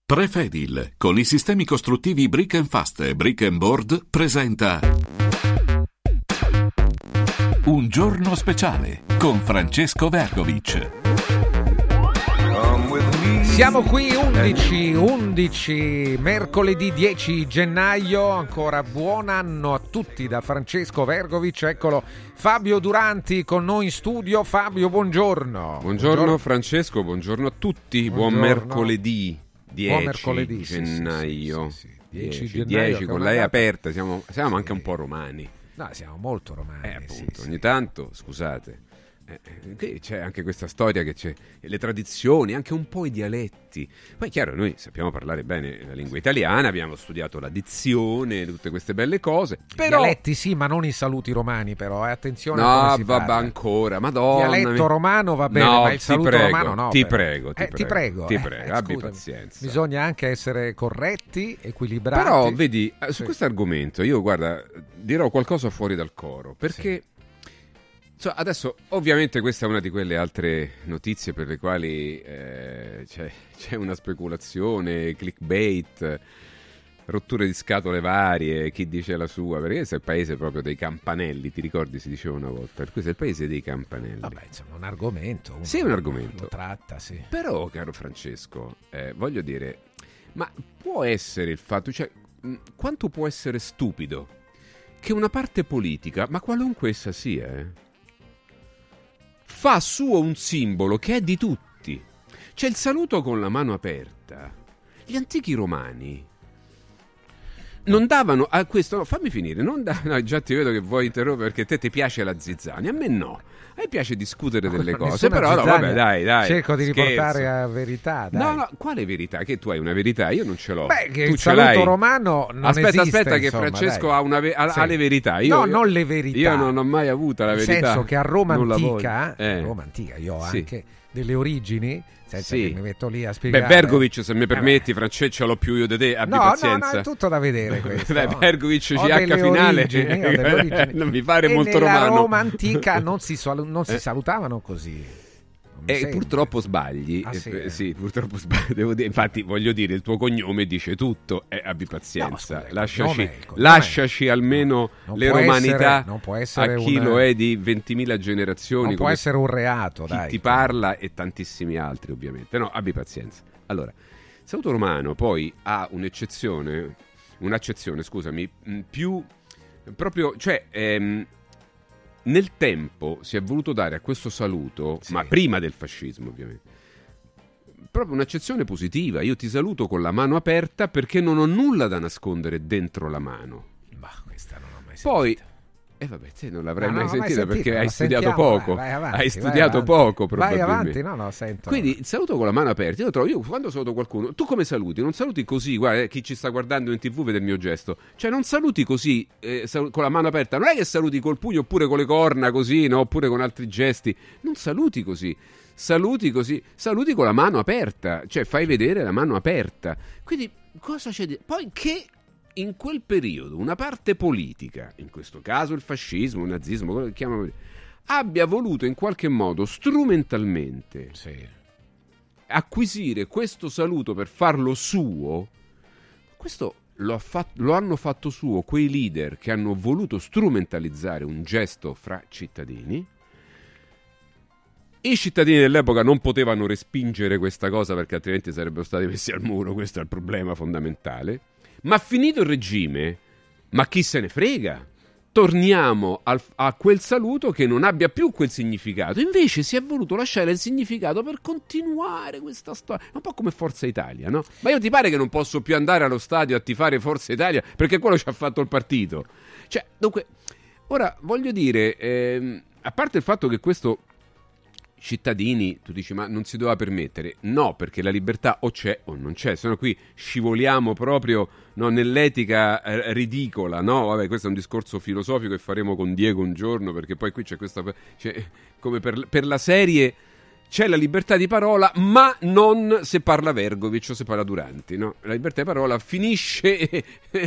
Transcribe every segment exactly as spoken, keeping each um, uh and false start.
Prefedil, con i sistemi costruttivi Brick and Fast e Brick and Board, presenta Un giorno speciale con Francesco Vergovic. Siamo qui undici, undici, mercoledì dieci gennaio, ancora buon anno a tutti da Francesco Vergovic, eccolo Fabio Duranti con noi in studio. Fabio, buongiorno. Buongiorno, buongiorno. Francesco, buongiorno a tutti, buongiorno. Buon mercoledì dieci buon mercoledì, gennaio, sì, sì, sì, sì. dieci, dieci, gennaio, dieci con lei aperta, siamo, siamo sì. anche un po' romani. No, siamo molto romani. Eh, appunto, sì, ogni sì. tanto, scusate. Eh, eh, c'è anche questa storia che c'è le tradizioni, anche un po' i dialetti. Poi è chiaro, noi sappiamo parlare bene la lingua italiana, abbiamo studiato la dizione, tutte queste belle cose. Però... Dialetti sì, ma non i saluti romani, però, eh, attenzione. No, si vabbè, parla. Ancora, madonna. Dialetto mi... romano va bene, no, ma il saluto prego, romano no. Ti però. prego, ti eh, prego, ti prego, ti eh, prego, eh, abbi scusami. pazienza. Bisogna anche essere corretti, equilibrati. Però, vedi, su sì. questo argomento io, guarda, dirò qualcosa fuori dal coro, perché... Sì. So, adesso ovviamente questa è una di quelle altre notizie per le quali eh, c'è, c'è una speculazione, clickbait, rotture di scatole varie, chi dice la sua, perché questo è il paese proprio dei campanelli, ti ricordi si diceva una volta, questo è il paese dei campanelli. Vabbè, insomma, un argomento. Uno sì, è un argomento. Lo tratta, sì. Però, caro Francesco, eh, voglio dire, ma può essere il fatto, cioè, mh, quanto può essere stupido che una parte politica, ma qualunque essa sia, eh, fa suo un simbolo che è di tutti. C'è il saluto con la mano aperta. Gli antichi romani non davano a questo, no, fammi finire, non da, no, già ti vedo che vuoi interrompere perché te ti piace la zizzania, a me no. A me piace discutere delle no, cose, però no, vabbè, dai, dai. Cerco di scherzo. riportare a verità, dai. No, no, quale verità? Che tu hai una verità, io non ce l'ho. Beh, che tu il ce saluto l'hai. romano non aspetta, esiste, aspetta, insomma, che Francesco dai. ha, una ve- ha, sì. ha le verità. Io, no, io, non le verità. Io non ho mai avuto la verità. Nel senso che a Roma non antica, eh. Roma antica, io ho sì. anche delle origini, senza sì. che mi metto lì a spiegare. Beh, Vergovic, se mi permetti, eh Francesco, ce l'ho più io di te, abbi no, pazienza. No, no, è tutto da vedere questo. Beh, Vergovic ho C H finale, origini, ho delle origini. non mi pare e molto nella romano. Roma antica non si, salu- non si eh? salutavano così. E eh, purtroppo sbagli, ah, sì, eh, sì, purtroppo sbagli. Devo dire, infatti, voglio dire, il tuo cognome dice tutto. Eh, abbi pazienza, no, scusa, lasciaci, cognome, cognome. lasciaci almeno non le romanità essere, non può essere a chi una... lo è di ventimila generazioni. Non può essere un reato, chi dai. ti parla e tantissimi altri, ovviamente. No, abbi pazienza. Allora, il saluto romano poi ha un'eccezione, un'accezione, scusami, più proprio, cioè. Ehm, Nel tempo si è voluto dare a questo saluto, sì. ma prima del fascismo ovviamente, proprio un'accezione positiva. Io ti saluto con la mano aperta perché non ho nulla da nascondere dentro la mano. Ma questa non ho mai sentita. Poi, e eh vabbè, te non l'avrei no, mai, no, sentita mai sentita perché hai studiato sentiamo, poco. Vai, vai avanti, hai studiato poco probabilmente. Vai avanti, no, no, sento. Quindi il saluto con la mano aperta. Io trovo, io quando saluto qualcuno, tu come saluti? Non saluti così, guarda, chi ci sta guardando in TV vede il mio gesto. Cioè non saluti così eh, sal- con la mano aperta. Non è che saluti col pugno oppure con le corna così, no, oppure con altri gesti. Non saluti così. Saluti così, saluti con la mano aperta, cioè fai vedere la mano aperta. Quindi cosa c'è di... Poi che in quel periodo una parte politica, in questo caso il fascismo, il nazismo, quello che chiamano, abbia voluto in qualche modo strumentalmente sì. acquisire questo saluto per farlo suo, questo lo, ha fatto, lo hanno fatto suo quei leader che hanno voluto strumentalizzare un gesto fra cittadini. I cittadini dell'epoca non potevano respingere questa cosa perché altrimenti sarebbero stati messi al muro, questo è il problema fondamentale. Ma finito il regime, ma chi se ne frega? Torniamo al, a quel saluto che non abbia più quel significato. Invece si è voluto lasciare il significato per continuare questa storia. Un po' come Forza Italia, no? Ma io ti pare che non posso più andare allo stadio a tifare Forza Italia perché quello ci ha fatto il partito? Cioè, dunque, ora voglio dire, ehm, a parte il fatto che questo... cittadini, tu dici, ma non si doveva permettere? No, perché la libertà o c'è o non c'è, se no qui scivoliamo proprio, no, nell'etica eh, ridicola, no? Vabbè, questo è un discorso filosofico che faremo con Diego un giorno, perché poi qui c'è questa, cioè, come per, per la serie, c'è la libertà di parola, ma non se parla Vergovic o se parla Duranti, no? La libertà di parola finisce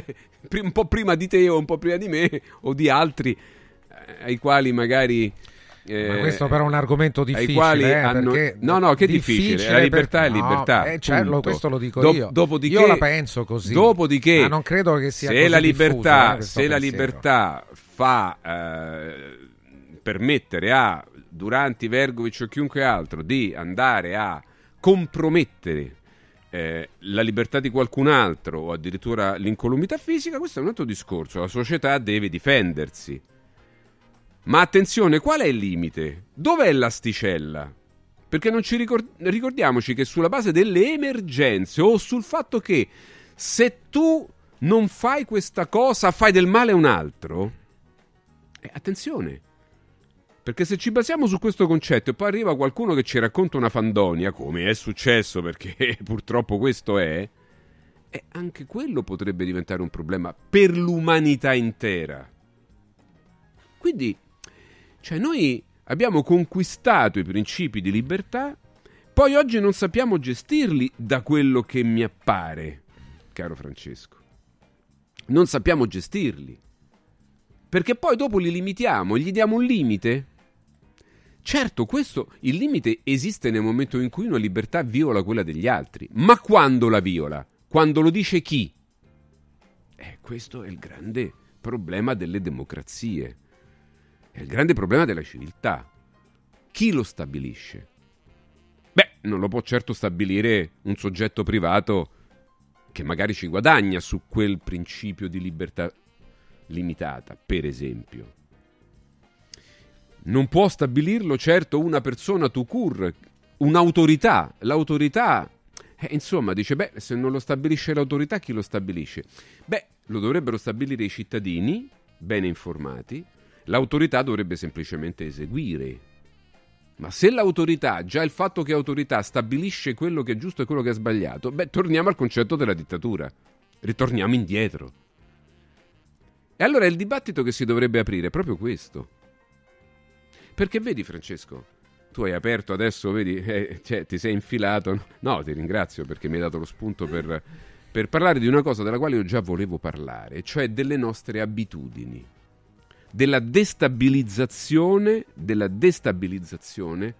un po' prima di te o un po' prima di me o di altri, eh, ai quali magari... Eh, Ma questo però è un argomento difficile, ai quali eh, hanno... perché no no che difficile, difficile la libertà per... è libertà, no, eh, certo, questo lo dico Do- io dopodiché, io la penso così, dopodiché ma non credo che sia se così la libertà diffuso, eh, se la libertà fa eh, permettere a Duranti, Vergovic o chiunque altro di andare a compromettere eh, la libertà di qualcun altro o addirittura l'incolumità fisica, questo è un altro discorso. La società deve difendersi. Ma attenzione, qual è il limite? Dov'è l'asticella? Perché non ci ricord- ricordiamoci che sulla base delle emergenze o sul fatto che se tu non fai questa cosa fai del male a un altro, eh, attenzione, perché se ci basiamo su questo concetto e poi arriva qualcuno che ci racconta una fandonia, come è successo, perché purtroppo questo è, eh, anche quello potrebbe diventare un problema per l'umanità intera. Quindi, cioè noi abbiamo conquistato i principi di libertà, poi oggi non sappiamo gestirli da quello che mi appare, caro Francesco. Non sappiamo gestirli. Perché poi dopo li limitiamo, gli diamo un limite. Certo, questo, il limite esiste nel momento in cui una libertà viola quella degli altri. Ma quando la viola? Quando lo dice chi? Eh, questo è il grande problema delle democrazie. È il grande problema della civiltà. Chi lo stabilisce? Beh, non lo può certo stabilire un soggetto privato che magari ci guadagna su quel principio di libertà limitata, per esempio. Non può stabilirlo certo una persona tout court, un'autorità. L'autorità, eh, insomma, dice, beh, se non lo stabilisce l'autorità, chi lo stabilisce? Beh, lo dovrebbero stabilire i cittadini, bene informati. L'autorità dovrebbe semplicemente eseguire. Ma se l'autorità, già il fatto che autorità stabilisce quello che è giusto e quello che è sbagliato, beh, torniamo al concetto della dittatura. Ritorniamo indietro. E allora il dibattito che si dovrebbe aprire è proprio questo. Perché vedi, Francesco, tu hai aperto adesso, vedi, eh, cioè, ti sei infilato. No, ti ringrazio perché mi hai dato lo spunto per, per parlare di una cosa della quale io già volevo parlare, cioè delle nostre abitudini, della destabilizzazione, della destabilizzazione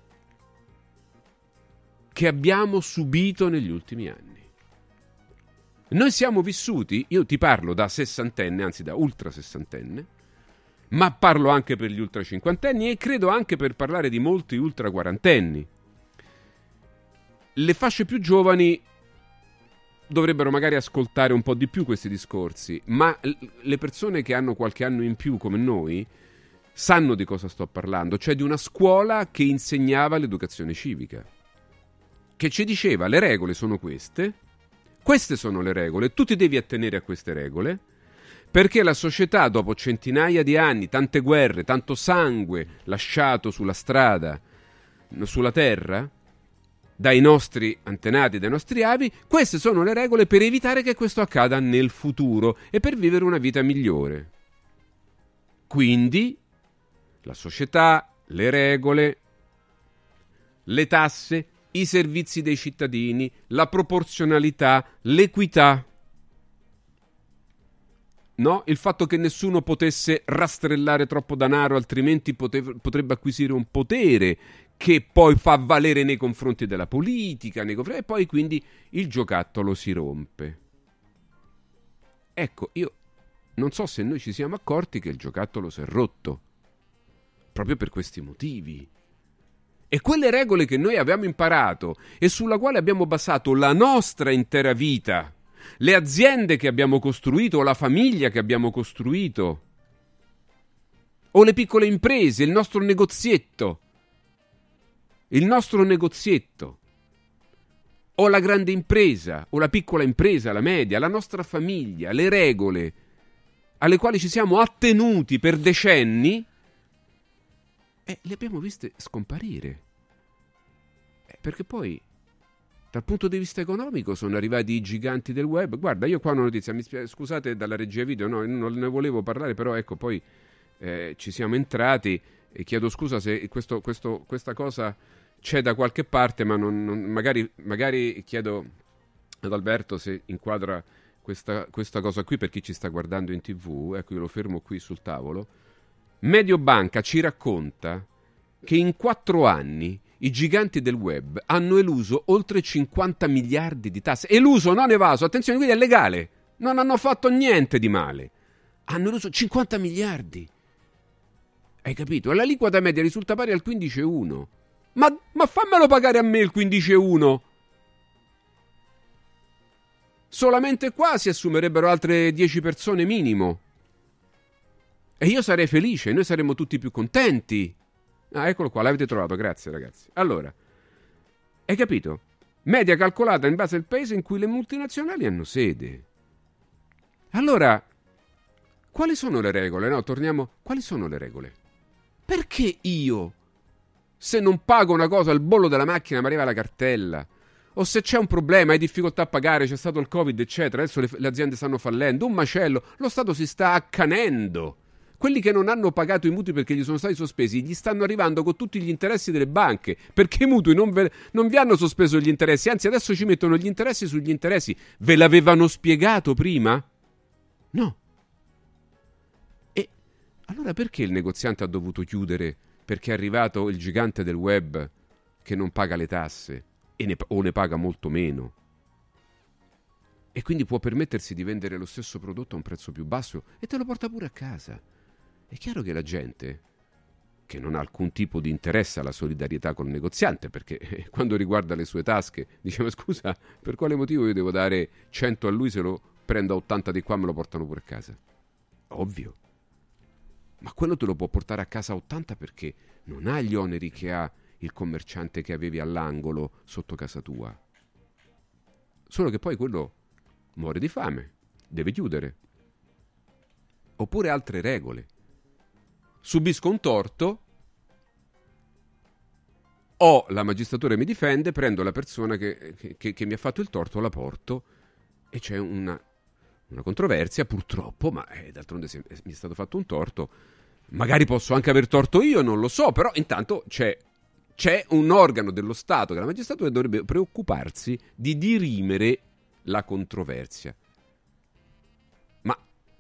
che abbiamo subito negli ultimi anni. Noi siamo vissuti, io ti parlo da sessantenne, anzi da ultra sessantenne, ma parlo anche per gli ultra cinquantenni e credo anche per parlare di molti ultra quarantenni. Le fasce più giovani dovrebbero magari ascoltare un po' di più questi discorsi, ma le persone che hanno qualche anno in più come noi sanno di cosa sto parlando, cioè di una scuola che insegnava l'educazione civica, che ci diceva le regole sono queste, queste sono le regole, tu ti devi attenere a queste regole, perché la società, dopo centinaia di anni, tante guerre, tanto sangue lasciato sulla strada, sulla terra, dai nostri antenati, dai nostri avi, queste sono le regole per evitare che questo accada nel futuro e per vivere una vita migliore. Quindi, la società, le regole, le tasse, i servizi dei cittadini, la proporzionalità, l'equità. No? Il fatto che nessuno potesse rastrellare troppo denaro, altrimenti potev- potrebbe acquisire un potere che poi fa valere nei confronti della politica, nei confronti... e poi quindi il giocattolo si rompe. Ecco, io non so se noi ci siamo accorti che il giocattolo si è rotto, proprio per questi motivi. E quelle regole che noi abbiamo imparato e sulla quale abbiamo basato la nostra intera vita, le aziende che abbiamo costruito, o la famiglia che abbiamo costruito, o le piccole imprese, il nostro negozietto, il nostro negozietto, o la grande impresa, o la piccola impresa, la media, la nostra famiglia, le regole alle quali ci siamo attenuti per decenni, e le abbiamo viste scomparire. Eh, perché poi, dal punto di vista economico, sono arrivati i giganti del web. Guarda, io qua ho una notizia, mi spia- scusate dalla regia video, no, non ne volevo parlare, però ecco, poi eh, ci siamo entrati e chiedo scusa se questo, questo, questa cosa c'è da qualche parte, ma non, non, magari, magari chiedo ad Alberto se inquadra questa, questa cosa qui per chi ci sta guardando in tivù. Ecco, io lo fermo qui sul tavolo. Mediobanca ci racconta che in quattro anni i giganti del web hanno eluso oltre cinquanta miliardi di tasse. Eluso, non evaso. Attenzione, quindi è legale. Non hanno fatto niente di male. Hanno eluso cinquanta miliardi. Hai capito? L'aliquota media risulta pari al quindici virgola uno. Ma, ma fammelo pagare a me il quindici virgola uno. Solamente qua si assumerebbero altre dieci persone minimo. E io sarei felice, noi saremmo tutti più contenti. Ah, eccolo qua, l'avete trovato, grazie ragazzi. Allora, hai capito? Media calcolata in base al paese in cui le multinazionali hanno sede. Allora, quali sono le regole? No, torniamo. Quali sono le regole? Perché io, se non pago una cosa, il bollo della macchina mi arriva la cartella, o se c'è un problema, hai difficoltà a pagare, c'è stato il Covid, eccetera, adesso le, le aziende stanno fallendo, un macello, lo Stato si sta accanendo. Quelli che non hanno pagato i mutui perché gli sono stati sospesi, gli stanno arrivando con tutti gli interessi delle banche, perché i mutui non, ve, non vi hanno sospeso gli interessi, anzi adesso ci mettono gli interessi sugli interessi. Ve l'avevano spiegato prima? No. E allora perché il negoziante ha dovuto chiudere? Perché è arrivato il gigante del web che non paga le tasse e ne, o ne paga molto meno. E quindi può permettersi di vendere lo stesso prodotto a un prezzo più basso e te lo porta pure a casa. È chiaro che la gente, che non ha alcun tipo di interesse alla solidarietà col negoziante, perché eh, quando riguarda le sue tasche, dice: ma scusa, per quale motivo io devo dare cento a lui se lo prendo a ottanta di qua e me lo portano pure a casa? Ovvio. Ma quello te lo può portare a casa a ottanta perché non ha gli oneri che ha il commerciante che avevi all'angolo sotto casa tua. Solo che poi quello muore di fame, deve chiudere. Oppure altre regole. Subisco un torto, o la magistratura mi difende, prendo la persona che, che, che mi ha fatto il torto, la porto e c'è una, una controversia, purtroppo, ma eh, d'altronde se mi è stato fatto un torto, magari posso anche aver torto io, non lo so, però intanto c'è, c'è un organo dello Stato, che la magistratura dovrebbe preoccuparsi di dirimere la controversia. Ma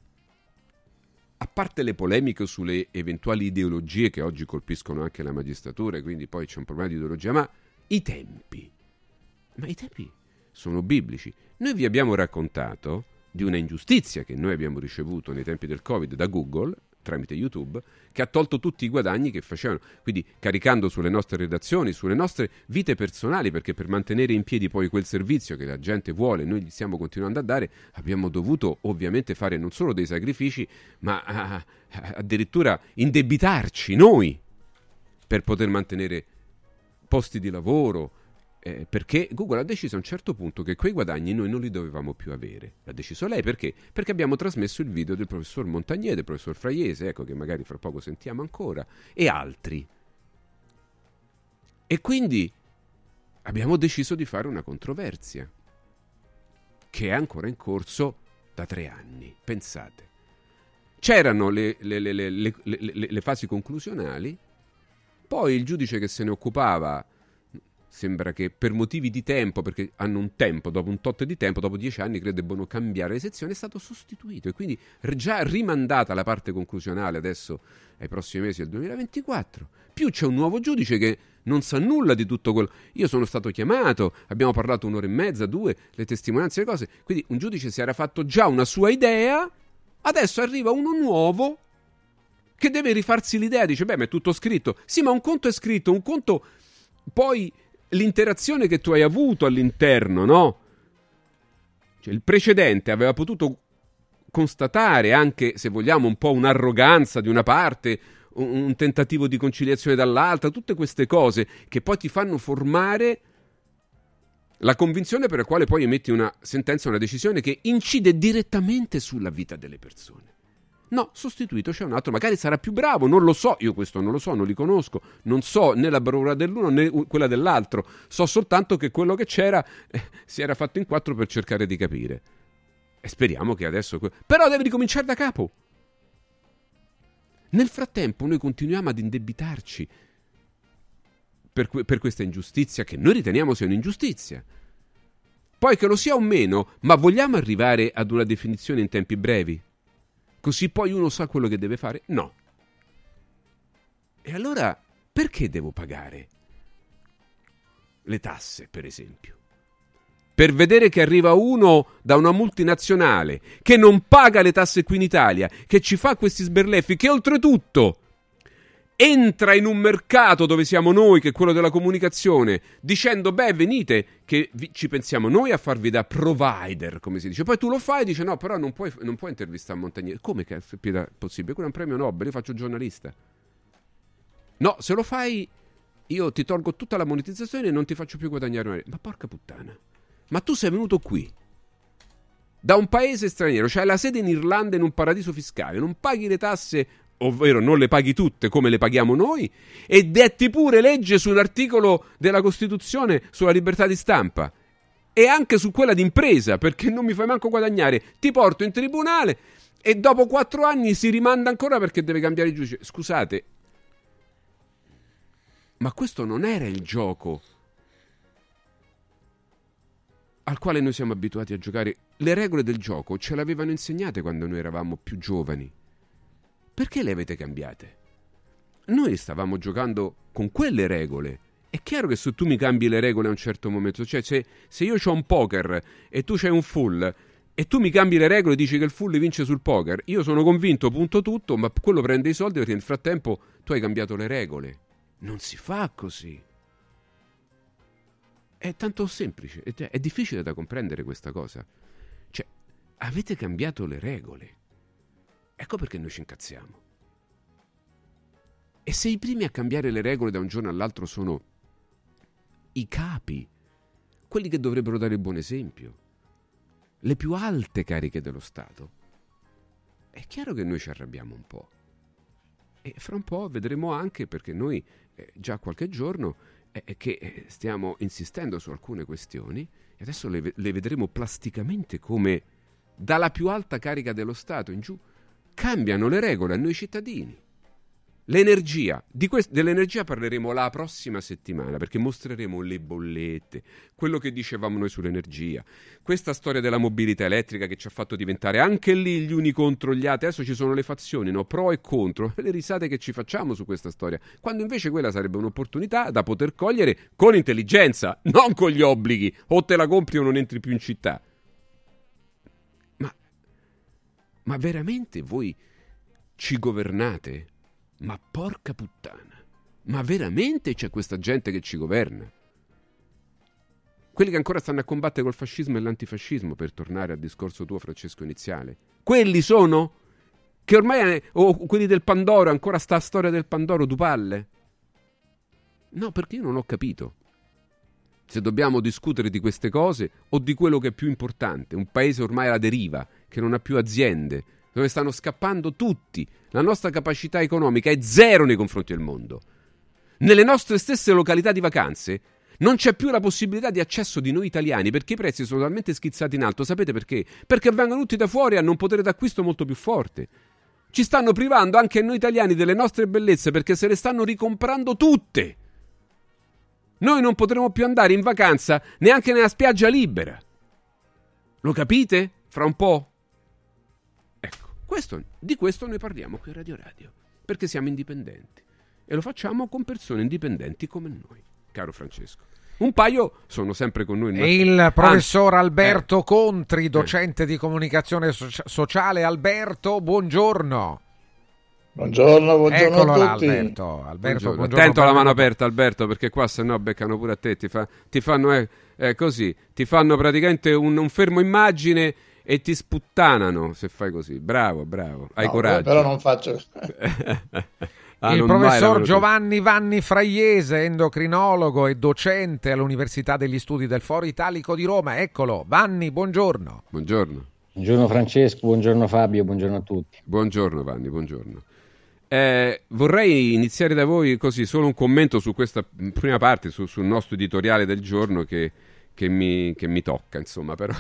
a parte le polemiche sulle eventuali ideologie che oggi colpiscono anche la magistratura, e quindi poi c'è un problema di ideologia, ma i tempi, ma i tempi sono biblici. Noi vi abbiamo raccontato di una ingiustizia che noi abbiamo ricevuto nei tempi del Covid da Google, tramite YouTube, che ha tolto tutti i guadagni che facevano, quindi caricando sulle nostre redazioni, sulle nostre vite personali, perché per mantenere in piedi poi quel servizio che la gente vuole, noi gli stiamo continuando a dare, abbiamo dovuto ovviamente fare non solo dei sacrifici, ma ah, addirittura indebitarci noi per poter mantenere posti di lavoro, eh, perché Google ha deciso a un certo punto che quei guadagni noi non li dovevamo più avere. L'ha deciso lei, perché? Perché abbiamo trasmesso il video del professor Montagnier, del professor Fraiese, ecco, che magari fra poco sentiamo ancora, e altri. E quindi abbiamo deciso di fare una controversia che è ancora in corso da tre anni. Pensate, c'erano le, le, le, le, le, le, le fasi conclusionali, poi il giudice che se ne occupava, sembra che per motivi di tempo, perché hanno un tempo, dopo un tot di tempo, dopo dieci anni credo debbano cambiare le sezioni, è stato sostituito e quindi già rimandata la parte conclusionale adesso ai prossimi mesi del duemilaventiquattro. Più c'è un nuovo giudice che non sa nulla di tutto quello. Io sono stato chiamato, abbiamo parlato un'ora e mezza, due, le testimonianze, le cose, quindi un giudice si era fatto già una sua idea, adesso arriva uno nuovo che deve rifarsi l'idea, dice beh ma è tutto scritto. Sì, ma un conto è scritto, un conto poi l'interazione che tu hai avuto all'interno, no? Cioè, il precedente aveva potuto constatare anche, se vogliamo, un po' un'arroganza di una parte, un, un tentativo di conciliazione dall'altra, tutte queste cose che poi ti fanno formare la convinzione per la quale poi emetti una sentenza, una decisione che incide direttamente sulla vita delle persone. No, sostituito c'è un altro, magari sarà più bravo, non lo so, io questo non lo so, non li conosco, non so né la bravura dell'uno né quella dell'altro, so soltanto che quello che c'era eh, si era fatto in quattro per cercare di capire. E speriamo che adesso... Però deve ricominciare da capo. Nel frattempo noi continuiamo ad indebitarci per, que- per questa ingiustizia, che noi riteniamo sia un'ingiustizia. Poi che lo sia o meno, ma vogliamo arrivare ad una definizione in tempi brevi? Così poi uno sa quello che deve fare? No. E allora Perché devo pagare le tasse, per esempio? Per vedere che arriva uno da una multinazionale che non paga le tasse qui in Italia, che ci fa questi sberleffi, che oltretutto entra in un mercato dove siamo noi, che è quello della comunicazione, dicendo, beh, venite, che vi, ci pensiamo noi a farvi da provider, come si dice. Poi tu lo fai e dici, no, però non puoi, non puoi intervistare Montagnier. Come che è possibile? Quello è un premio Nobel, io faccio giornalista. No, se lo fai, io ti tolgo tutta la monetizzazione e non ti faccio più guadagnare una... Ma porca puttana. Ma tu sei venuto qui, da un paese straniero, c'hai la sede in Irlanda in un paradiso fiscale, non paghi le tasse, ovvero non le paghi tutte come le paghiamo noi, e detti pure legge sull'articolo della Costituzione sulla libertà di stampa e anche su quella di impresa, perché non mi fai manco guadagnare, ti porto in tribunale e dopo quattro anni si rimanda ancora perché deve cambiare il giudice. Scusate, ma questo non era il gioco al quale noi siamo abituati a giocare. Le regole del gioco ce le avevano insegnate quando noi eravamo più giovani. Perché le avete cambiate? Noi stavamo giocando con quelle regole. È chiaro che se tu mi cambi le regole a un certo momento, cioè se, se io ho un poker e tu c'hai un full e tu mi cambi le regole e dici che il full vince sul poker, io sono convinto, punto tutto, ma quello prende i soldi perché nel frattempo tu hai cambiato le regole. Non si fa così. È tanto semplice, è, è difficile da comprendere questa cosa. Cioè, avete cambiato le regole. Ecco perché noi ci incazziamo. E se i primi a cambiare le regole da un giorno all'altro sono i capi, quelli che dovrebbero dare il buon esempio, le più alte cariche dello Stato, è chiaro che noi ci arrabbiamo un po'. E fra un po' vedremo anche, perché noi eh, già qualche giorno è che stiamo insistendo su alcune questioni e adesso le, le vedremo plasticamente come dalla più alta carica dello Stato in giù cambiano le regole a noi cittadini. L'energia, di quest- dell'energia parleremo la prossima settimana, perché mostreremo le bollette, quello che dicevamo noi sull'energia, questa storia della mobilità elettrica che ci ha fatto diventare anche lì gli uni contro gli altri. Adesso ci sono le fazioni, no? Pro e contro, le risate che ci facciamo su questa storia, quando invece quella sarebbe un'opportunità da poter cogliere con intelligenza, non con gli obblighi, o te la compri o non entri più in città. Ma, ma veramente voi ci governate? Ma porca puttana, ma veramente c'è questa gente che ci governa? Quelli che ancora stanno a combattere col fascismo e l'antifascismo, per tornare al discorso tuo, Francesco, iniziale. Quelli sono? Che ormai, è, o quelli del Pandoro, ancora sta storia del Pandoro du palle? No, perché io non ho capito se dobbiamo discutere di queste cose o di quello che è più importante, un paese ormai alla deriva, che non ha più aziende, dove stanno scappando tutti. La nostra capacità economica è zero nei confronti del mondo. Nelle nostre stesse località di vacanze non c'è più la possibilità di accesso di noi italiani, perché i prezzi sono talmente schizzati in alto. Sapete perché? Perché vengono tutti da fuori e hanno un potere d'acquisto molto più forte. Ci stanno privando anche a noi italiani delle nostre bellezze, perché se le stanno ricomprando tutte. Noi non potremo più andare in vacanza neanche nella spiaggia libera. Lo capite? Fra un po'? Questo, di questo noi parliamo qui a Radio Radio, perché siamo indipendenti e lo facciamo con persone indipendenti come noi, caro Francesco. Un paio sono sempre con noi. E il professor ah, Alberto eh, Contri, docente eh. di comunicazione so- sociale. Alberto, buongiorno. Buongiorno, buongiorno Eccolo a là, tutti. Alberto. Alberto buongiorno. Buongiorno, attento alla mano benvenuto. aperta, Alberto, perché qua se no beccano pure a te, ti, fa, ti fanno eh, eh, così, ti fanno praticamente un, un fermo immagine e ti sputtanano se fai così. Bravo, bravo, hai no, coraggio. Però non faccio. ah, il non professor Giovanni Vanni Fraiese, endocrinologo e docente all'Università degli Studi del Foro Italico di Roma. Eccolo, Vanni, buongiorno. Buongiorno. Buongiorno Francesco, buongiorno Fabio, buongiorno a tutti. Buongiorno Vanni, buongiorno. Eh, vorrei iniziare da voi così, solo un commento su questa prima parte, su, sul nostro editoriale del giorno che, che, mi, che mi tocca, insomma, però...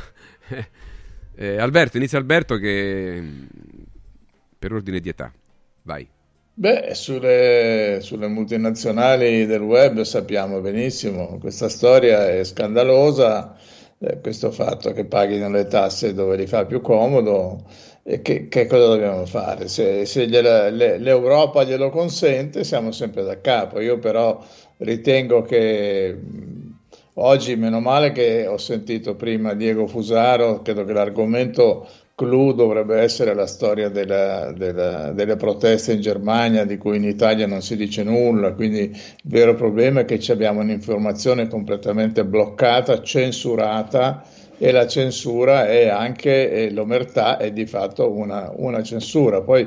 Eh, Alberto, inizia Alberto che per ordine di età, vai. Beh, sulle, sulle multinazionali del web sappiamo benissimo, questa storia è scandalosa eh, questo fatto che paghino le tasse dove gli fa più comodo. E che, che cosa dobbiamo fare? Se, se gliela- le- l'Europa glielo consente, siamo sempre da capo. Io però ritengo che mh, oggi, meno male che ho sentito prima Diego Fusaro, credo che l'argomento clou dovrebbe essere la storia della- della- delle proteste in Germania, di cui in Italia non si dice nulla. Quindi il vero problema è che ci abbiamo un'informazione completamente bloccata, censurata, e la censura è anche, e l'omertà è di fatto una, una censura. Poi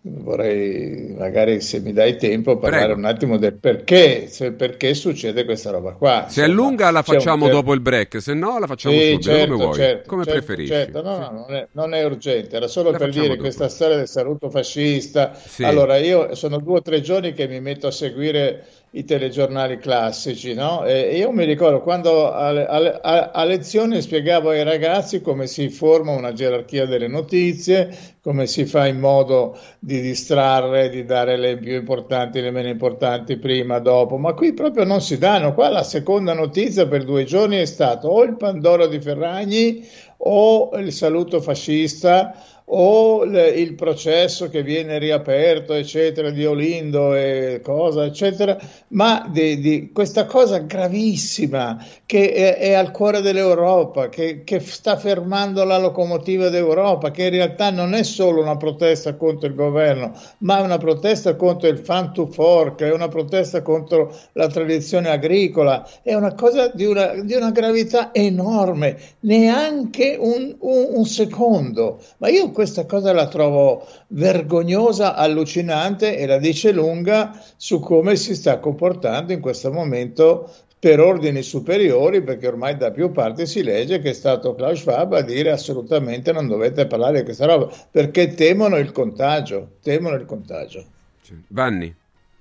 vorrei, magari se mi dai tempo, parlare Prego. un attimo del perché, se- perché succede questa roba qua. Se è Insomma, lunga la c'è un facciamo per- dopo il break, se no la facciamo Sì, subito, come certo, vuoi, certo, come certo, preferisci. certo. No, Sì. no, non è, non è urgente, era solo La per facciamo dire dopo. questa storia del saluto fascista. Sì. Allora, io sono due o tre giorni che mi metto a seguire i telegiornali classici, no? E io mi ricordo quando alle- alle- a, a lezione spiegavo ai ragazzi come si forma una gerarchia delle notizie, come si fa in modo di distrarre, di dare le più importanti, le meno importanti prima, dopo, ma qui proprio non si danno. Qua la seconda notizia per due giorni è stato o il Pandoro di Ferragni o il saluto fascista o le- il processo che viene riaperto, eccetera, di Olindo e cosa, eccetera, ma di, di questa cosa gravissima che è, è al cuore dell'Europa, che, che sta fermando la locomotiva d'Europa, che in realtà non è solo una protesta contro il governo, ma è una protesta contro il farm to fork, è una protesta contro la tradizione agricola, è una cosa di una, di una gravità enorme, neanche un, un- un secondo. Ma io questa cosa la trovo vergognosa, allucinante e la dice lunga su come si sta comportando in questo momento per ordini superiori, perché ormai da più parti si legge che è stato Klaus Schwab a dire assolutamente non dovete parlare di questa roba, perché temono il contagio, temono il contagio. Sì. Vanni.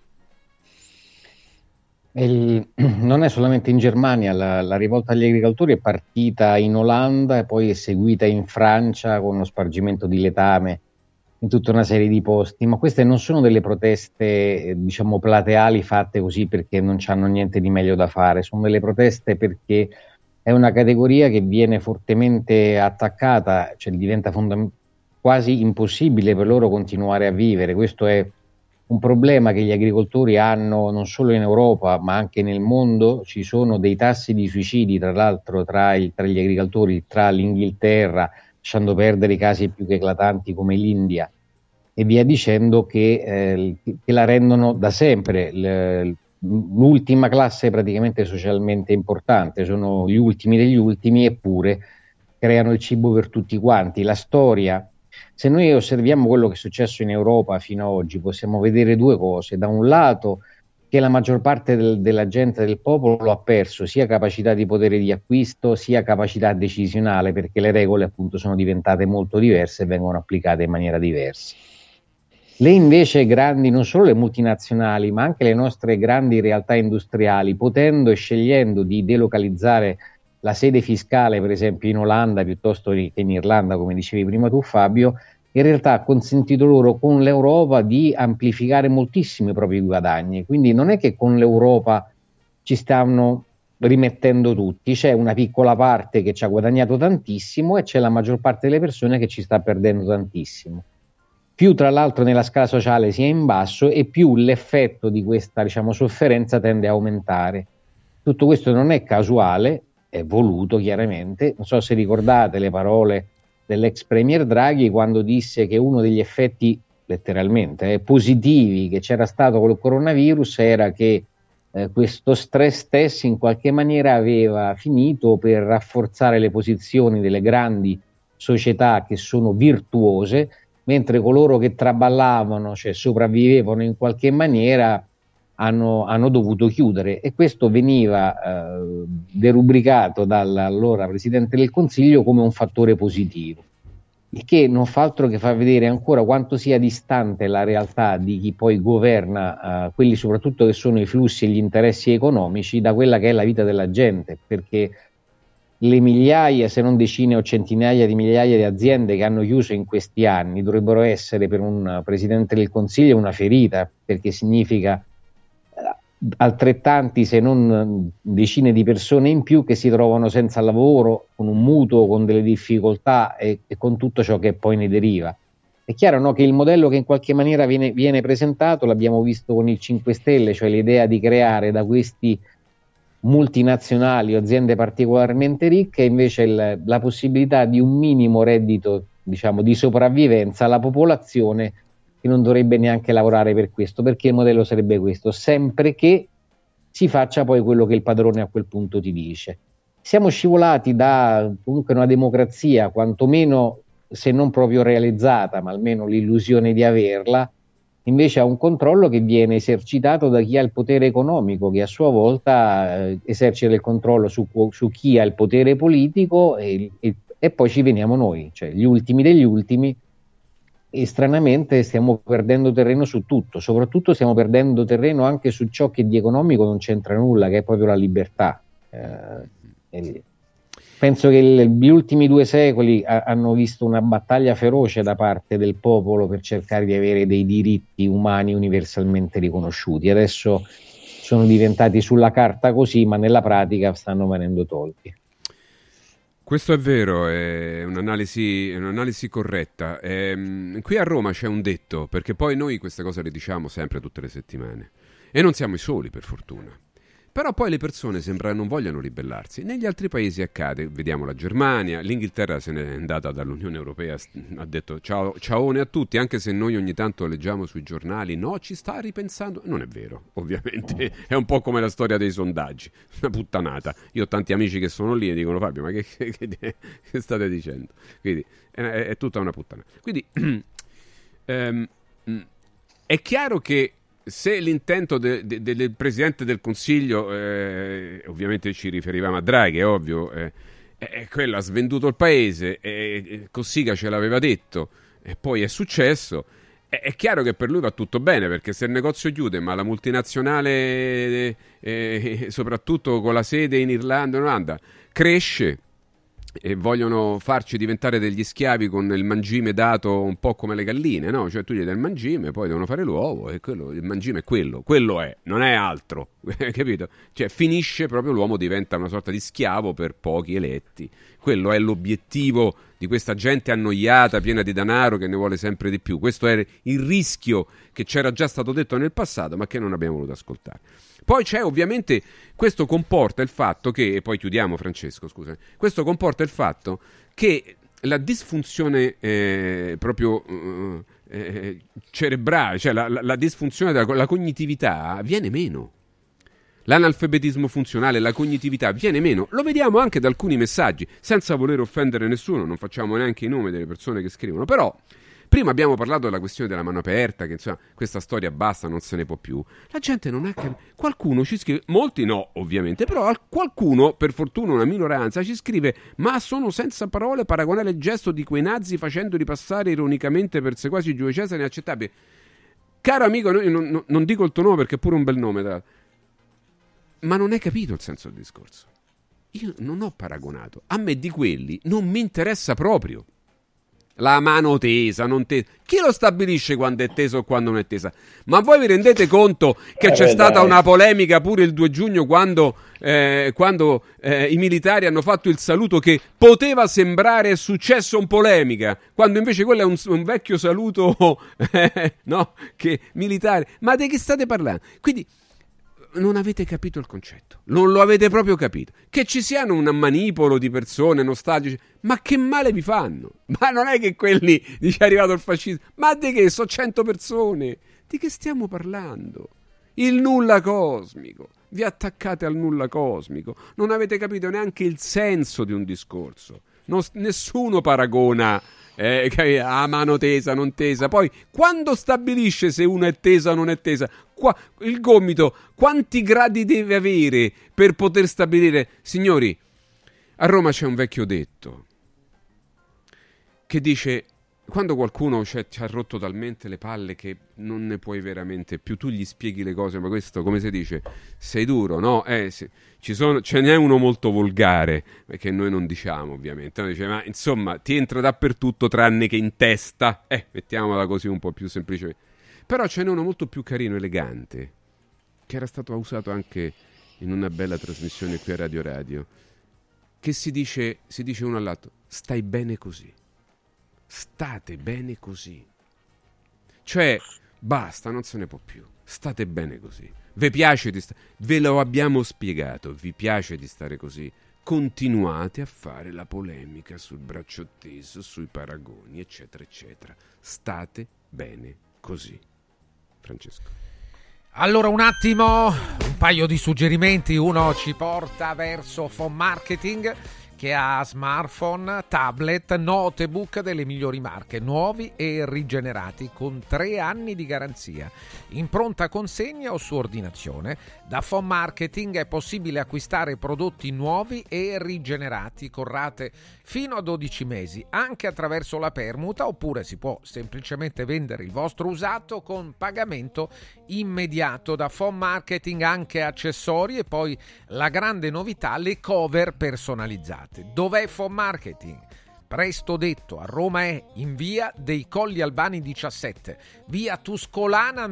Il- non è solamente in Germania, la, la rivolta agli agricoltori è partita in Olanda e poi è seguita in Francia con lo spargimento di letame in tutta una serie di posti, ma queste non sono delle proteste, eh, diciamo, plateali fatte così perché non c'hanno niente di meglio da fare, sono delle proteste perché è una categoria che viene fortemente attaccata, cioè diventa fondam- quasi impossibile per loro continuare a vivere. Questo è un problema che gli agricoltori hanno non solo in Europa ma anche nel mondo. Ci sono dei tassi di suicidi tra l'altro tra, i- tra gli agricoltori, tra l'Inghilterra, lasciando perdere i casi più che eclatanti come l'India e via dicendo, che, eh, che la rendono da sempre l- l'ultima classe praticamente socialmente importante, sono gli ultimi degli ultimi eppure creano il cibo per tutti quanti. La storia, se noi osserviamo quello che è successo in Europa fino ad oggi, possiamo vedere due cose. Da un lato che la maggior parte del- della gente, del popolo, ha perso sia capacità di potere di acquisto, sia capacità decisionale, perché le regole appunto sono diventate molto diverse e vengono applicate in maniera diversa. Le invece grandi, non solo le multinazionali, ma anche le nostre grandi realtà industriali, potendo e scegliendo di delocalizzare la sede fiscale, per esempio in Olanda piuttosto che in Irlanda, come dicevi prima tu Fabio, in realtà ha consentito loro con l'Europa di amplificare moltissimo i propri guadagni. Quindi non è che con l'Europa ci stanno rimettendo tutti, c'è una piccola parte che ci ha guadagnato tantissimo e c'è la maggior parte delle persone che ci sta perdendo tantissimo. Più tra l'altro nella scala sociale si è in basso e più l'effetto di questa, diciamo, sofferenza tende a aumentare. Tutto questo non è casuale, è voluto chiaramente. Non so se ricordate le parole dell'ex premier Draghi quando disse che uno degli effetti letteralmente eh, positivi che c'era stato con il coronavirus era che eh, questo stress test in qualche maniera aveva finito per rafforzare le posizioni delle grandi società che sono virtuose, mentre coloro che traballavano, cioè sopravvivevano in qualche maniera, hanno, hanno dovuto chiudere, e questo veniva eh, derubricato dall'allora Presidente del Consiglio come un fattore positivo, il che non fa altro che far vedere ancora quanto sia distante la realtà di chi poi governa, eh, quelli soprattutto che sono i flussi e gli interessi economici, da quella che è la vita della gente, perché le migliaia, se non decine o centinaia di migliaia di aziende che hanno chiuso in questi anni dovrebbero essere per un Presidente del Consiglio una ferita, perché significa altrettanti se non decine di persone in più che si trovano senza lavoro, con un mutuo, con delle difficoltà e, e con tutto ciò che poi ne deriva. È chiaro, no, che il modello che in qualche maniera viene, viene presentato, l'abbiamo visto con il cinque Stelle, cioè l'idea di creare da questi multinazionali o aziende particolarmente ricche invece il, la possibilità di un minimo reddito, diciamo, di sopravvivenza alla popolazione che non dovrebbe neanche lavorare per questo, perché il modello sarebbe questo, sempre che si faccia poi quello che il padrone a quel punto ti dice. Siamo scivolati da comunque una democrazia, quantomeno se non proprio realizzata, ma almeno l'illusione di averla, invece a un controllo che viene esercitato da chi ha il potere economico, che a sua volta eh, esercita il controllo su, su chi ha il potere politico e, e, e poi ci veniamo noi, cioè gli ultimi degli ultimi, e stranamente stiamo perdendo terreno su tutto, soprattutto stiamo perdendo terreno anche su ciò che di economico non c'entra nulla, che è proprio la libertà. Eh, penso che il, gli ultimi due secoli ha, hanno visto una battaglia feroce da parte del popolo per cercare di avere dei diritti umani universalmente riconosciuti. Adesso sono diventati sulla carta così, ma nella pratica stanno venendo tolti. Questo è vero, è un'analisi, è un'analisi corretta. Ehm, qui a Roma c'è un detto, perché poi noi queste cose le diciamo sempre tutte le settimane, e non siamo i soli, per fortuna. Però poi le persone sembra non vogliano ribellarsi. Negli altri paesi accade, vediamo la Germania, l'Inghilterra se n'è andata dall'Unione Europea, ha detto ciao, ciaone a tutti, anche se noi ogni tanto leggiamo sui giornali, no, ci sta ripensando. Non è vero, ovviamente, è un po' come la storia dei sondaggi, una puttanata. Io ho tanti amici che sono lì e dicono Fabio, ma che, che, che, che state dicendo? Quindi è, è tutta una puttana. Quindi ehm, è chiaro che se l'intento de, de, de, del Presidente del Consiglio, eh, ovviamente ci riferivamo a Draghi, è ovvio, eh, è quello, ha svenduto il paese, eh, Cossiga ce l'aveva detto, e poi è successo, è, è chiaro che per lui va tutto bene, perché se il negozio chiude, ma la multinazionale, eh, eh, soprattutto con la sede in Irlanda, in Olanda, cresce, e vogliono farci diventare degli schiavi con il mangime dato un po' come le galline, no? Cioè tu gli dai il mangime, poi devono fare l'uovo e quello, il mangime è quello, quello è, non è altro, capito? Cioè finisce proprio, l'uomo diventa una sorta di schiavo per pochi eletti. Quello è l'obiettivo di questa gente annoiata, piena di denaro, che ne vuole sempre di più. Questo è il rischio che c'era già stato detto nel passato, ma che non abbiamo voluto ascoltare. Poi c'è ovviamente, questo comporta il fatto che, e poi chiudiamo Francesco, scusa, questo comporta il fatto che la disfunzione eh, proprio eh, cerebrale, cioè la, la, la disfunzione della la cognitività viene meno. L'analfabetismo funzionale, la cognitività viene meno. Lo vediamo anche da alcuni messaggi, senza voler offendere nessuno, non facciamo neanche i nomi delle persone che scrivono, però prima abbiamo parlato della questione della mano aperta, che insomma questa storia basta, non se ne può più. La gente non ha capito. Qualcuno ci scrive, molti no ovviamente, però qualcuno, per fortuna una minoranza, ci scrive: ma sono senza parole paragonare il gesto di quei nazi facendoli passare ironicamente per seguaci Giulio Cesare inaccettabile. Caro amico, non, non, non dico il tuo nome perché è pure un bel nome, tra... ma non hai capito il senso del discorso. Io non ho paragonato, a me di quelli non mi interessa proprio. La mano tesa, non tesa. Chi lo stabilisce quando è tesa o quando non è tesa? Ma voi vi rendete conto che eh c'è beh, stata dai. una polemica pure il due giugno quando, eh, quando eh, i militari hanno fatto il saluto che poteva sembrare successo in polemica, quando invece quello è un, un vecchio saluto eh, no, che militare. Ma di che state parlando? Quindi non avete capito il concetto, non lo avete proprio capito. Che ci siano un manipolo di persone nostalgiche, ma che male vi fanno? Ma non è che quelli dice è arrivato il fascismo, ma di che? Sono cento persone. Di che stiamo parlando? Il nulla cosmico. Vi attaccate al nulla cosmico, non avete capito neanche il senso di un discorso. Non, nessuno paragona eh, a mano tesa, non tesa. Poi quando stabilisce se uno è tesa o non è tesa? Qua, il gomito quanti gradi deve avere per poter stabilire? Signori, a Roma c'è un vecchio detto che dice: quando qualcuno ci ha rotto talmente le palle che non ne puoi veramente più, tu gli spieghi le cose, ma questo, come si dice, sei duro, no? Eh, sì. Ci sono, ce n'è uno molto volgare, che noi non diciamo ovviamente, no? Dice, ma insomma ti entra dappertutto tranne che in testa, eh, mettiamola così un po' più semplice. Però ce n'è uno molto più carino, elegante, che era stato usato anche in una bella trasmissione qui a Radio Radio, che si dice, si dice uno all'altro: stai bene così, state bene così, cioè basta, non se ne può più, state bene così, vi piace di sta- ve lo abbiamo spiegato, vi piace di stare così, continuate a fare la polemica sul braccio teso, sui paragoni, eccetera eccetera, state bene così. Francesco. Allora un attimo, un paio di suggerimenti. Uno ci porta verso Phone Marketing, che ha smartphone, tablet, notebook delle migliori marche, nuovi e rigenerati con tre anni di garanzia, in pronta consegna o su ordinazione. Da Phone Marketing è possibile acquistare prodotti nuovi e rigenerati con rate fino a dodici mesi, anche attraverso la permuta, oppure si può semplicemente vendere il vostro usato con pagamento immediato. Da Phone Marketing anche accessori e poi la grande novità, le cover personalizzate. Dov'è Phone Marketing? Presto detto, a Roma è in via dei Colli Albani diciassette, via Tuscolana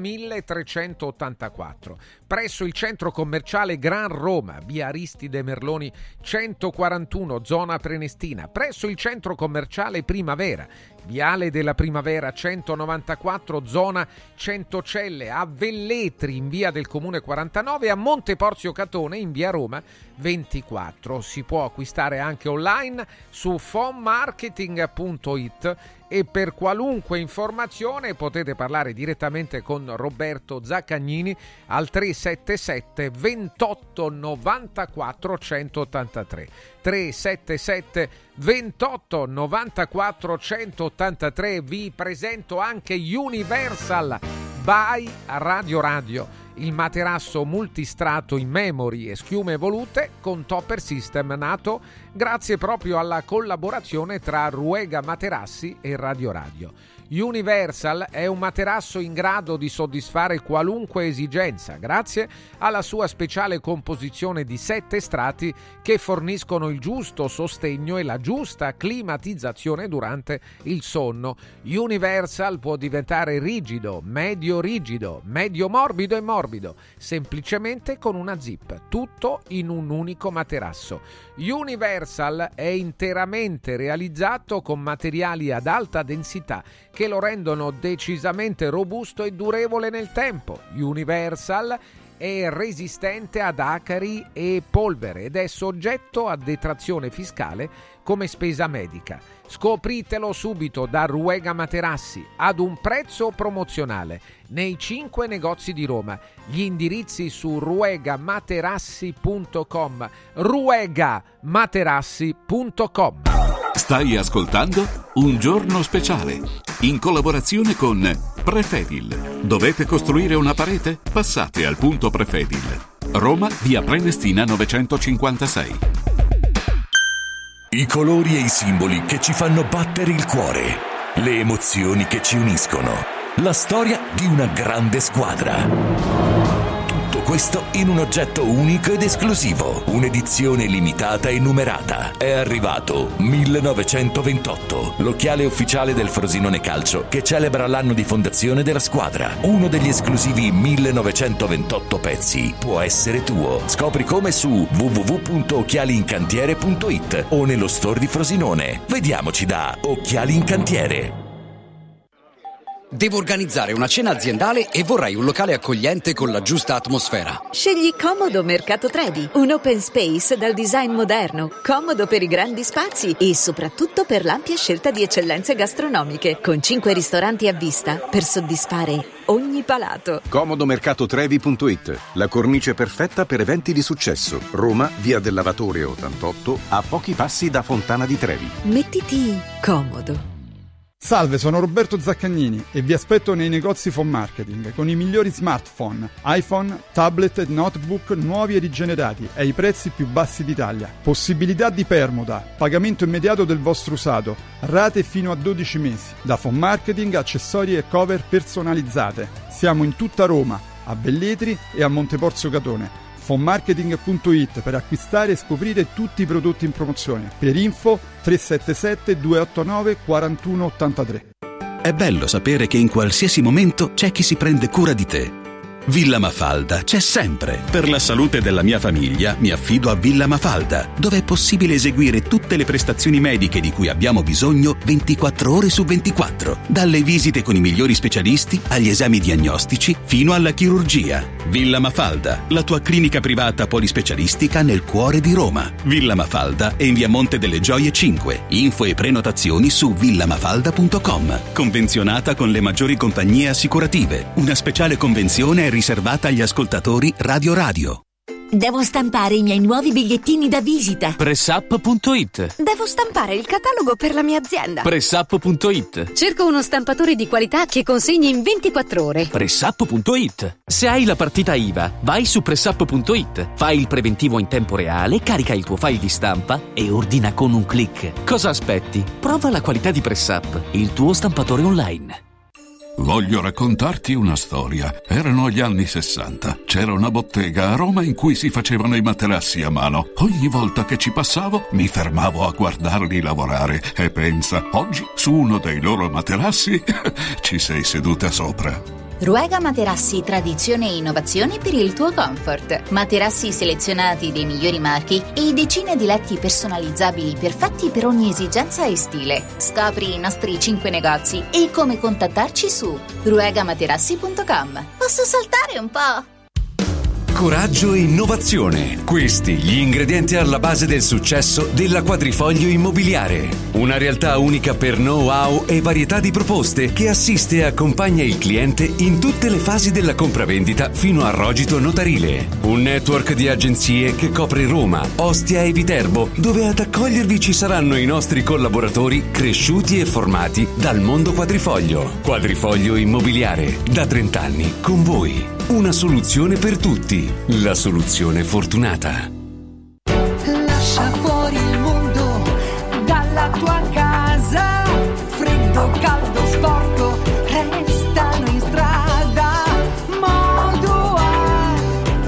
milletrecentottantaquattro, presso il centro commerciale Gran Roma, via Aristide Merloni centoquarantuno, zona Prenestina, presso il centro commerciale Primavera, viale della Primavera centonovantaquattro, zona Centocelle, a Velletri in via del Comune quarantanove e a Monteporzio Catone in via Roma ventiquattro. Si può acquistare anche online su phone marketing punto it e per qualunque informazione potete parlare direttamente con Roberto Zaccagnini al tre sette sette ventotto novantaquattro centottantatré. tre sette sette ventotto novantaquattro centottantatré. Vi presento anche Universal by Radio Radio, il materasso multistrato in memory e schiume evolute con topper system, nato grazie proprio alla collaborazione tra Ruega Materassi e Radio Radio. Universal è un materasso in grado di soddisfare qualunque esigenza grazie alla sua speciale composizione di sette strati che forniscono il giusto sostegno e la giusta climatizzazione durante il sonno. Universal può diventare rigido, medio rigido, medio morbido e morbido, semplicemente con una zip, tutto in un unico materasso. Universal è interamente realizzato con materiali ad alta densità che lo rendono decisamente robusto e durevole nel tempo. Universal è resistente ad acari e polvere ed è soggetto a detrazione fiscale come spesa medica. Scopritelo subito da Ruega Materassi ad un prezzo promozionale nei cinque negozi di Roma. Gli indirizzi su ruega materassi punto com. ruega materassi punto com. Stai ascoltando Un Giorno Speciale in collaborazione con Prefedil. Dovete costruire una parete? Passate al punto Prefedil. Roma, via Prenestina novecentocinquantasei. I colori e i simboli che ci fanno battere il cuore, le emozioni che ci uniscono, la storia di una grande squadra. Tutto questo in un oggetto unico ed esclusivo, un'edizione limitata e numerata. È arrivato millenovecentoventotto, l'occhiale ufficiale del Frosinone Calcio che celebra l'anno di fondazione della squadra. Uno degli esclusivi millenovecentoventotto pezzi può essere tuo. Scopri come su w w w punto occhiali in cantiere punto it o nello store di Frosinone. Vediamoci da Occhiali in Cantiere. Devo organizzare una cena aziendale e vorrei un locale accogliente con la giusta atmosfera. Scegli Comodo Mercato Trevi, un open space dal design moderno, comodo per i grandi spazi e soprattutto per l'ampia scelta di eccellenze gastronomiche, con cinque ristoranti a vista per soddisfare ogni palato. comodo mercato trevi punto it, la cornice perfetta per eventi di successo. Roma, via del Lavatore ottantotto, a pochi passi da Fontana di Trevi. Mettiti comodo. Salve, sono Roberto Zaccagnini e vi aspetto nei negozi Phone Marketing con i migliori smartphone, iPhone, tablet e notebook nuovi e rigenerati ai prezzi più bassi d'Italia. Possibilità di permuta, pagamento immediato del vostro usato, rate fino a dodici mesi. Da Phone Marketing, accessori e cover personalizzate. Siamo in tutta Roma, a Velletri e a Monteporzio Catone. phone marketing punto it per acquistare e scoprire tutti i prodotti in promozione. Per info tre sette sette due otto nove quattro uno otto tre. È bello sapere che in qualsiasi momento c'è chi si prende cura di te. Villa Mafalda c'è sempre. Per la salute della mia famiglia mi affido a Villa Mafalda, dove è possibile eseguire tutte le prestazioni mediche di cui abbiamo bisogno ventiquattro ore su ventiquattro. Dalle visite con i migliori specialisti agli esami diagnostici fino alla chirurgia. Villa Mafalda, la tua clinica privata polispecialistica nel cuore di Roma. Villa Mafalda è in via Monte delle Gioie cinque. Info e prenotazioni su villamafalda punto com. Convenzionata con le maggiori compagnie assicurative. Una speciale convenzione è riservata agli ascoltatori Radio Radio. Devo stampare i miei nuovi bigliettini da visita. Pressup punto it. Devo stampare il catalogo per la mia azienda. Pressup punto it. Cerco uno stampatore di qualità che consegni in ventiquattro ore. Pressup punto it. Se hai la partita I V A, vai su Pressup punto it. Fai il preventivo in tempo reale, carica il tuo file di stampa e ordina con un click. Cosa aspetti? Prova la qualità di Pressup, il tuo stampatore online. Voglio raccontarti una storia. Erano gli anni sessanta. C'era una bottega a Roma in cui si facevano i materassi a mano. Ogni volta che ci passavo mi fermavo a guardarli lavorare e pensa, oggi su uno dei loro materassi ci sei seduta sopra. Ruega Materassi, tradizione e innovazione per il tuo comfort. Materassi selezionati dei migliori marchi e decine di letti personalizzabili perfetti per ogni esigenza e stile. Scopri i nostri cinque negozi e come contattarci su ruega materassi punto com. Posso saltare un po'? Coraggio e innovazione. Questi gli ingredienti alla base del successo della Quadrifoglio Immobiliare. Una realtà unica per know-how e varietà di proposte che assiste e accompagna il cliente in tutte le fasi della compravendita fino al rogito notarile. Un network di agenzie che copre Roma, Ostia e Viterbo, dove ad accogliervi ci saranno i nostri collaboratori cresciuti e formati dal mondo Quadrifoglio. Quadrifoglio Immobiliare, da trenta anni con voi. Una soluzione per tutti, la soluzione fortunata. Lascia fuori il mondo dalla tua casa, freddo, caldo, sporco, restano in strada. Modoal,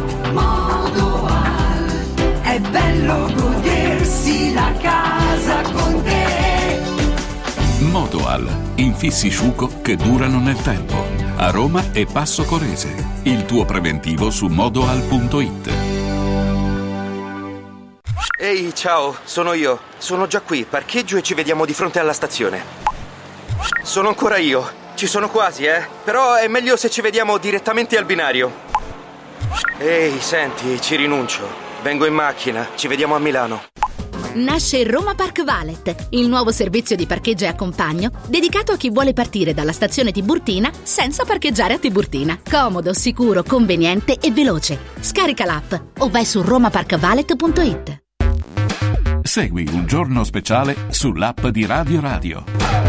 Modoal, è bello godersi la casa con te. Modoal, infissi Sciuco che durano nel tempo. A Roma e Passo Corese. Il tuo preventivo su modoal punto it. Ehi, ciao, sono io. Sono già qui, parcheggio e ci vediamo di fronte alla stazione. Sono ancora io. Ci sono quasi, eh? Però è meglio se ci vediamo direttamente al binario. Ehi, senti, ci rinuncio. Vengo in macchina, ci vediamo a Milano. Nasce Roma Park Valet, il nuovo servizio di parcheggio e accompagno dedicato a chi vuole partire dalla stazione Tiburtina senza parcheggiare a Tiburtina. Comodo, sicuro, conveniente e veloce. Scarica l'app o vai su roma park valet punto it. Segui Un Giorno Speciale sull'app di Radio Radio.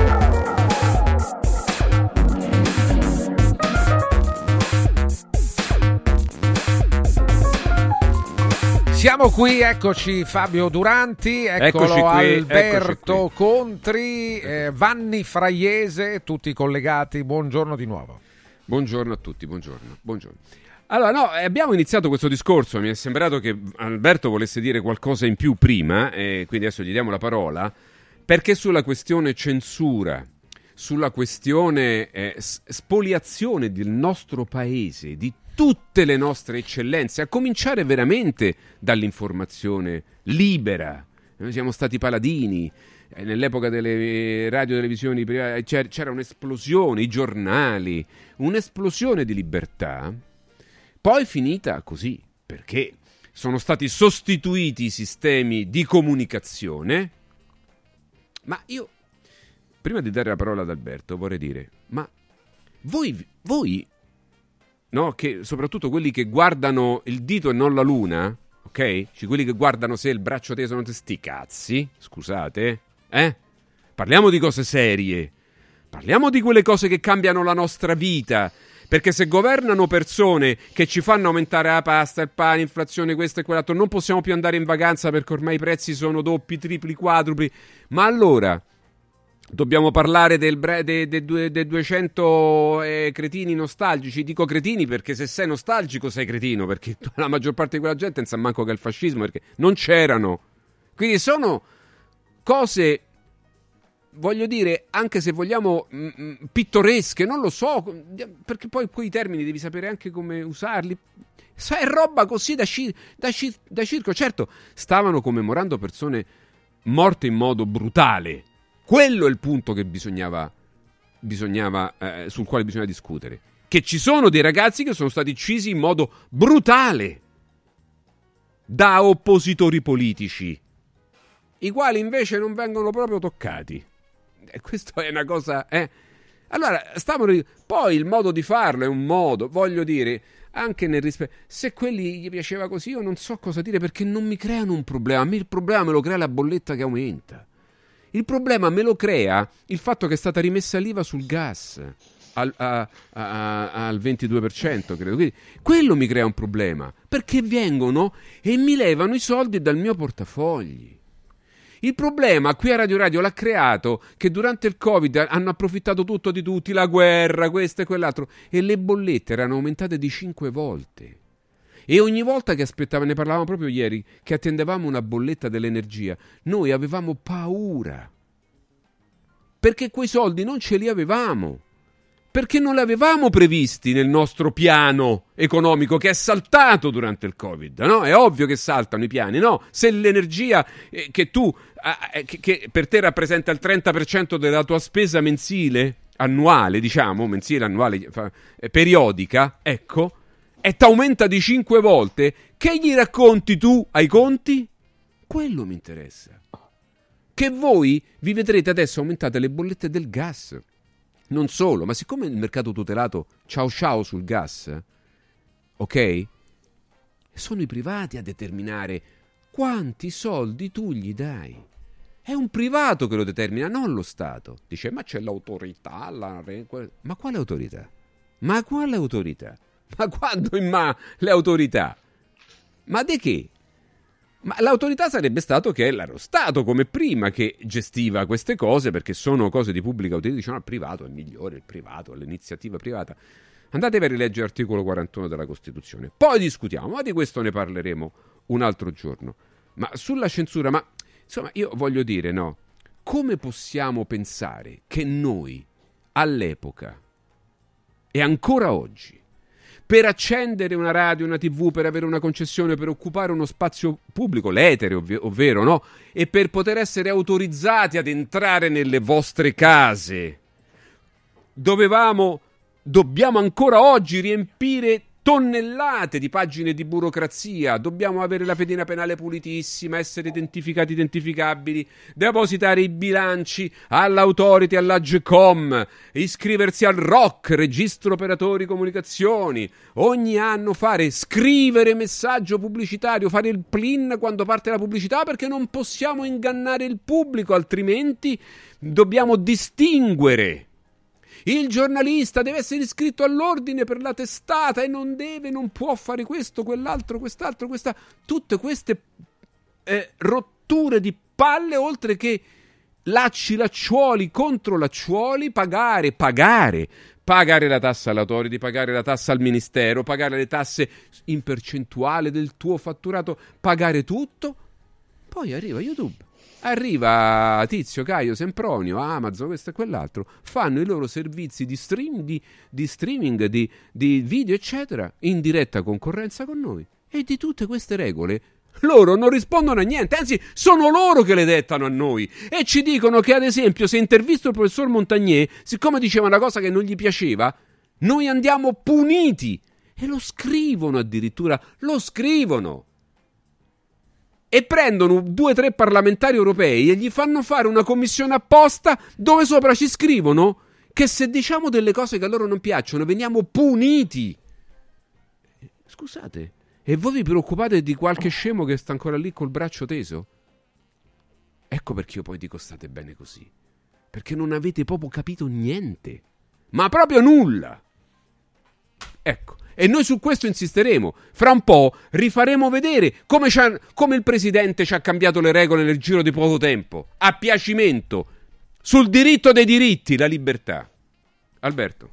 Siamo qui, eccoci Fabio Duranti, eccolo eccoci qui, Alberto eccoci qui. Contri, eh, Vanni Fraiese, tutti collegati, buongiorno di nuovo. Buongiorno a tutti, buongiorno, buongiorno. Allora, no, abbiamo iniziato questo discorso, mi è sembrato che Alberto volesse dire qualcosa in più prima, e quindi adesso gli diamo la parola, perché sulla questione censura, sulla questione eh, spoliazione del nostro paese, di tutte le nostre eccellenze, a cominciare veramente dall'informazione libera. Noi siamo stati paladini, eh, nell'epoca delle radio televisioni private c'era, c'era un'esplosione, i giornali, un'esplosione di libertà, poi finita così, perché sono stati sostituiti i sistemi di comunicazione. Ma io, prima di dare la parola ad Alberto, vorrei dire, ma voi... voi no, che soprattutto quelli che guardano il dito e non la luna, ok? Cioè, quelli che guardano se il braccio teso non te sti cazzi, scusate, eh? Parliamo di cose serie, parliamo di quelle cose che cambiano la nostra vita, perché se governano persone che ci fanno aumentare la pasta, il pane, inflazione, questo e quell'altro, non possiamo più andare in vacanza perché ormai i prezzi sono doppi, tripli, quadrupli, ma allora... Dobbiamo parlare del bre- dei de, de, de duecento eh, cretini nostalgici. Dico cretini perché se sei nostalgico sei cretino, perché la maggior parte di quella gente non sa manco che è il fascismo, perché non c'erano. Quindi sono cose voglio dire, anche se vogliamo mh, pittoresche, non lo so, perché poi quei termini devi sapere anche come usarli. È roba così da, ci, da, ci, da circo. Certo, stavano commemorando persone morte in modo brutale. Quello è il punto che bisognava, bisognava eh, sul quale bisogna discutere. Che ci sono dei ragazzi che sono stati uccisi in modo brutale da oppositori politici, i quali invece non vengono proprio toccati. E questo è una cosa, eh. Allora, stavano. Poi il modo di farlo è un modo, voglio dire, anche nel rispetto. Se quelli gli piaceva così, io non so cosa dire, perché non mi creano un problema. A me il problema me lo crea la bolletta che aumenta. Il problema me lo crea il fatto che è stata rimessa l'I V A sul gas al, a, a, a, al ventidue per cento, credo. Quindi quello mi crea un problema, perché vengono e mi levano i soldi dal mio portafogli. Il problema qui a Radio Radio l'ha creato che durante il Covid hanno approfittato tutto di tutti, la guerra, questo e quell'altro, e le bollette erano aumentate di cinque volte. E ogni volta che aspettavamo, ne parlavamo proprio ieri, che attendevamo una bolletta dell'energia, noi avevamo paura, perché quei soldi non ce li avevamo, perché non li avevamo previsti nel nostro piano economico che è saltato durante il Covid, no? È ovvio che saltano i piani, no? Se l'energia eh, che tu eh, che, che per te rappresenta il trenta per cento della tua spesa mensile, annuale, diciamo, mensile, annuale, eh, periodica, ecco, e t'aumenta di cinque volte, che gli racconti tu ai conti? Quello mi interessa. Che voi vi vedrete adesso aumentate le bollette del gas. Non solo, ma siccome il mercato tutelato ciao ciao sul gas, ok? Sono i privati a determinare quanti soldi tu gli dai. È un privato che lo determina, non lo Stato. Dice, ma c'è l'autorità, la... ma quale autorità? Ma quale autorità? Ma quando in ma le autorità? Ma di che? Ma l'autorità sarebbe stato che era lo Stato come prima che gestiva queste cose, perché sono cose di pubblica utilità. Diciamo il privato è migliore, il privato, l'iniziativa privata. Andatevi a rileggere l'articolo quarantuno della Costituzione. Poi discutiamo, ma di questo ne parleremo un altro giorno. Ma sulla censura, ma insomma io voglio dire, no, come possiamo pensare che noi all'epoca e ancora oggi, per accendere una radio, una tivù, per avere una concessione, per occupare uno spazio pubblico, l'etere, ovvi- ovvero, no? E per poter essere autorizzati ad entrare nelle vostre case, dovevamo, dobbiamo ancora oggi riempire tonnellate di pagine di burocrazia, dobbiamo avere la fedina penale pulitissima, essere identificati, identificabili, depositare i bilanci all'autority, all'Agcom, iscriversi al R O C, Registro Operatori Comunicazioni, ogni anno fare, scrivere messaggio pubblicitario, fare il P L I N quando parte la pubblicità, perché non possiamo ingannare il pubblico, altrimenti dobbiamo distinguere. Il giornalista deve essere iscritto all'ordine per la testata e non deve, non può fare questo, quell'altro, quest'altro, questa... Tutte queste eh, rotture di palle, oltre che lacci, lacciuoli contro lacciuoli, pagare, pagare, pagare la tassa all'autority, pagare la tassa al ministero, pagare le tasse in percentuale del tuo fatturato, pagare tutto. Poi arriva YouTube. Arriva Tizio, Caio, Sempronio, Amazon, questo e quell'altro, fanno i loro servizi di, stream, di, di streaming, di, di video, eccetera, in diretta concorrenza con noi. E di tutte queste regole loro non rispondono a niente, anzi sono loro che le dettano a noi. E ci dicono che, ad esempio, se intervisto il professor Montagnier, siccome diceva una cosa che non gli piaceva, noi andiamo puniti. E lo scrivono addirittura, lo scrivono. E prendono due o tre parlamentari europei e gli fanno fare una commissione apposta dove sopra ci scrivono che se diciamo delle cose che a loro non piacciono veniamo puniti. Scusate, e voi vi preoccupate di qualche scemo che sta ancora lì col braccio teso? Ecco perché io poi dico state bene così, perché non avete proprio capito niente, ma proprio nulla. Ecco. E noi su questo insisteremo. Fra un po' rifaremo vedere come, come il presidente ci ha cambiato le regole nel giro di poco tempo, a piacimento, sul diritto dei diritti, la libertà. Alberto.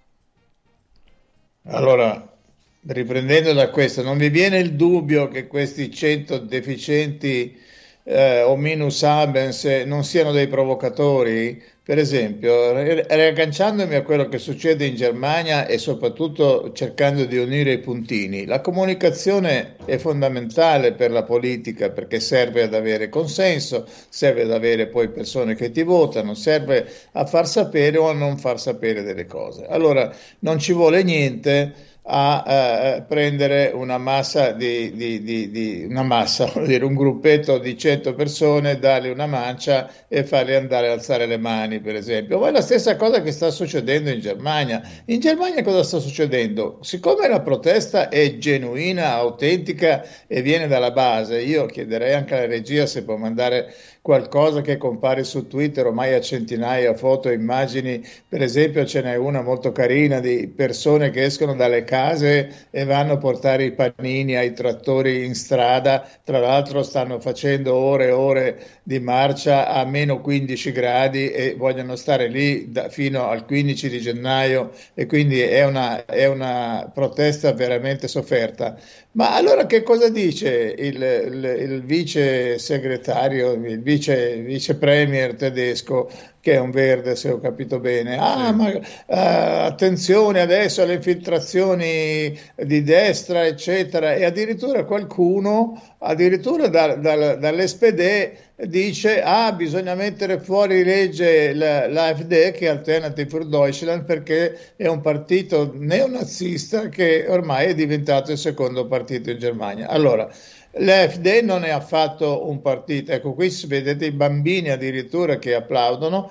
Allora, riprendendo da questo, non vi viene il dubbio che questi cento deficienti eh, o minus habens eh, non siano dei provocatori. Per esempio, riagganciandomi a quello che succede in Germania e soprattutto cercando di unire i puntini, la comunicazione è fondamentale per la politica perché serve ad avere consenso, serve ad avere poi persone che ti votano, serve a far sapere o a non far sapere delle cose. Allora, non ci vuole niente a eh, prendere una massa di, di, di, di una massa, vuol dire un gruppetto di cento persone, dargli una mancia e farli andare a alzare le mani, per esempio. Ma è la stessa cosa che sta succedendo in Germania. In Germania cosa sta succedendo? Siccome la protesta è genuina, autentica e viene dalla base, io chiederei anche alla regia se può mandare qualcosa che compare su Twitter ormai a centinaia, foto e immagini. Per esempio ce n'è una molto carina di persone che escono dalle case e vanno a portare i panini ai trattori in strada, tra l'altro stanno facendo ore e ore di marcia a meno quindici gradi e vogliono stare lì da, fino al quindici di gennaio, e quindi è una, è una protesta veramente sofferta. Ma allora che cosa dice il, il, il vice segretario, il vice, vice premier tedesco, che è un verde se ho capito bene? Ah, sì. ma uh, attenzione adesso alle infiltrazioni di destra, eccetera, e addirittura qualcuno, addirittura da, da, dall'S P D dice ah bisogna mettere fuori legge l'A F D, che è Alternative für Deutschland, perché è un partito neonazista che ormai è diventato il secondo partito in Germania. Allora, l'A F D non è affatto un partito, ecco qui vedete i bambini addirittura che applaudono,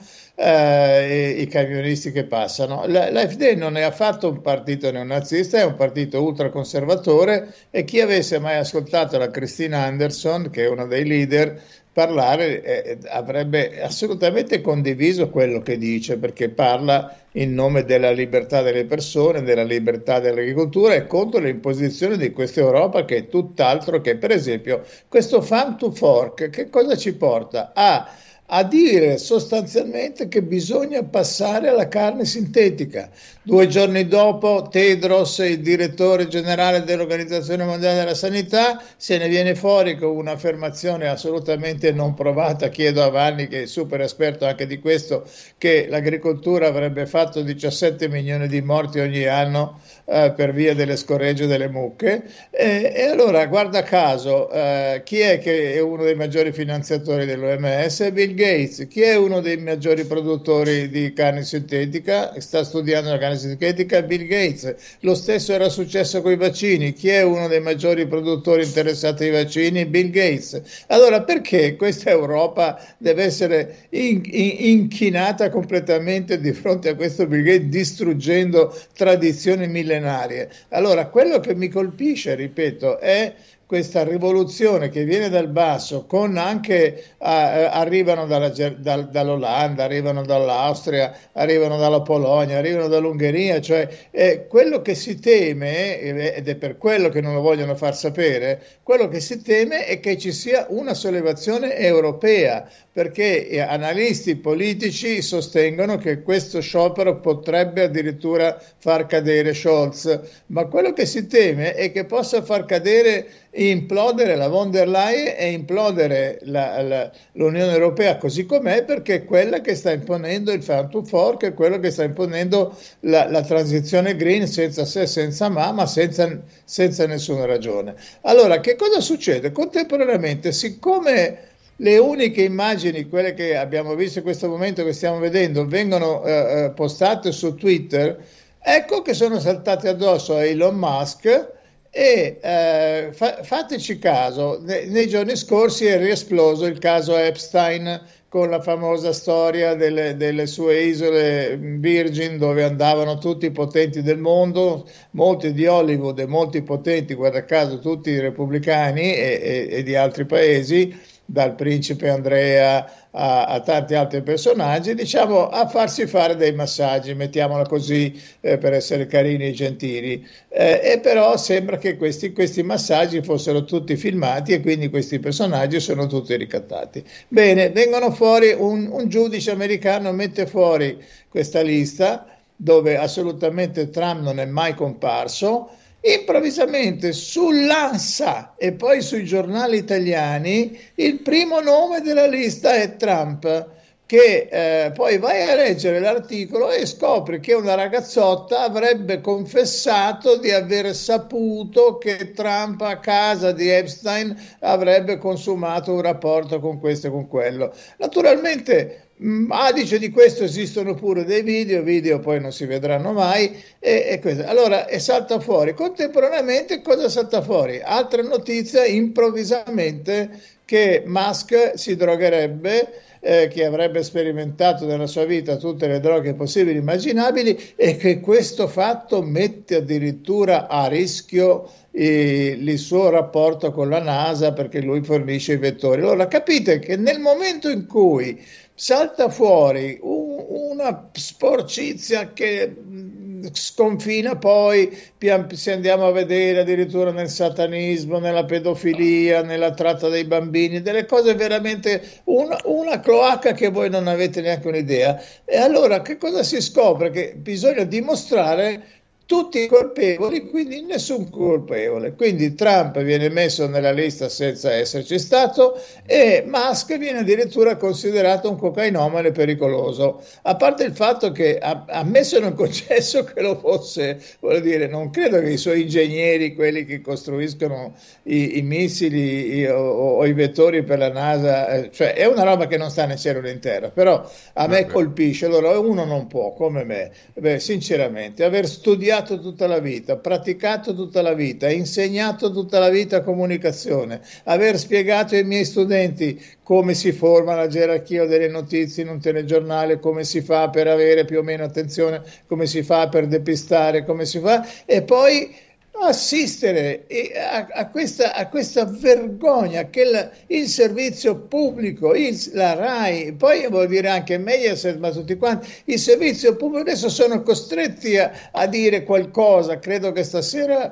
eh, i camionisti che passano. L'A F D non è affatto un partito neonazista, è un partito ultraconservatore, e chi avesse mai ascoltato la Christina Anderson, che è uno dei leader, parlare eh, avrebbe assolutamente condiviso quello che dice, perché parla in nome della libertà delle persone, della libertà dell'agricoltura e contro le imposizioni di questa Europa che è tutt'altro che, per esempio, questo farm to fork che cosa ci porta? A a dire sostanzialmente che bisogna passare alla carne sintetica. Due giorni dopo Tedros, il direttore generale dell'Organizzazione Mondiale della Sanità, se ne viene fuori con un'affermazione assolutamente non provata. Chiedo a Vanni, che è super esperto anche di questo, che l'agricoltura avrebbe fatto diciassette milioni di morti ogni anno eh, per via delle scoregge delle mucche. E, e allora, guarda caso, eh, chi è che è uno dei maggiori finanziatori dell'O M S? Bill Gates. Chi è uno dei maggiori produttori di carne sintetica? Sta studiando la carne sintetica? Bill Gates. Lo stesso era successo con i vaccini. Chi è uno dei maggiori produttori interessati ai vaccini? Bill Gates. Allora perché questa Europa deve essere in, in, inchinata completamente di fronte a questo Bill Gates, distruggendo tradizioni millenarie? Allora quello che mi colpisce, ripeto, è questa rivoluzione che viene dal basso, con anche uh, arrivano dalla, dal, dall'Olanda, arrivano dall'Austria, arrivano dalla Polonia, arrivano dall'Ungheria, cioè eh, quello che si teme, ed è per quello che non lo vogliono far sapere, quello che si teme è che ci sia una sollevazione europea, perché analisti politici sostengono che questo sciopero potrebbe addirittura far cadere Scholz, ma quello che si teme è che possa far cadere, implodere la von der Leyen e implodere la, la, l'Unione Europea così com'è, perché è quella che sta imponendo il farm to fork, è quello che sta imponendo la, la transizione green senza se, senza ma, ma senza, senza nessuna ragione. Allora, che cosa succede? Contemporaneamente, siccome le uniche immagini, quelle che abbiamo visto in questo momento, che stiamo vedendo, vengono eh, postate su Twitter, ecco che sono saltate addosso a Elon Musk. E eh, fa- fateci caso, ne- nei giorni scorsi è riesploso il caso Epstein, con la famosa storia delle, delle sue isole Virgin, dove andavano tutti i potenti del mondo, molti di Hollywood e molti potenti, guarda caso tutti repubblicani e, e, e di altri paesi, dal principe Andrea a, a tanti altri personaggi, diciamo, a farsi fare dei massaggi, mettiamola così, eh, per essere carini e gentili, eh, e però sembra che questi, questi massaggi fossero tutti filmati e quindi questi personaggi sono tutti ricattati. Bene, vengono fuori, un, un giudice americano mette fuori questa lista dove assolutamente Trump non è mai comparso, improvvisamente sull'ANSA e poi sui giornali italiani il primo nome della lista è Trump, che eh, poi vai a leggere l'articolo e scopri che una ragazzotta avrebbe confessato di aver saputo che Trump a casa di Epstein avrebbe consumato un rapporto con questo e con quello. Naturalmente mh, ah, dice di questo esistono pure dei video, video poi non si vedranno mai e, e questo. Allora e salta fuori contemporaneamente cosa salta fuori? Altra notizia improvvisamente che Musk si drogherebbe, Eh, che avrebbe sperimentato nella sua vita tutte le droghe possibili e immaginabili e che questo fatto mette addirittura a rischio eh, il suo rapporto con la NASA perché lui fornisce i vettori. Allora capite che nel momento in cui salta fuori un, una sporcizia che mh, sconfina poi, se andiamo a vedere addirittura nel satanismo, nella pedofilia, nella tratta dei bambini, delle cose veramente una, una cloaca che voi non avete neanche un'idea. E allora che cosa si scopre? Che bisogna dimostrare tutti colpevoli, quindi nessun colpevole. Quindi Trump viene messo nella lista senza esserci stato e Musk viene addirittura considerato un cocainomane pericoloso, a parte il fatto che a, a me sono concesso che lo fosse, voglio dire, non credo che i suoi ingegneri, quelli che costruiscono i, i missili i, o, o i vettori per la NASA, eh, cioè è una roba che non sta né cielo né in terra, però a me colpisce. Allora uno non può, come me, beh, sinceramente, aver studiato tutta la vita, praticato tutta la vita, insegnato tutta la vita comunicazione, aver spiegato ai miei studenti come si forma la gerarchia delle notizie in un telegiornale, come si fa per avere più o meno attenzione, come si fa per depistare, come si fa, e poi assistere a, a, questa, a questa vergogna che il, il servizio pubblico, il, la RAI, poi vuol dire anche Mediaset, ma tutti quanti, il servizio pubblico adesso sono costretti a, a dire qualcosa. Credo che stasera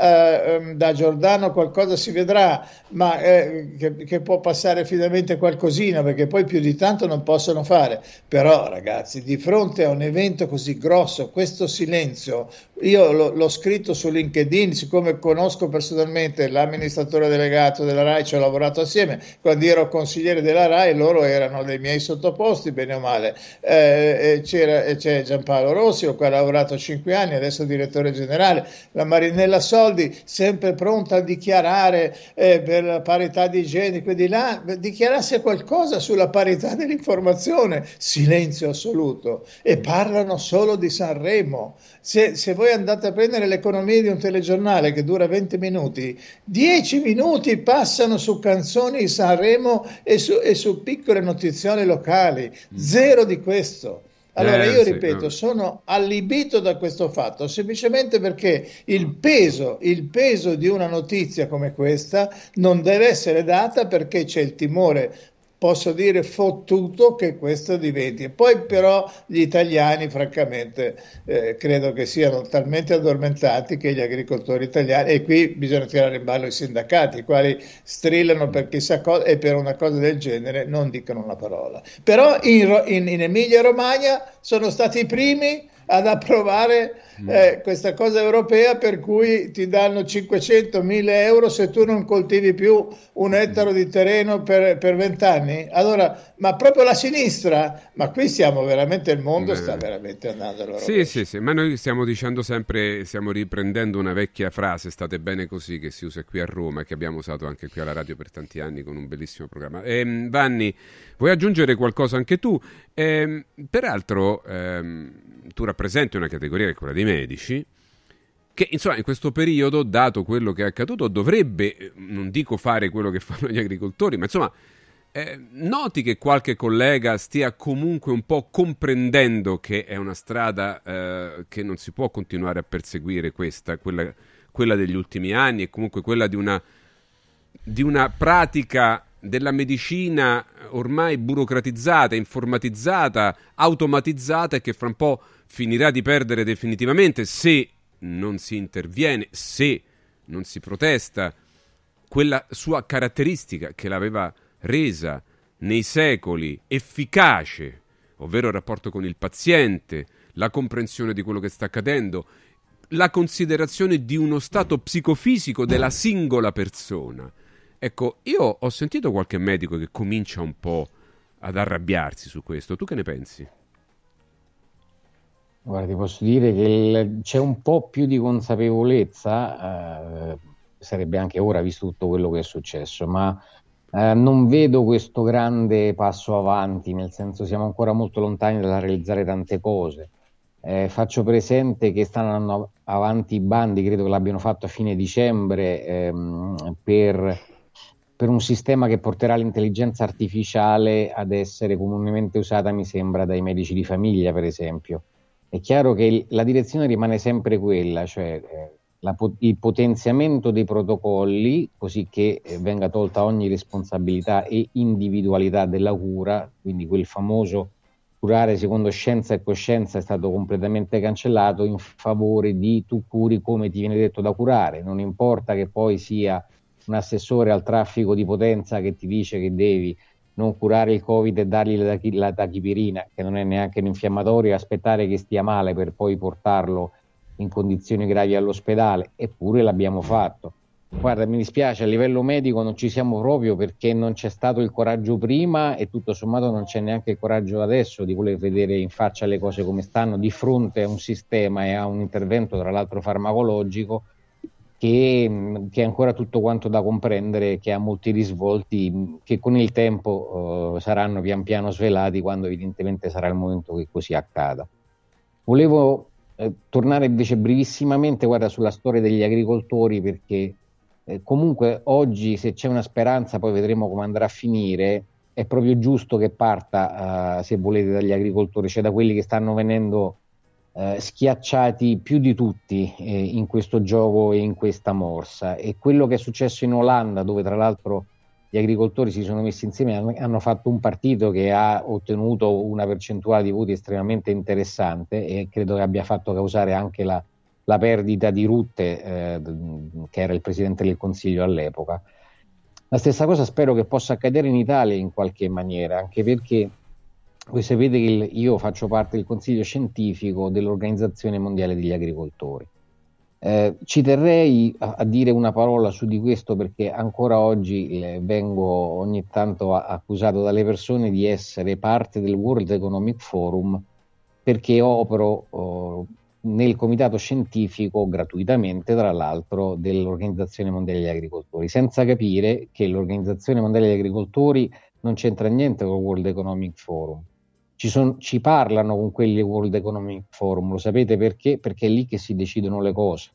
eh, da Giordano qualcosa si vedrà, ma eh, che, che può passare finalmente qualcosina, perché poi più di tanto non possono fare. Però ragazzi, di fronte a un evento così grosso, questo silenzio, io lo, l'ho scritto su LinkedIn, siccome conosco personalmente l'amministratore delegato della RAI, ci ho lavorato assieme quando ero consigliere della RAI, loro erano dei miei sottoposti bene o male, eh, c'era, c'è Giampaolo Rossi, con cui ho lavorato cinque anni, adesso direttore generale, la Marinella Soldi sempre pronta a dichiarare eh, per la parità di genere, quelli là, dichiarasse qualcosa sulla parità dell'informazione, silenzio assoluto, e parlano solo di Sanremo. Se, se voi andate a prendere l'economia di un telegiornale che dura venti minuti, dieci minuti passano su canzoni di Sanremo e su, e su piccole notiziole locali, zero di questo. Allora io ripeto, sono allibito da questo fatto, semplicemente perché il peso, il peso di una notizia come questa non deve essere data, perché c'è il timore, posso dire fottuto, che questo diventi. Poi però gli italiani francamente eh, credo che siano talmente addormentati, che gli agricoltori italiani, e qui bisogna tirare in ballo i sindacati, i quali strillano per chissà cosa e per una cosa del genere non dicono una parola. Però in, in, in Emilia Romagna sono stati i primi ad approvare eh, questa cosa europea per cui ti danno cinquecentomila euro se tu non coltivi più un ettaro di terreno per, per vent'anni. Allora, ma proprio la sinistra, ma qui siamo veramente, il mondo Beh. sta veramente andando all'Europa. Sì, sì, sì, ma noi stiamo dicendo sempre, stiamo riprendendo una vecchia frase, state bene così, che si usa qui a Roma e che abbiamo usato anche qui alla radio per tanti anni con un bellissimo programma. Ehm, Vanni, vuoi aggiungere qualcosa anche tu? Ehm, peraltro ehm, tu rappresenti una categoria che è quella dei medici, che insomma in questo periodo, dato quello che è accaduto, dovrebbe, non dico fare quello che fanno gli agricoltori, ma insomma eh, noti che qualche collega stia comunque un po' comprendendo che è una strada eh, che non si può continuare a perseguire, questa, quella, quella degli ultimi anni, e comunque quella di una, di una pratica della medicina ormai burocratizzata, informatizzata, automatizzata, e che fra un po' finirà di perdere definitivamente, se non si interviene, se non si protesta, quella sua caratteristica che l'aveva resa nei secoli efficace, ovvero il rapporto con il paziente, la comprensione di quello che sta accadendo, la considerazione di uno stato psicofisico della singola persona. Ecco, io ho sentito qualche medico che comincia un po' ad arrabbiarsi su questo. Tu che ne pensi? Guarda, ti posso dire che il, c'è un po' più di consapevolezza, eh, sarebbe anche ora visto tutto quello che è successo, ma eh, non vedo questo grande passo avanti, nel senso siamo ancora molto lontani dal realizzare tante cose. Eh, faccio presente che stanno andando avanti i bandi, credo che l'abbiano fatto a fine dicembre, ehm, per, per un sistema che porterà l'intelligenza artificiale ad essere comunemente usata, mi sembra, dai medici di famiglia, per esempio. È chiaro che la direzione rimane sempre quella, cioè eh, la, il potenziamento dei protocolli, così che eh, venga tolta ogni responsabilità e individualità della cura, quindi quel famoso curare secondo scienza e coscienza è stato completamente cancellato in favore di tu curi come ti viene detto da curare, non importa che poi sia un assessore al traffico di potenza che ti dice che devi non curare il Covid e dargli la, la tachipirina, che non è neanche un infiammatorio, e aspettare che stia male per poi portarlo in condizioni gravi all'ospedale, eppure l'abbiamo fatto. Guarda, mi dispiace, a livello medico non ci siamo proprio, perché non c'è stato il coraggio prima e tutto sommato non c'è neanche il coraggio adesso di voler vedere in faccia le cose come stanno di fronte a un sistema e a un intervento, tra l'altro farmacologico, Che, che è ancora tutto quanto da comprendere, che ha molti risvolti che con il tempo uh, saranno pian piano svelati, quando evidentemente sarà il momento che così accada. Volevo eh, tornare invece brevissimamente, guarda, sulla storia degli agricoltori, perché eh, comunque oggi, se c'è una speranza, poi vedremo come andrà a finire, è proprio giusto che parta, uh, se volete, dagli agricoltori, cioè da quelli che stanno venendo Eh, schiacciati più di tutti eh, in questo gioco e in questa morsa. E quello che è successo in Olanda, dove tra l'altro gli agricoltori si sono messi insieme, hanno, hanno fatto un partito che ha ottenuto una percentuale di voti estremamente interessante, e credo che abbia fatto causare anche la, la perdita di Rutte, eh, che era il presidente del Consiglio all'epoca. La stessa cosa spero che possa accadere in Italia in qualche maniera, anche perché voi sapete che il, io faccio parte del consiglio scientifico dell'Organizzazione Mondiale degli Agricoltori. Eh, ci terrei a, a dire una parola su di questo, perché ancora oggi eh, vengo ogni tanto a, accusato dalle persone di essere parte del World Economic Forum, perché opero oh, nel comitato scientifico gratuitamente, tra l'altro, dell'Organizzazione Mondiale degli Agricoltori, senza capire che l'Organizzazione Mondiale degli Agricoltori non c'entra niente con il World Economic Forum. Ci, son, ci parlano con quelli del World Economic Forum, lo sapete perché? Perché è lì che si decidono le cose.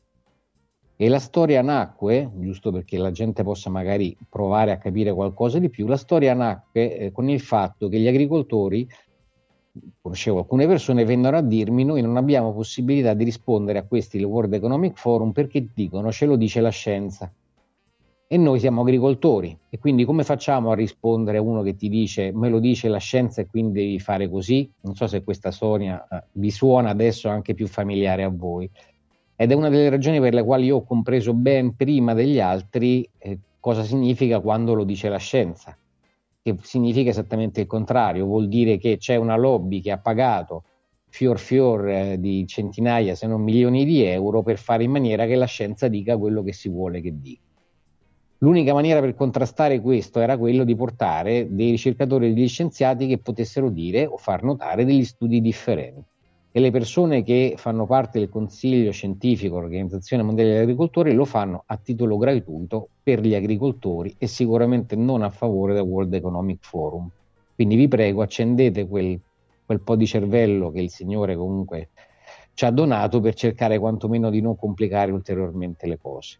E la storia nacque, giusto perché la gente possa magari provare a capire qualcosa di più, la storia nacque eh, con il fatto che gli agricoltori, conoscevo alcune persone, vennero a dirmi: noi non abbiamo possibilità di rispondere a questi del World Economic Forum perché dicono ce lo dice la scienza. E noi siamo agricoltori, e quindi come facciamo a rispondere a uno che ti dice me lo dice la scienza e quindi devi fare così? Non so se questa storia eh, vi suona adesso anche più familiare a voi, ed è una delle ragioni per le quali io ho compreso ben prima degli altri eh, cosa significa quando lo dice la scienza, che significa esattamente il contrario, vuol dire che c'è una lobby che ha pagato fior fior eh, di centinaia se non milioni di euro per fare in maniera che la scienza dica quello che si vuole che dica. L'unica maniera per contrastare questo era quello di portare dei ricercatori e degli scienziati che potessero dire o far notare degli studi differenti. E le persone che fanno parte del Consiglio Scientifico, Organizzazione Mondiale degli Agricoltori, lo fanno a titolo gratuito per gli agricoltori e sicuramente non a favore del World Economic Forum. Quindi vi prego, accendete quel, quel po' di cervello che il Signore comunque ci ha donato per cercare quantomeno di non complicare ulteriormente le cose.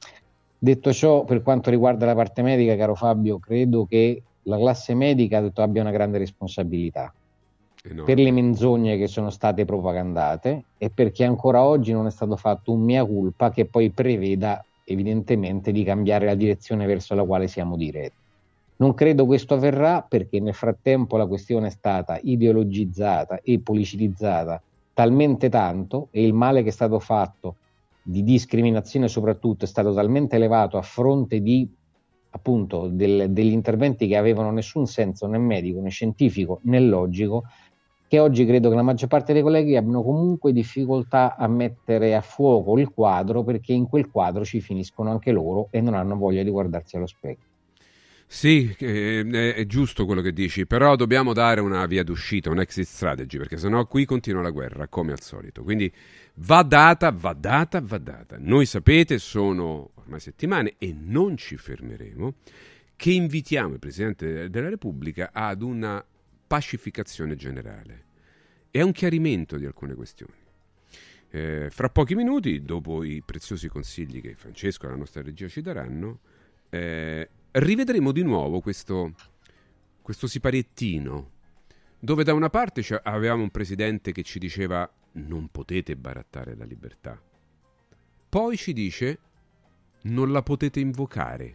Detto ciò, per quanto riguarda la parte medica, caro Fabio, credo che la classe medica detto, abbia una grande responsabilità Enorme. per le menzogne che sono state propagandate e perché ancora oggi non è stato fatto un mea culpa che poi preveda evidentemente di cambiare la direzione verso la quale siamo diretti. Non credo questo avverrà, perché nel frattempo la questione è stata ideologizzata e politicizzata talmente tanto, e il male che è stato fatto di discriminazione soprattutto è stato talmente elevato a fronte di appunto del, degli interventi che avevano nessun senso né medico né scientifico né logico, che oggi credo che la maggior parte dei colleghi abbiano comunque difficoltà a mettere a fuoco il quadro, perché in quel quadro ci finiscono anche loro e non hanno voglia di guardarsi allo specchio. Sì, eh, è giusto quello che dici, però dobbiamo dare una via d'uscita, un exit strategy, perché sennò qui continua la guerra, come al solito. Quindi va data, va data, va data. Noi, sapete, sono ormai settimane, e non ci fermeremo, che invitiamo il Presidente della Repubblica ad una pacificazione generale e a un chiarimento di alcune questioni. Eh, fra pochi minuti, dopo i preziosi consigli che Francesco e la nostra regia ci daranno, eh, rivedremo di nuovo questo, questo sipariettino, dove da una parte avevamo un presidente che ci diceva non potete barattare la libertà, poi ci dice non la potete invocare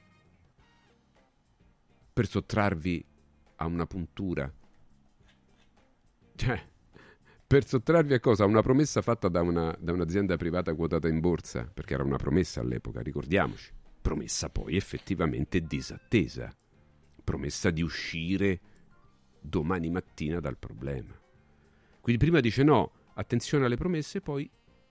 per sottrarvi a una puntura, cioè per sottrarvi a cosa? A una promessa fatta da, una, da un'azienda privata quotata in borsa, perché era una promessa all'epoca, ricordiamoci. Promessa poi effettivamente disattesa, promessa di uscire domani mattina dal problema. Quindi prima dice no, attenzione alle promesse, poi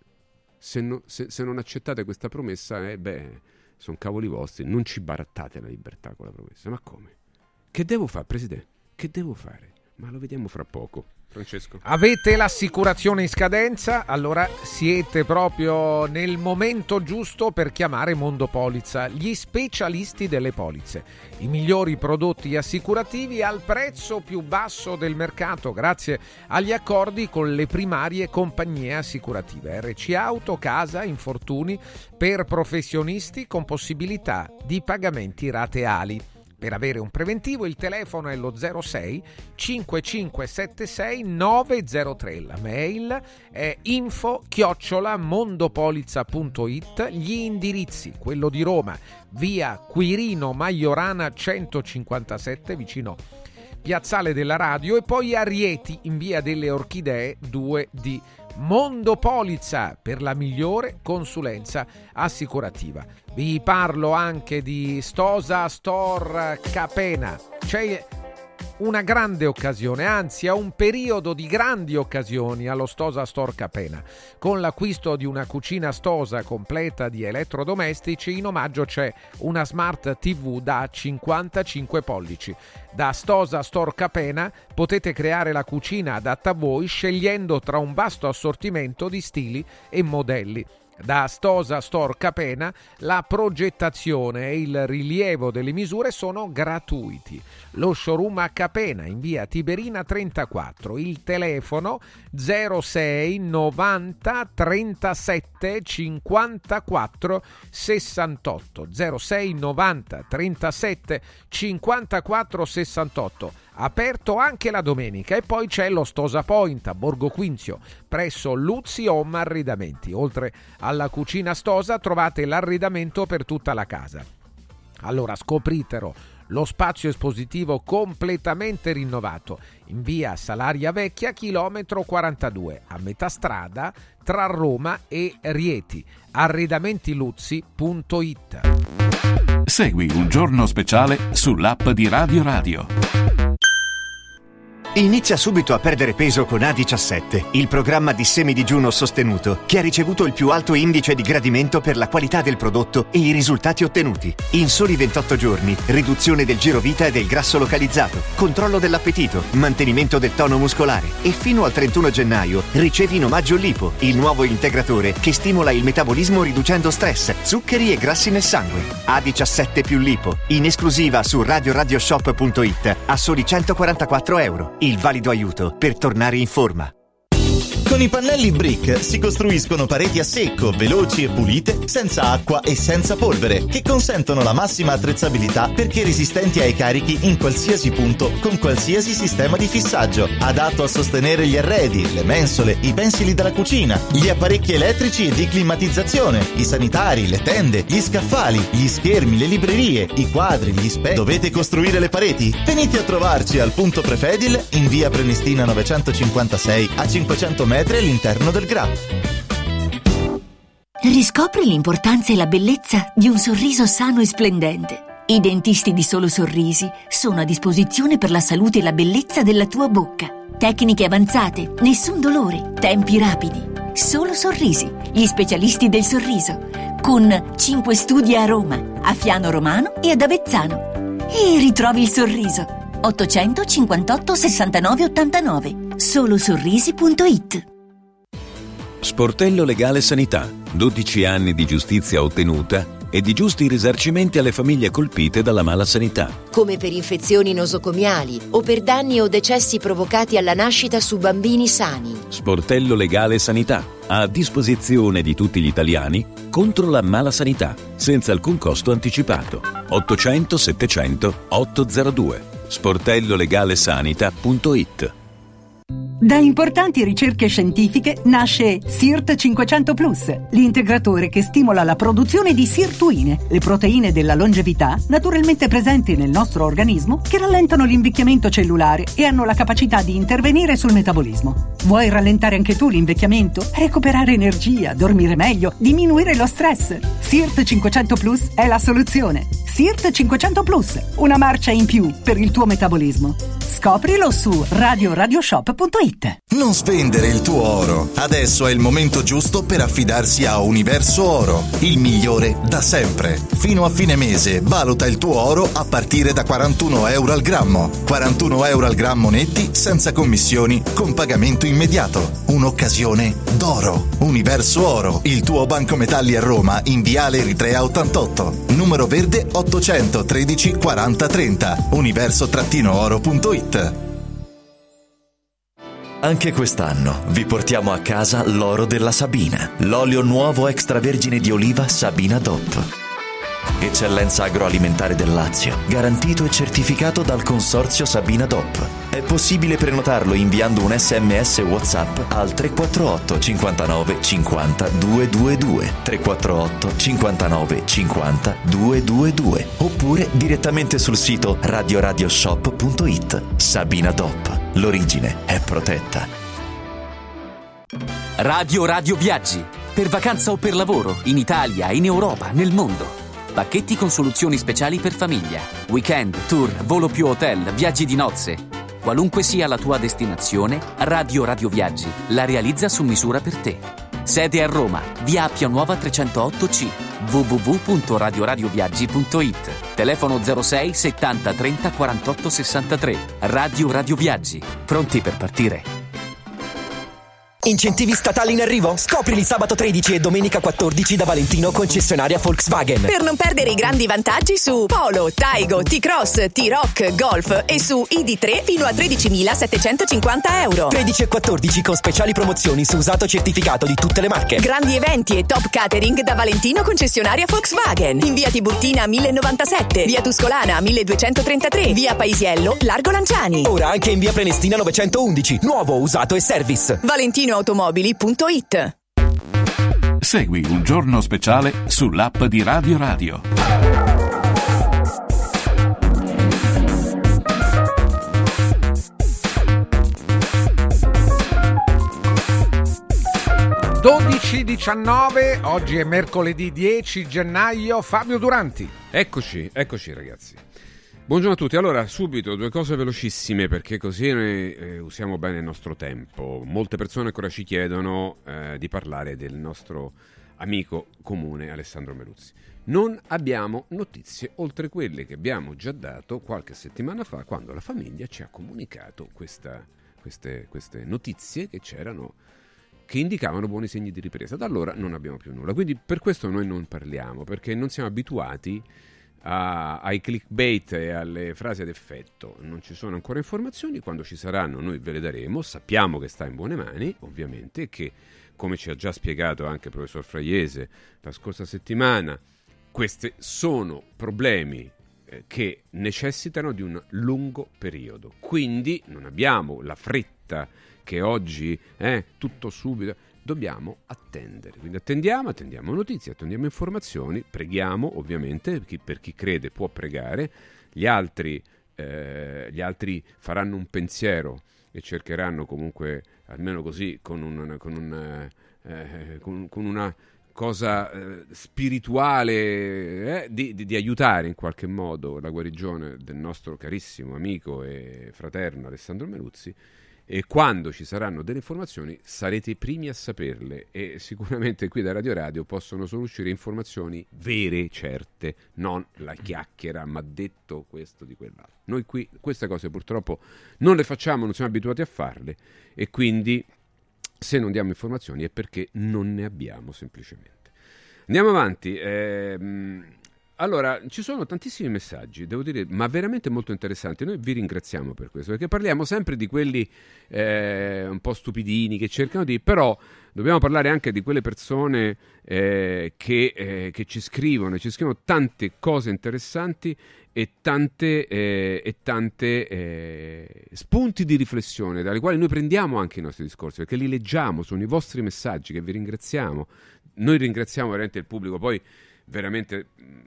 se, no, se, se non accettate questa promessa, eh, beh, sono cavoli vostri, non ci barattate la libertà con la promessa. Ma come? Che devo fare, Presidente? Che devo fare? Ma lo vediamo fra poco. Francesco. Avete l'assicurazione in scadenza? Allora siete proprio nel momento giusto per chiamare Mondopolizza, gli specialisti delle polizze. I migliori prodotti assicurativi al prezzo più basso del mercato, grazie agli accordi con le primarie compagnie assicurative. R C Auto, Casa, Infortuni, per professionisti con possibilità di pagamenti rateali. Per avere un preventivo il telefono è lo zero sei cinque sette sei nove zero tre, la mail è info chiocciola mondopolizza punto it, gli indirizzi, quello di Roma, via Quirino Maiorana centocinquantasette vicino Piazzale della Radio, e poi a Rieti in via delle Orchidee due D. Mondopolizza, per la migliore consulenza assicurativa. Vi parlo anche di Stosa Store Capena. C'è una grande occasione, anzi è un periodo di grandi occasioni allo Stosa Store Capena. Con l'acquisto di una cucina Stosa completa di elettrodomestici, in omaggio c'è una Smart tivù da cinquantacinque pollici. Da Stosa Store Capena potete creare la cucina adatta a voi scegliendo tra un vasto assortimento di stili e modelli. Da Stosa Store Capena la progettazione e il rilievo delle misure sono gratuiti. Lo showroom a Capena in via Tiberina trentaquattro, il telefono zero sei novanta trentasette cinquantaquattro sessantotto, zero sei novanta trentasette cinquantaquattro sessantotto. Aperto anche la domenica. E poi c'è lo Stosa Point a Borgo Quinzio presso Luzzi Home Arredamenti. Oltre alla cucina Stosa trovate l'arredamento per tutta la casa. Allora scopritelo, lo spazio espositivo completamente rinnovato in via Salaria Vecchia chilometro quarantadue, a metà strada tra Roma e Rieti. arredamentiluzzi punto it. Segui Un Giorno Speciale sull'app di Radio Radio. Inizia subito a perdere peso con A diciassette, il programma di semidigiuno sostenuto che ha ricevuto il più alto indice di gradimento per la qualità del prodotto e i risultati ottenuti. In soli ventotto giorni, riduzione del girovita e del grasso localizzato, controllo dell'appetito, mantenimento del tono muscolare, e fino al trentuno gennaio ricevi in omaggio Lipo, il nuovo integratore che stimola il metabolismo riducendo stress, zuccheri e grassi nel sangue. A diciassette più Lipo, in esclusiva su radio radio shop punto it a soli centoquarantaquattro euro. Il valido aiuto per tornare in forma. Con i pannelli Brick si costruiscono pareti a secco, veloci e pulite, senza acqua e senza polvere, che consentono la massima attrezzabilità perché resistenti ai carichi in qualsiasi punto con qualsiasi sistema di fissaggio, adatto a sostenere gli arredi, le mensole, i pensili della cucina, gli apparecchi elettrici e di climatizzazione, i sanitari, le tende, gli scaffali, gli schermi, le librerie, i quadri, gli specchi. Dovete costruire le pareti? Venite a trovarci al punto Prefedil in via Prenestina novecentocinquantasei a cinquecento metri all'interno del G R A. Riscopri l'importanza e la bellezza di un sorriso sano e splendente. I dentisti di Solo Sorrisi sono a disposizione per la salute e la bellezza della tua bocca. Tecniche avanzate, nessun dolore, tempi rapidi. Solo Sorrisi, gli specialisti del sorriso. Con cinque studi a Roma, a Fiano Romano e ad Avezzano. E ritrovi il sorriso. ottocentocinquantotto sessantanove ottantanove. solo sorrisi punto it. Sportello Legale Sanità. dodici anni di giustizia ottenuta e di giusti risarcimenti alle famiglie colpite dalla mala sanità. Come per infezioni nosocomiali o per danni o decessi provocati alla nascita su bambini sani. Sportello Legale Sanità. A disposizione di tutti gli italiani contro la mala sanità, senza alcun costo anticipato. ottocento settecento ottocentodue. sportello legale sanità punto it. Da importanti ricerche scientifiche nasce SIRT cinquecento plus, l'integratore che stimola la produzione di sirtuine, le proteine della longevità naturalmente presenti nel nostro organismo che rallentano l'invecchiamento cellulare e hanno la capacità di intervenire sul metabolismo. Vuoi rallentare anche tu l'invecchiamento? Recuperare energia, dormire meglio, diminuire lo stress? SIRT cinquecento plus è la soluzione. SIRT cinquecento plus, una marcia in più per il tuo metabolismo. Scoprilo su radio radioshop punto it. Non svendere il tuo oro. Adesso è il momento giusto per affidarsi a Universo Oro, il migliore da sempre. Fino a fine mese valuta il tuo oro a partire da quarantuno euro al grammo. quarantuno euro al grammo netti, senza commissioni, con pagamento immediato. Un'occasione d'oro. Universo Oro, il tuo banco metalli a Roma, in Viale Eritrea ottantotto. Numero verde ottocentotredici quaranta trenta. universo oro punto it. Anche quest'anno vi portiamo a casa l'oro della Sabina, l'olio nuovo extravergine di oliva Sabina D O P. Eccellenza agroalimentare del Lazio, garantito e certificato dal consorzio Sabina D O P. È possibile prenotarlo inviando un sms WhatsApp al tre quattro otto cinquantanove cinquanta duecentoventidue, tre quattro otto cinquantanove cinquanta duecentoventidue, oppure direttamente sul sito radio radioshop punto it. Sabina D O P. L'origine è protetta. Radio Radio Viaggi. Per vacanza o per lavoro, in Italia, in Europa, nel mondo. Pacchetti con soluzioni speciali per famiglia. Weekend, tour, volo più hotel, viaggi di nozze. Qualunque sia la tua destinazione, Radio Radio Viaggi la realizza su misura per te. Sede a Roma, via Appia Nuova trecentootto C, w w w punto radio radio viaggi punto it. Telefono zero sei settanta trenta quarantotto sessantatré. Radio Radio Viaggi, pronti per partire. Incentivi statali in arrivo? Scoprili sabato tredici e domenica quattordici da Valentino, concessionaria Volkswagen. Per non perdere i grandi vantaggi su Polo, Taigo, T-Cross, T-Rock, Golf e su I D tre fino a tredicimilasettecentocinquanta euro. tredici e quattordici con speciali promozioni su usato certificato di tutte le marche. Grandi eventi e top catering da Valentino, concessionaria Volkswagen. In via Tiburtina millenovantasette, via Tuscolana milleduecentotrentatré, via Paisiello, Largo Lanciani. Ora anche in via Prenestina novecentoundici, nuovo, usato e service. Valentino automobili punto it. Segui Un Giorno Speciale sull'app di Radio Radio. dodici diciannove, oggi è mercoledì dieci gennaio. Fabio Duranti. Eccoci, eccoci ragazzi. Buongiorno a tutti. Allora, subito due cose velocissime perché così noi eh, usiamo bene il nostro tempo. Molte persone ancora ci chiedono eh, di parlare del nostro amico comune Alessandro Meluzzi. Non abbiamo notizie oltre quelle che abbiamo già dato qualche settimana fa, quando la famiglia ci ha comunicato questa, queste, queste notizie che c'erano, che indicavano buoni segni di ripresa. Da allora non abbiamo più nulla, quindi per questo noi non parliamo, perché non siamo abituati A, ai clickbait e alle frasi ad effetto. Non ci sono ancora informazioni, quando ci saranno noi ve le daremo. Sappiamo che sta in buone mani, ovviamente, che come ci ha già spiegato anche il professor Fraiese la scorsa settimana, questi sono problemi eh, che necessitano di un lungo periodo, quindi non abbiamo la fretta che oggi è eh, tutto subito. Dobbiamo attendere, quindi attendiamo, attendiamo notizie, attendiamo informazioni, preghiamo ovviamente, per chi, per chi crede può pregare, gli altri, eh, gli altri faranno un pensiero e cercheranno comunque, almeno così, con, un, con, un, eh, con, con una cosa eh, spirituale, eh, di, di, di aiutare in qualche modo la guarigione del nostro carissimo amico e fraterno Alessandro Meluzzi. e quando ci saranno delle informazioni sarete i primi a saperle, e sicuramente qui da Radio Radio possono solo uscire informazioni vere, certe, non la chiacchiera, ma detto questo di quell'altro. Noi qui queste cose purtroppo non le facciamo, non siamo abituati a farle, e quindi se non diamo informazioni è perché non ne abbiamo, semplicemente. Andiamo avanti. Ehm, allora, ci sono tantissimi messaggi, devo dire, ma veramente molto interessanti. Noi vi ringraziamo per questo, perché parliamo sempre di quelli eh, un po' stupidini che cercano di... però dobbiamo parlare anche di quelle persone eh, che, eh, che ci scrivono, ci scrivono tante cose interessanti e tante, eh, e tante eh, spunti di riflessione dai quali noi prendiamo anche i nostri discorsi, perché li leggiamo, sono i vostri messaggi che vi ringraziamo. Noi ringraziamo veramente il pubblico, poi veramente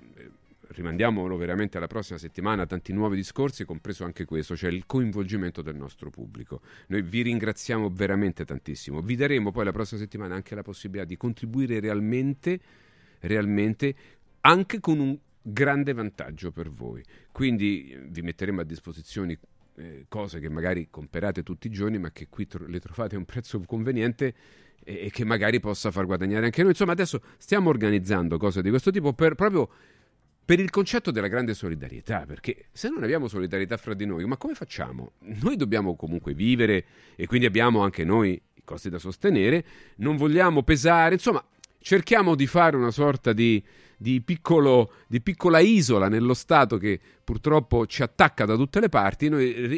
rimandiamolo veramente alla prossima settimana, tanti nuovi discorsi, compreso anche questo, cioè il coinvolgimento del nostro pubblico. Noi vi ringraziamo veramente tantissimo. Vi daremo poi la prossima settimana anche la possibilità di contribuire realmente, realmente anche con un grande vantaggio per voi. Quindi vi metteremo a disposizione eh, cose che magari comprate tutti i giorni, ma che qui tro- le trovate a un prezzo conveniente e, e che magari possa far guadagnare anche noi. Insomma, adesso stiamo organizzando cose di questo tipo per proprio per il concetto della grande solidarietà, perché se non abbiamo solidarietà fra di noi, ma come facciamo? Noi dobbiamo comunque vivere e quindi abbiamo anche noi i costi da sostenere, non vogliamo pesare, insomma, cerchiamo di fare una sorta di, di, piccolo, di piccola isola nello Stato che purtroppo ci attacca da tutte le parti. Noi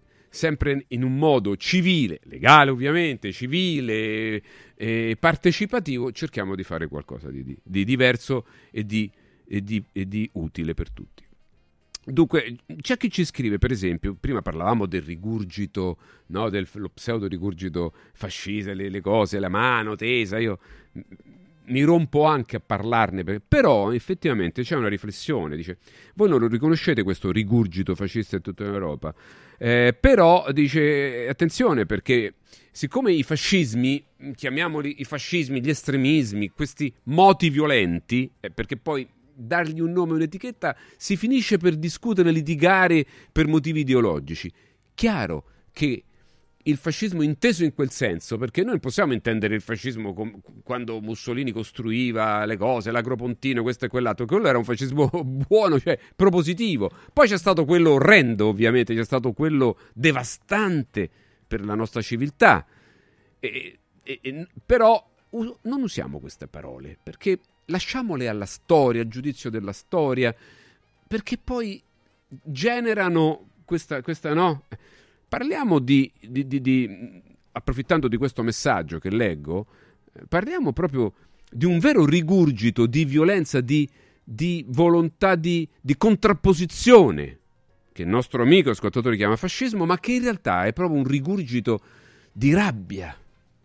sempre in un modo civile, legale ovviamente, civile e partecipativo, cerchiamo di fare qualcosa di, di, di diverso e di E di, e di utile per tutti. Dunque, c'è chi ci scrive, per esempio, prima parlavamo del rigurgito, no, del lo pseudo rigurgito fascista, le, le cose, la mano tesa, io mi rompo anche a parlarne, perché, però effettivamente c'è una riflessione, dice, voi non lo riconoscete questo rigurgito fascista in tutta Europa, eh, però dice, attenzione, perché siccome i fascismi, chiamiamoli i fascismi, gli estremismi, questi moti violenti, eh, perché poi dargli un nome, un'etichetta, si finisce per discutere, litigare per motivi ideologici. Chiaro che il fascismo inteso in quel senso, perché noi non possiamo intendere il fascismo com- quando Mussolini costruiva le cose, l'agropontino, questo e quell'altro, quello era un fascismo buono, cioè propositivo. Poi c'è stato quello orrendo, ovviamente, c'è stato quello devastante per la nostra civiltà. E, e, e, però us- non usiamo queste parole, perché lasciamole alla storia, al giudizio della storia, perché poi generano questa, questa no? Parliamo di, di, di, di, approfittando di questo messaggio che leggo, parliamo proprio di un vero rigurgito di violenza, di, di volontà di, di contrapposizione, che il nostro amico ascoltatore chiama fascismo, ma che in realtà è proprio un rigurgito di rabbia.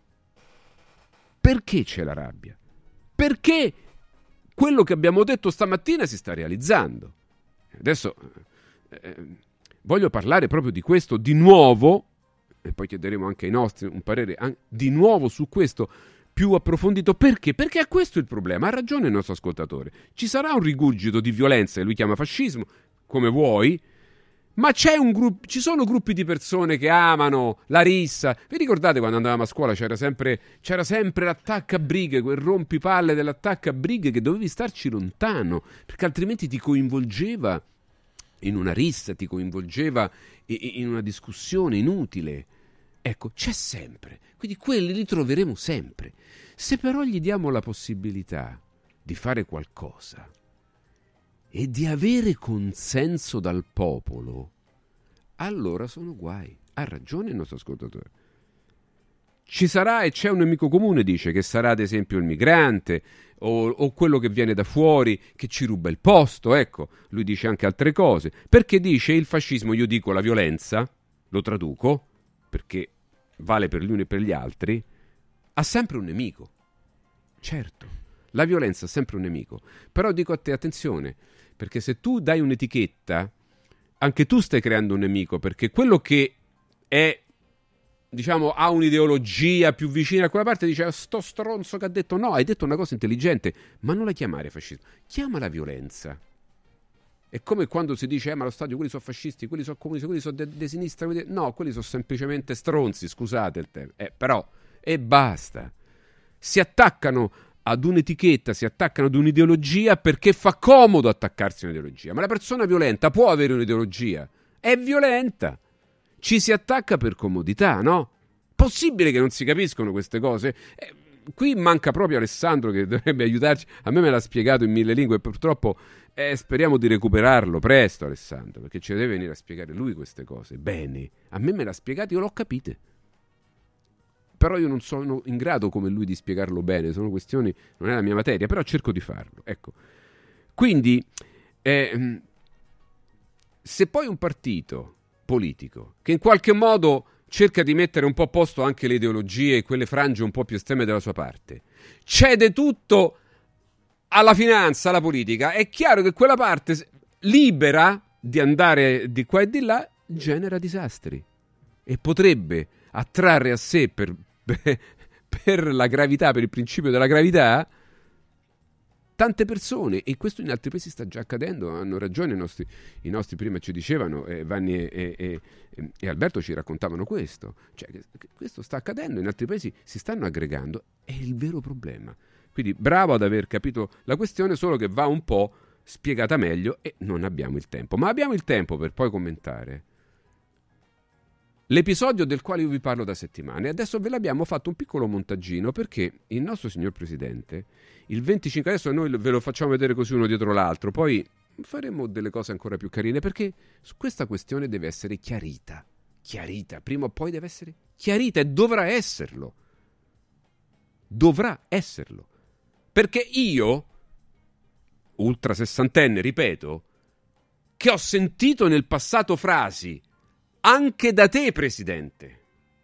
Perché c'è la rabbia? Perché quello che abbiamo detto stamattina si sta realizzando. Adesso eh, voglio parlare proprio di questo di nuovo, e poi chiederemo anche ai nostri un parere an- di nuovo su questo più approfondito. Perché? Perché è questo il problema. Ha ragione il nostro ascoltatore. Ci sarà un rigurgito di violenza, che lui chiama fascismo, come vuoi, ma c'è un gruppo, ci sono gruppi di persone che amano la rissa. Vi ricordate quando andavamo a scuola c'era sempre, c'era sempre l'attaccabrighe, quel rompipalle dell'attaccabrighe che dovevi starci lontano, perché altrimenti ti coinvolgeva in una rissa, ti coinvolgeva in una discussione inutile. Ecco, c'è sempre. Quindi quelli li troveremo sempre. Se però gli diamo la possibilità di fare qualcosa e di avere consenso dal popolo, allora sono guai. Ha ragione il nostro ascoltatore. Ci sarà e c'è un nemico comune, dice, che sarà ad esempio il migrante o, o quello che viene da fuori che ci ruba il posto. Ecco, lui dice anche altre cose, perché dice il fascismo, io dico la violenza, lo traduco perché vale per gli uni e per gli altri, ha sempre un nemico. Certo, la violenza ha sempre un nemico, però dico a te, attenzione, perché se tu dai un'etichetta, anche tu stai creando un nemico, perché quello che è, diciamo, ha un'ideologia più vicina a quella parte dice, sto stronzo che ha detto, no, hai detto una cosa intelligente, ma non la chiamare fascismo, chiamala violenza. È come quando si dice, eh, ma lo stadio, quelli sono fascisti, quelli sono comunisti, quelli sono di sinistra. Quelli... No, quelli sono semplicemente stronzi, scusate il tempo. Eh, però, e basta. Si attaccano ad un'etichetta, si attaccano ad un'ideologia perché fa comodo attaccarsi a un'ideologia. Ma la persona violenta può avere un'ideologia. È violenta. Ci si attacca per comodità, no? Possibile che non si capiscono queste cose? Eh, qui manca proprio Alessandro che dovrebbe aiutarci. A me me l'ha spiegato in mille lingue e purtroppo eh, speriamo di recuperarlo presto, Alessandro, perché ci deve venire a spiegare lui queste cose. Bene, a me me l'ha spiegato, io l'ho capite. Però io non sono in grado come lui di spiegarlo bene, sono questioni, non è la mia materia, però cerco di farlo. Ecco. Quindi, eh, se poi un partito politico che in qualche modo cerca di mettere un po' a posto anche le ideologie e quelle frange un po' più estreme della sua parte, cede tutto alla finanza, alla politica, è chiaro che quella parte libera di andare di qua e di là genera disastri e potrebbe attrarre a sé per, per, per la gravità, per il principio della gravità, tante persone, e questo in altri paesi sta già accadendo. Hanno ragione i nostri, i nostri prima ci dicevano, eh, Vanni e, e, e, e Alberto ci raccontavano questo, cioè che, che questo sta accadendo, in altri paesi si stanno aggregando, è il vero problema. Quindi bravo ad aver capito la questione, solo che va un po' spiegata meglio e non abbiamo il tempo, ma abbiamo il tempo per poi commentare l'episodio del quale io vi parlo da settimane. Adesso ve l'abbiamo fatto un piccolo montaggino perché il nostro signor Presidente, il venticinque, adesso noi ve lo facciamo vedere così uno dietro l'altro, poi faremo delle cose ancora più carine perché su questa questione deve essere chiarita, chiarita, prima o poi deve essere chiarita e dovrà esserlo, dovrà esserlo, perché io, ultra sessantenne, ripeto, che ho sentito nel passato frasi anche da te, Presidente.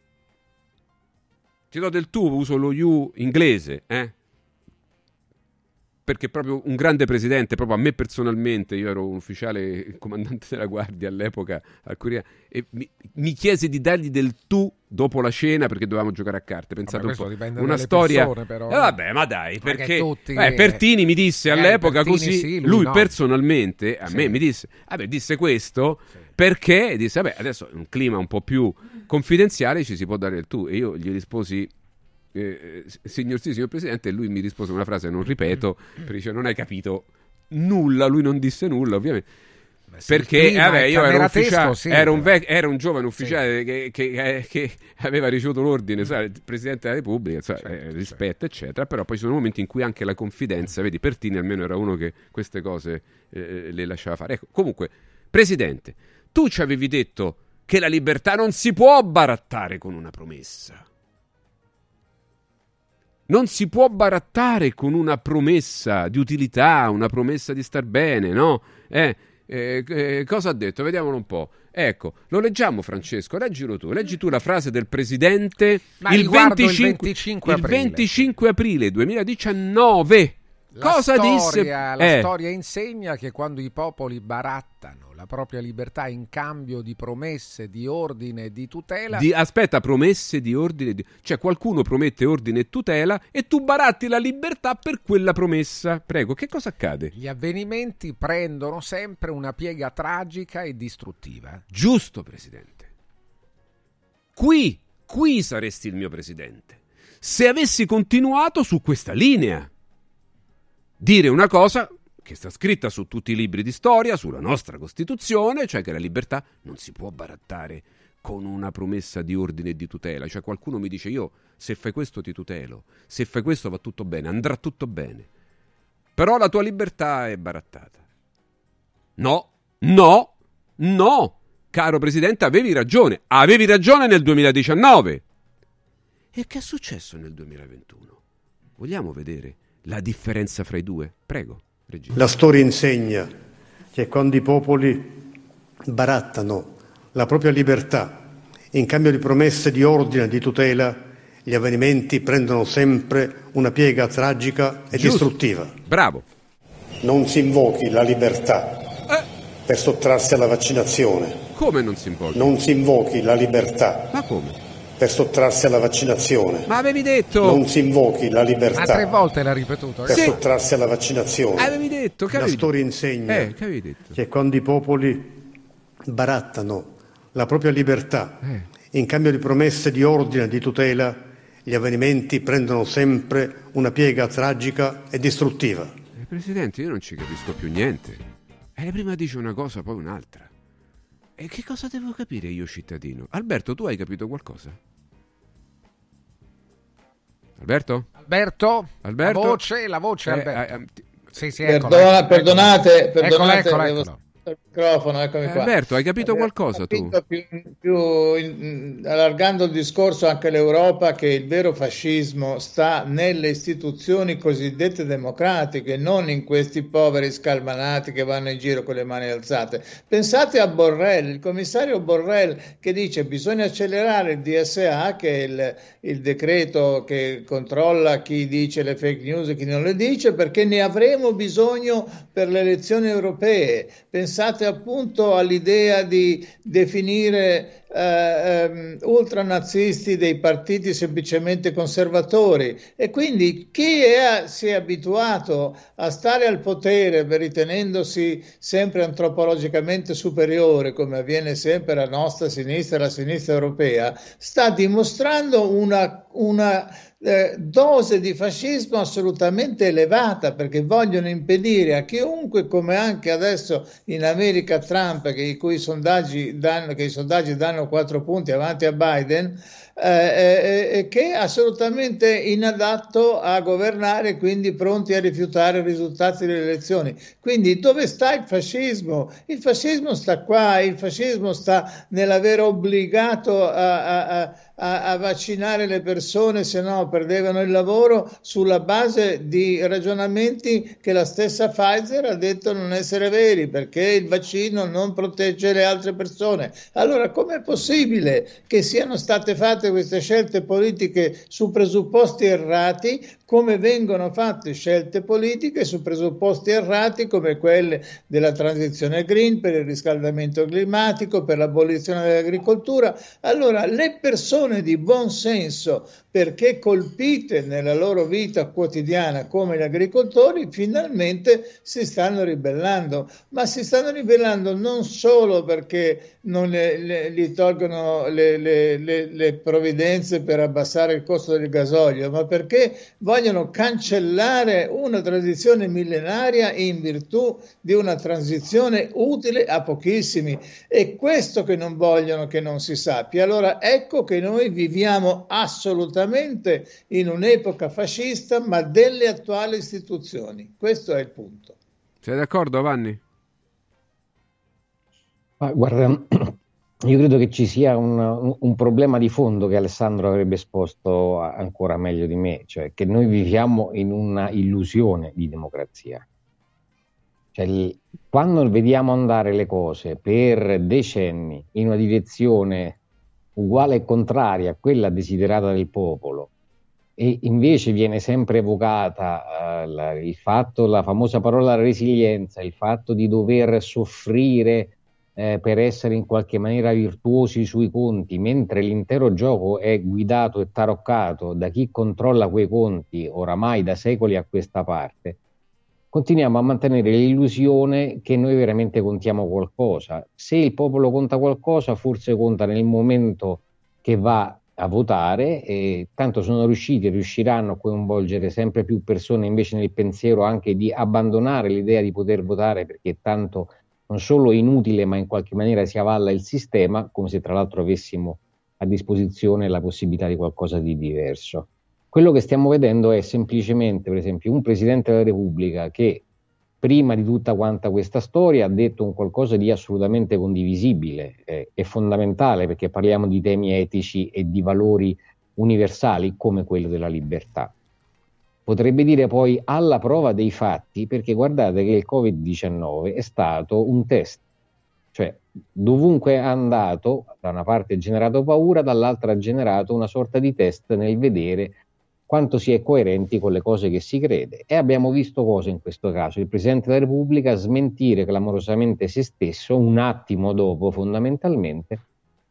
Ti do del tu, uso lo you inglese, eh? Perché proprio un grande presidente, proprio a me personalmente, io ero un ufficiale comandante della guardia all'epoca al Corea, e mi, mi chiese di dargli del tu dopo la cena perché dovevamo giocare a carte. Pensate vabbè, un po', una storia. Persone, però, eh, vabbè, ma dai, perché tutti, eh, Pertini mi disse eh, all'epoca Pertini, così, sì, lui, lui no. personalmente a sì. me mi disse, vabbè, disse questo sì. perché disse, vabbè, adesso in un clima un po' più confidenziale ci si può dare il tu, e io gli risposi Eh, signor sì, signor Presidente, e lui mi rispose una frase, non ripeto, perché dice, non hai capito nulla, lui non disse nulla, ovviamente. Beh, sì, perché prima, vabbè, io ero, ufficiale, sì, era, un vec- era un giovane ufficiale sì. che, che, che aveva ricevuto l'ordine, sai, il Presidente della Repubblica, sai, certo, eh, rispetto, certo. eccetera. Però poi ci sono momenti in cui anche la confidenza, vedi, Pertini almeno era uno che queste cose eh, le lasciava fare. Ecco, comunque, Presidente, tu ci avevi detto che la libertà non si può barattare con una promessa. Non si può barattare con una promessa di utilità, una promessa di star bene, no? Eh, eh, eh, cosa ha detto? Vediamolo un po'. Ecco, lo leggiamo, Francesco, leggilo tu. Leggi tu la frase del Presidente il venticinque, il venticinque aprile. Il venticinque aprile duemiladiciannove. La Cosa storia, disse? La eh. storia insegna che quando i popoli barattano la propria libertà in cambio di promesse, di ordine e di tutela... Di, aspetta, promesse di ordine... Di, cioè qualcuno promette ordine e tutela e tu baratti la libertà per quella promessa. Prego, che cosa accade? Gli avvenimenti prendono sempre una piega tragica e distruttiva. Giusto, Presidente. Qui, qui saresti il mio Presidente. Se avessi continuato su questa linea. Dire una cosa che sta scritta su tutti i libri di storia, sulla nostra Costituzione, cioè che la libertà non si può barattare con una promessa di ordine e di tutela. Cioè qualcuno mi dice, io se fai questo ti tutelo, se fai questo va tutto bene, andrà tutto bene, però la tua libertà è barattata. No, no, no, caro Presidente, avevi ragione, avevi ragione nel duemiladiciannove. E che è successo nel duemilaventuno? Vogliamo vedere la differenza fra i due? Prego, Regina. La storia insegna che quando i popoli barattano la propria libertà in cambio di promesse di ordine e di tutela, gli avvenimenti prendono sempre una piega tragica e Giusto. distruttiva. Bravo. Non si invochi la libertà eh. per sottrarsi alla vaccinazione. Come non si invochi? Non si invochi la libertà Ma come? per sottrarsi alla vaccinazione. Ma avevi detto... Non si invochi la libertà. Ma tre volte l'ha ripetuto. Per Sì. sottrarsi alla vaccinazione. Avevi detto, che La avevi storia detto? insegna Eh, che avevi detto? che quando i popoli barattano la propria libertà Eh. in cambio di promesse di ordine e di tutela, gli avvenimenti prendono sempre una piega tragica e distruttiva. Eh, Presidente, io non ci capisco più niente. Eh, prima dice una cosa, poi un'altra. E che cosa devo capire io, cittadino? Alberto, tu hai capito qualcosa? Alberto? Alberto? Alberto? La voce, la voce, Eh, Alberto. eh, eh, Sì, sì, Perdona- eccola, eccola. perdonate, Eccolo, perdonate, eccolo, avevo eccolo. il microfono, eccomi Eh, qua. Alberto, hai capito Abbiamo qualcosa tu? capito più, più in- allargando il discorso anche all'Europa, che il vero fascismo sta nelle istituzioni cosiddette democratiche, non in questi poveri scalmanati che vanno in giro con le mani alzate. Pensate a Borrell, il commissario Borrell, che dice bisogna accelerare il D S A, che è il, il decreto che controlla chi dice le fake news e chi non le dice, perché ne avremo bisogno per le elezioni europee. Pensate appunto all'idea di definire eh, ehm, ultranazisti dei partiti semplicemente conservatori, e quindi chi è, si è abituato a stare al potere ritenendosi sempre antropologicamente superiore, come avviene sempre alla nostra sinistra, la sinistra europea, sta dimostrando una, una eh, dose di fascismo assolutamente elevata, perché vogliono impedire a chiunque, come anche adesso in America Trump, che i cui sondaggi danno, che i sondaggi danno quattro punti avanti a Biden, eh, eh, che è assolutamente inadatto a governare, quindi pronti a rifiutare i risultati delle elezioni. Quindi dove sta il fascismo? Il fascismo sta qua, il fascismo sta nell'aver obbligato a, a, a A, a vaccinare le persone, se no perdevano il lavoro, sulla base di ragionamenti che la stessa Pfizer ha detto non essere veri, perché il vaccino non protegge le altre persone. Allora, com'è possibile che siano state fatte queste scelte politiche su presupposti errati, come vengono fatte scelte politiche su presupposti errati come quelle della transizione green, per il riscaldamento climatico, per l'abolizione dell'agricoltura? Allora, le persone di buon senso, perché colpite nella loro vita quotidiana come gli agricoltori, finalmente si stanno ribellando, ma si stanno ribellando non solo perché non le, le, gli tolgono le, le, le, le provvidenze per abbassare il costo del gasolio, ma perché vogliono cancellare una tradizione millenaria in virtù di una transizione utile a pochissimi. È questo che non vogliono che non si sappia. Allora ecco che noi viviamo assolutamente in un'epoca fascista, ma delle attuali istituzioni. Questo è il punto. Sei d'accordo, Vanni? Ma guarda, io credo che ci sia un, un, un problema di fondo che Alessandro avrebbe esposto ancora meglio di me, cioè che noi viviamo in una illusione di democrazia. Cioè, il, quando vediamo andare le cose per decenni in una direzione uguale e contraria a quella desiderata del popolo, e invece viene sempre evocata uh, la, il fatto, la famosa parola resilienza, il fatto di dover soffrire eh, per essere in qualche maniera virtuosi sui conti, mentre l'intero gioco è guidato e taroccato da chi controlla quei conti oramai da secoli a questa parte, continuiamo a mantenere l'illusione che noi veramente contiamo qualcosa. Se il popolo conta qualcosa, forse conta nel momento che va a votare, e tanto sono riusciti e riusciranno a coinvolgere sempre più persone invece nel pensiero anche di abbandonare l'idea di poter votare, perché tanto non solo è inutile ma in qualche maniera si avalla il sistema, come se tra l'altro avessimo a disposizione la possibilità di qualcosa di diverso. Quello che stiamo vedendo è semplicemente, per esempio, un Presidente della Repubblica che prima di tutta quanta questa storia ha detto un qualcosa di assolutamente condivisibile e eh, fondamentale, perché parliamo di temi etici e di valori universali come quello della libertà. Potrebbe dire poi alla prova dei fatti, perché guardate che il covid diciannove è stato un test, cioè dovunque è andato, da una parte ha generato paura, dall'altra ha generato una sorta di test nel vedere quanto si è coerenti con le cose che si crede. E abbiamo visto cosa in questo caso? Il Presidente della Repubblica smentire clamorosamente se stesso un attimo dopo, fondamentalmente,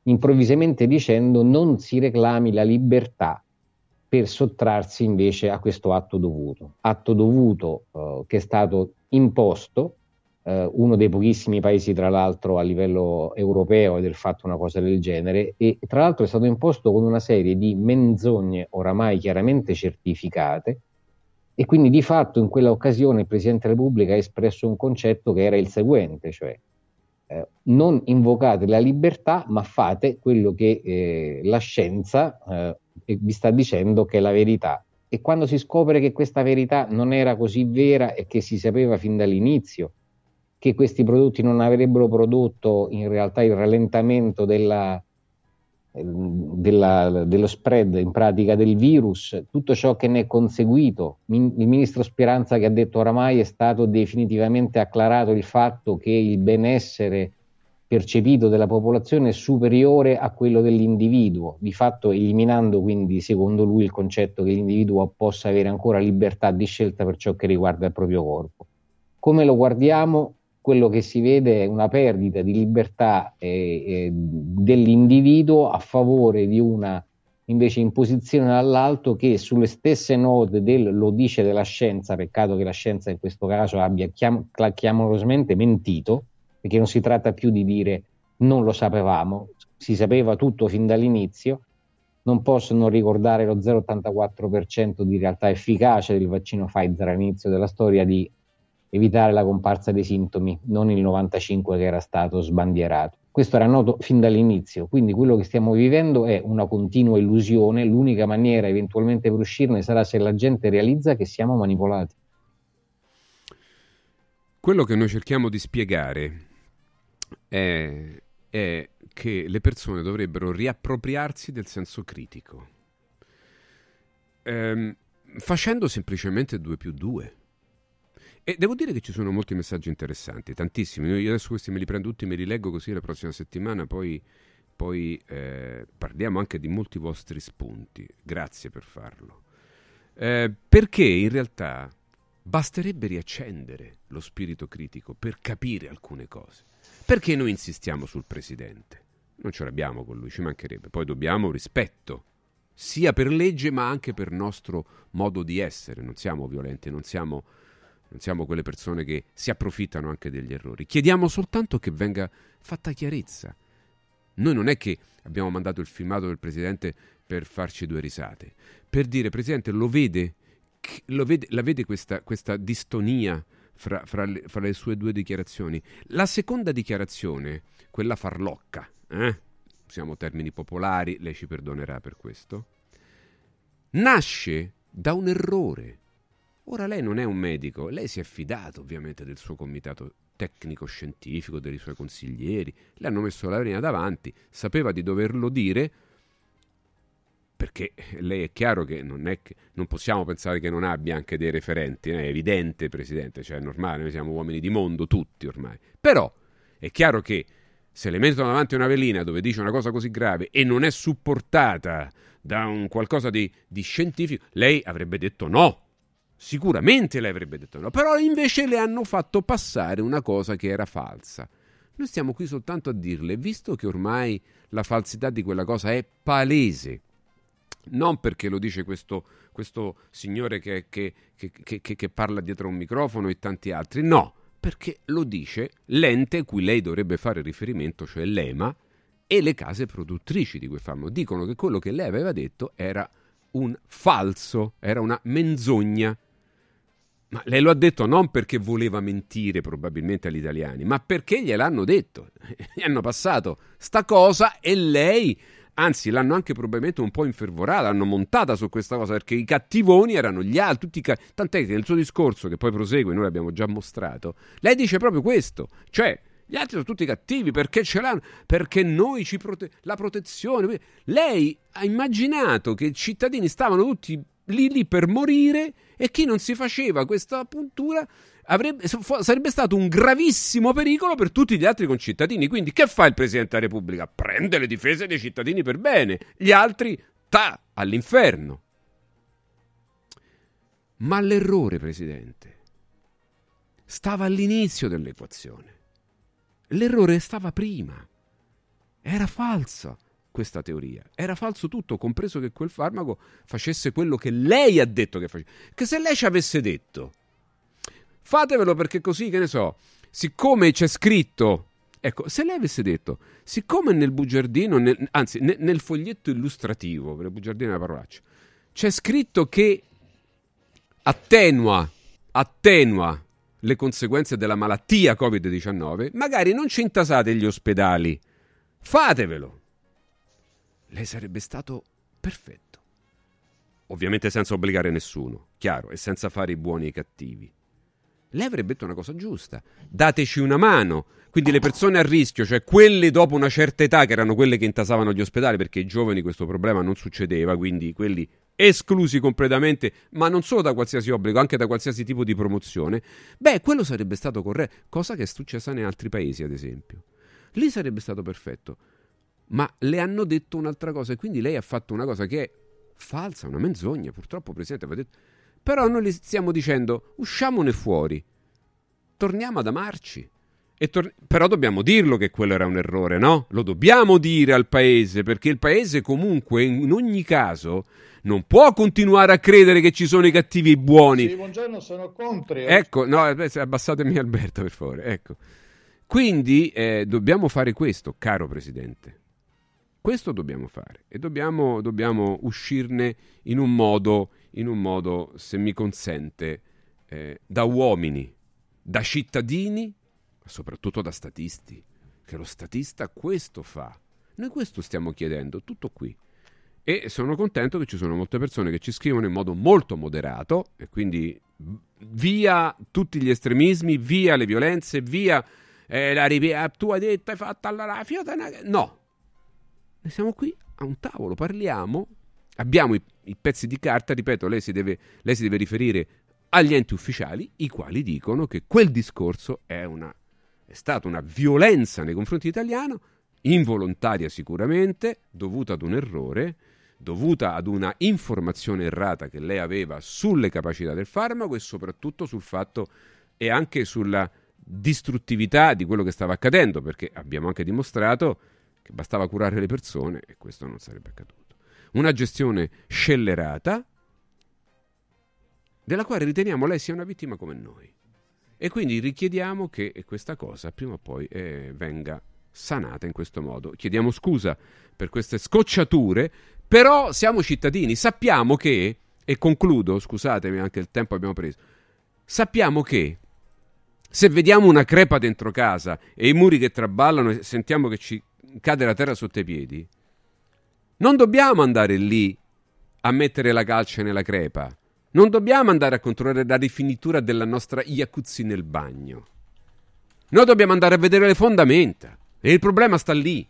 improvvisamente dicendo non si reclami la libertà per sottrarsi invece a questo atto dovuto, atto dovuto eh, che è stato imposto, eh, uno dei pochissimi paesi tra l'altro a livello europeo del fatto una cosa del genere, e tra l'altro è stato imposto con una serie di menzogne oramai chiaramente certificate, e quindi di fatto in quella occasione il Presidente della Repubblica ha espresso un concetto che era il seguente, cioè eh, non invocate la libertà ma fate quello che eh, la scienza eh, vi sta dicendo che è la verità. E quando si scopre che questa verità non era così vera e che si sapeva fin dall'inizio che questi prodotti non avrebbero prodotto in realtà il rallentamento della, della, dello spread in pratica del virus, tutto ciò che ne è conseguito, il ministro Speranza che ha detto oramai è stato definitivamente acclarato il fatto che il benessere percepito della popolazione è superiore a quello dell'individuo, di fatto eliminando quindi secondo lui il concetto che l'individuo possa avere ancora libertà di scelta per ciò che riguarda il proprio corpo. Come lo guardiamo? Quello che si vede è una perdita di libertà eh, eh, dell'individuo a favore di una invece imposizione dall'alto che sulle stesse note del lo dice della scienza, peccato che la scienza in questo caso abbia chiam- clamorosamente mentito, perché non si tratta più di dire non lo sapevamo, si sapeva tutto fin dall'inizio. Non posso non ricordare lo zero virgola ottantaquattro per cento di realtà efficace del vaccino Pfizer all'inizio della storia di evitare la comparsa dei sintomi, non il novantacinque che era stato sbandierato. Questo era noto fin dall'inizio, quindi quello che stiamo vivendo è una continua illusione, l'unica maniera eventualmente per uscirne sarà se la gente realizza che siamo manipolati. Quello che noi cerchiamo di spiegare è, è che le persone dovrebbero riappropriarsi del senso critico, ehm, facendo semplicemente due più due. E devo dire che ci sono molti messaggi interessanti, tantissimi. Io adesso questi me li prendo tutti, me li leggo così la prossima settimana, poi, poi eh, parliamo anche di molti vostri spunti. Grazie per farlo. Eh, perché in realtà basterebbe riaccendere lo spirito critico per capire alcune cose. Perché noi insistiamo sul Presidente? Non ce l'abbiamo con lui, ci mancherebbe. Poi dobbiamo rispetto, sia per legge ma anche per nostro modo di essere. Non siamo violenti, non siamo... Non siamo quelle persone che si approfittano anche degli errori. Chiediamo soltanto che venga fatta chiarezza. Noi non è che abbiamo mandato il filmato del Presidente per farci due risate. Per dire, Presidente, lo vede, lo vede la vede questa, questa distonia fra, fra, le, fra le sue due dichiarazioni? La seconda dichiarazione, quella farlocca, eh? Usiamo termini popolari, lei ci perdonerà per questo, nasce da un errore. Ora lei non è un medico, lei si è fidato ovviamente del suo comitato tecnico-scientifico, dei suoi consiglieri, le hanno messo la linea davanti, sapeva di doverlo dire, perché lei è chiaro che non è che non possiamo pensare che non abbia anche dei referenti, è evidente, Presidente, cioè è normale, noi siamo uomini di mondo tutti ormai, però è chiaro che se le mettono davanti una velina dove dice una cosa così grave e non è supportata da un qualcosa di, di scientifico, lei avrebbe detto no. Sicuramente lei avrebbe detto no, però invece le hanno fatto passare una cosa che era falsa. Noi stiamo qui soltanto a dirle, visto che ormai la falsità di quella cosa è palese, non perché lo dice questo, questo signore che, che, che, che, che parla dietro un microfono e tanti altri, no, perché lo dice l'ente a cui lei dovrebbe fare riferimento, cioè l'E M A, e le case produttrici di quel farmaco. Dicono che quello che lei aveva detto era un falso, era una menzogna. Ma lei lo ha detto non perché voleva mentire probabilmente agli italiani, ma perché gliel'hanno detto. Gli hanno passato sta cosa e lei, anzi l'hanno anche probabilmente un po' infervorata, l'hanno montata su questa cosa, perché i cattivoni erano gli altri, tutti i ca- tant'è che nel suo discorso, che poi prosegue, noi l'abbiamo già mostrato, lei dice proprio questo, cioè gli altri sono tutti cattivi perché ce l'hanno, perché noi ci prote- la protezione. Lei ha immaginato che i cittadini stavano tutti lì lì per morire e chi non si faceva questa puntura avrebbe, sarebbe stato un gravissimo pericolo per tutti gli altri concittadini. Quindi che fa il Presidente della Repubblica? Prende le difese dei cittadini per bene, gli altri ta all'inferno. Ma l'errore, Presidente, stava all'inizio dell'equazione. L'errore stava prima. Era falsa questa teoria, era falso tutto, compreso che quel farmaco facesse quello che lei ha detto che facesse. Che se lei ci avesse detto fatevelo perché così, che ne so, siccome c'è scritto, ecco, se lei avesse detto, siccome nel bugiardino, nel, anzi ne, nel foglietto illustrativo, per il bugiardino è una parolaccia, c'è scritto che attenua, attenua le conseguenze della malattia covid diciannove, magari non ci intasate gli ospedali, fatevelo. Lei sarebbe stato perfetto. Ovviamente senza obbligare nessuno, chiaro, e senza fare i buoni e i cattivi. Lei avrebbe detto una cosa giusta: dateci una mano. Quindi le persone a rischio, cioè quelle dopo una certa età, che erano quelle che intasavano gli ospedali, perché ai giovani questo problema non succedeva, quindi quelli esclusi completamente, ma non solo da qualsiasi obbligo, anche da qualsiasi tipo di promozione, beh, quello sarebbe stato corretto, cosa che è successa in altri paesi, ad esempio. Lì sarebbe stato perfetto. Ma le hanno detto un'altra cosa e quindi lei ha fatto una cosa che è falsa, una menzogna, purtroppo, Presidente, aveva detto. Però noi le stiamo dicendo, usciamone fuori, torniamo ad amarci. E tor- però dobbiamo dirlo che quello era un errore, no? Lo dobbiamo dire al paese, perché il paese comunque in ogni caso non può continuare a credere che ci sono i cattivi e i buoni. Sì, buongiorno, sono contro. Ecco, no, abbassatemi Alberto per favore, ecco. Quindi eh, dobbiamo fare questo, caro Presidente. Questo dobbiamo fare e dobbiamo, dobbiamo uscirne in un modo, in un modo, se mi consente, eh, da uomini, da cittadini, ma soprattutto da statisti, che lo statista questo fa. Noi questo stiamo chiedendo, tutto qui. E sono contento che ci sono molte persone che ci scrivono in modo molto moderato, e quindi via tutti gli estremismi, via le violenze, via eh, la ripia- tu hai detto, hai fatto allora la fiota, no. Siamo qui a un tavolo, parliamo, abbiamo i, i pezzi di carta, ripeto, lei si, deve, lei si deve riferire agli enti ufficiali, i quali dicono che quel discorso è, una, è stata una violenza nei confronti italiano, involontaria sicuramente, dovuta ad un errore, dovuta ad una informazione errata che lei aveva sulle capacità del farmaco e soprattutto sul fatto e anche sulla distruttività di quello che stava accadendo, perché abbiamo anche dimostrato che bastava curare le persone e questo non sarebbe accaduto. Una gestione scellerata della quale riteniamo lei sia una vittima come noi e quindi richiediamo che questa cosa prima o poi eh, venga sanata in questo modo. Chiediamo scusa per queste scocciature, però siamo cittadini, sappiamo che, e concludo, scusatemi anche il tempo abbiamo preso, sappiamo che se vediamo una crepa dentro casa e i muri che traballano e sentiamo che ci cade la terra sotto i piedi, non dobbiamo andare lì a mettere la calce nella crepa, non dobbiamo andare a controllare la rifinitura della nostra jacuzzi nel bagno, noi dobbiamo andare a vedere le fondamenta e il problema sta lì.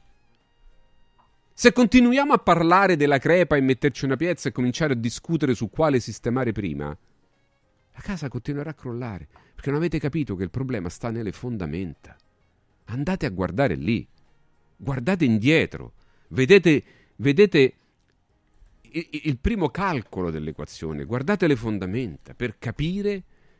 Se continuiamo a parlare della crepa e metterci una pietra e cominciare a discutere su quale sistemare prima, la casa continuerà a crollare, perché non avete capito che il problema sta nelle fondamenta. Andate a guardare lì. Guardate indietro, vedete, vedete il, il primo calcolo dell'equazione, guardate le fondamenta per capire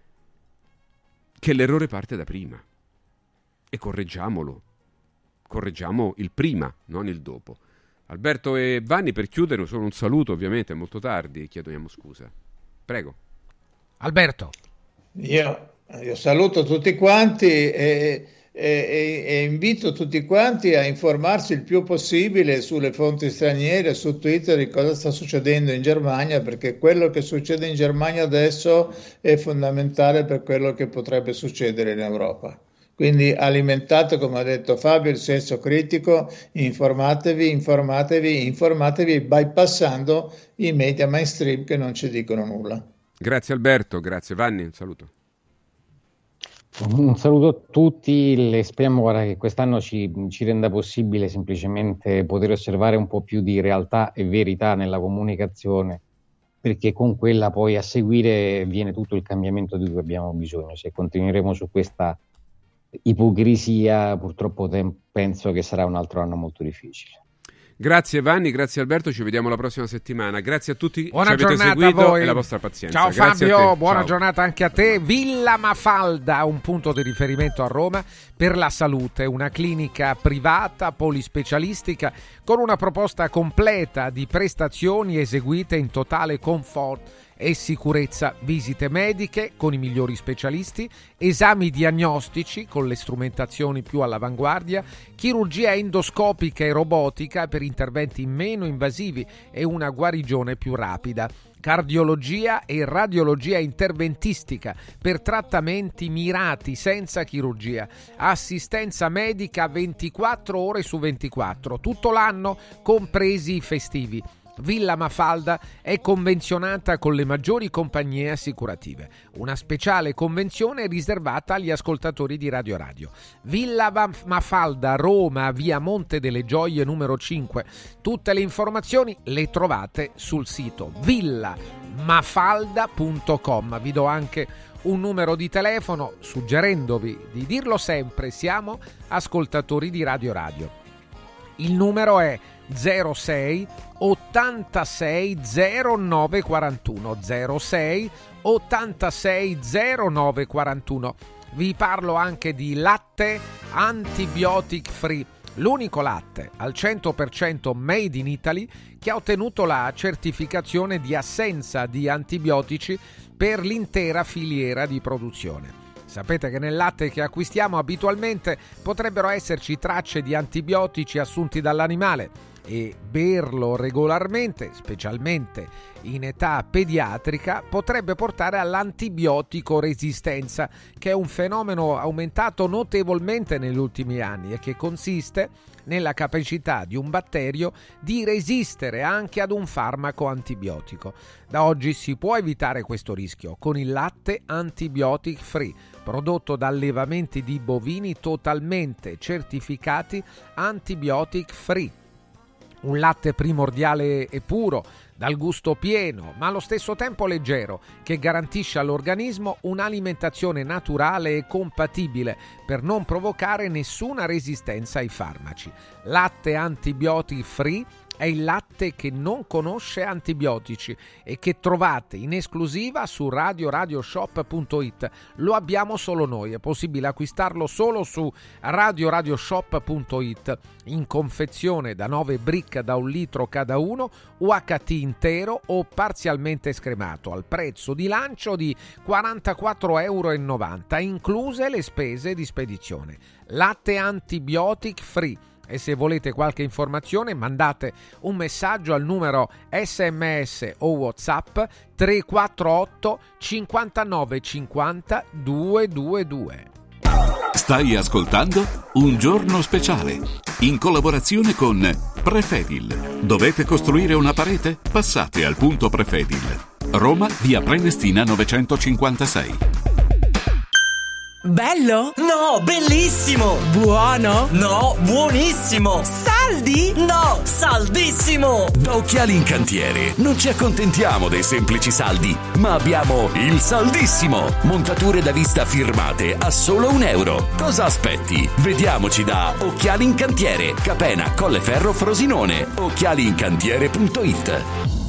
che l'errore parte da prima e correggiamolo, correggiamo il prima, non il dopo. Alberto e Vanni, per chiudere solo un saluto, ovviamente è molto tardi, chiediamo scusa. Prego. Alberto. Io, io saluto tutti quanti e... E, e invito tutti quanti a informarsi il più possibile sulle fonti straniere, su Twitter, di cosa sta succedendo in Germania, perché quello che succede in Germania adesso è fondamentale per quello che potrebbe succedere in Europa. Quindi alimentate, come ha detto Fabio, il senso critico, informatevi, informatevi, informatevi, bypassando i media mainstream che non ci dicono nulla. Grazie Alberto, grazie Vanni, un saluto. Un saluto a tutti, le speriamo guarda, che quest'anno ci, ci renda possibile semplicemente poter osservare un po' più di realtà e verità nella comunicazione, perché con quella poi a seguire viene tutto il cambiamento di cui abbiamo bisogno. Se continueremo su questa ipocrisia, purtroppo tem- penso che sarà un altro anno molto difficile. Grazie Vanni, grazie Alberto, ci vediamo la prossima settimana. Grazie a tutti, buona ci avete giornata seguito a voi. E la vostra pazienza. Ciao grazie Fabio, buona Ciao. giornata anche a te. Villa Mafalda, un punto di riferimento a Roma per la salute, una clinica privata polispecialistica con una proposta completa di prestazioni eseguite in totale comfort e sicurezza, visite mediche con i migliori specialisti, esami diagnostici con le strumentazioni più all'avanguardia, chirurgia endoscopica e robotica per interventi meno invasivi e una guarigione più rapida, cardiologia e radiologia interventistica per trattamenti mirati senza chirurgia, assistenza medica ventiquattro ore su ventiquattro, tutto l'anno compresi i festivi. Villa Mafalda è convenzionata con le maggiori compagnie assicurative. Una speciale convenzione riservata agli ascoltatori di Radio Radio. Villa Mafalda, Roma, via Monte delle Gioie numero cinque. Tutte le informazioni le trovate sul sito villa mafalda punto com. Vi do anche un numero di telefono suggerendovi di dirlo sempre, siamo ascoltatori di Radio Radio. Il numero è zero sei ottantasei zero nove quarantuno zero sei ottantasei zero nove quarantuno. Vi parlo anche di latte antibiotic free, l'unico latte al cento per cento made in Italy che ha ottenuto la certificazione di assenza di antibiotici per l'intera filiera di produzione. Sapete che nel latte che acquistiamo abitualmente potrebbero esserci tracce di antibiotici assunti dall'animale e berlo regolarmente, specialmente in età pediatrica, potrebbe portare all'antibiotico resistenza, che è un fenomeno aumentato notevolmente negli ultimi anni e che consiste nella capacità di un batterio di resistere anche ad un farmaco antibiotico. Da oggi si può evitare questo rischio con il latte antibiotic free, prodotto da allevamenti di bovini totalmente certificati antibiotic free. Un latte primordiale e puro, dal gusto pieno, ma allo stesso tempo leggero, che garantisce all'organismo un'alimentazione naturale e compatibile per non provocare nessuna resistenza ai farmaci. Latte antibiotic free è il latte che non conosce antibiotici e che trovate in esclusiva su radio radio shop punto it. Lo abbiamo solo noi, è possibile acquistarlo solo su radio radio shop punto it in confezione da nove brick da un litro cada uno, U H T intero o parzialmente scremato al prezzo di lancio di quarantaquattro virgola novanta euro, incluse le spese di spedizione. Latte antibiotic free. E se volete qualche informazione mandate un messaggio al numero sms o WhatsApp tre quattro otto cinquantanove cinquanta duecentoventidue. Stai ascoltando Un Giorno Speciale in collaborazione con Prefedil. Dovete costruire una parete? Passate al punto Prefedil. Roma, via Prenestina novecentocinquantasei. Bello? No, bellissimo! Buono? No, buonissimo! Saldi? No, saldissimo! Da Occhiali in Cantiere non ci accontentiamo dei semplici saldi, ma abbiamo il saldissimo! Montature da vista firmate a solo un euro. Cosa aspetti? Vediamoci da Occhiali in Cantiere, Capena, Colleferro, Frosinone. occhiali in cantiere punto it.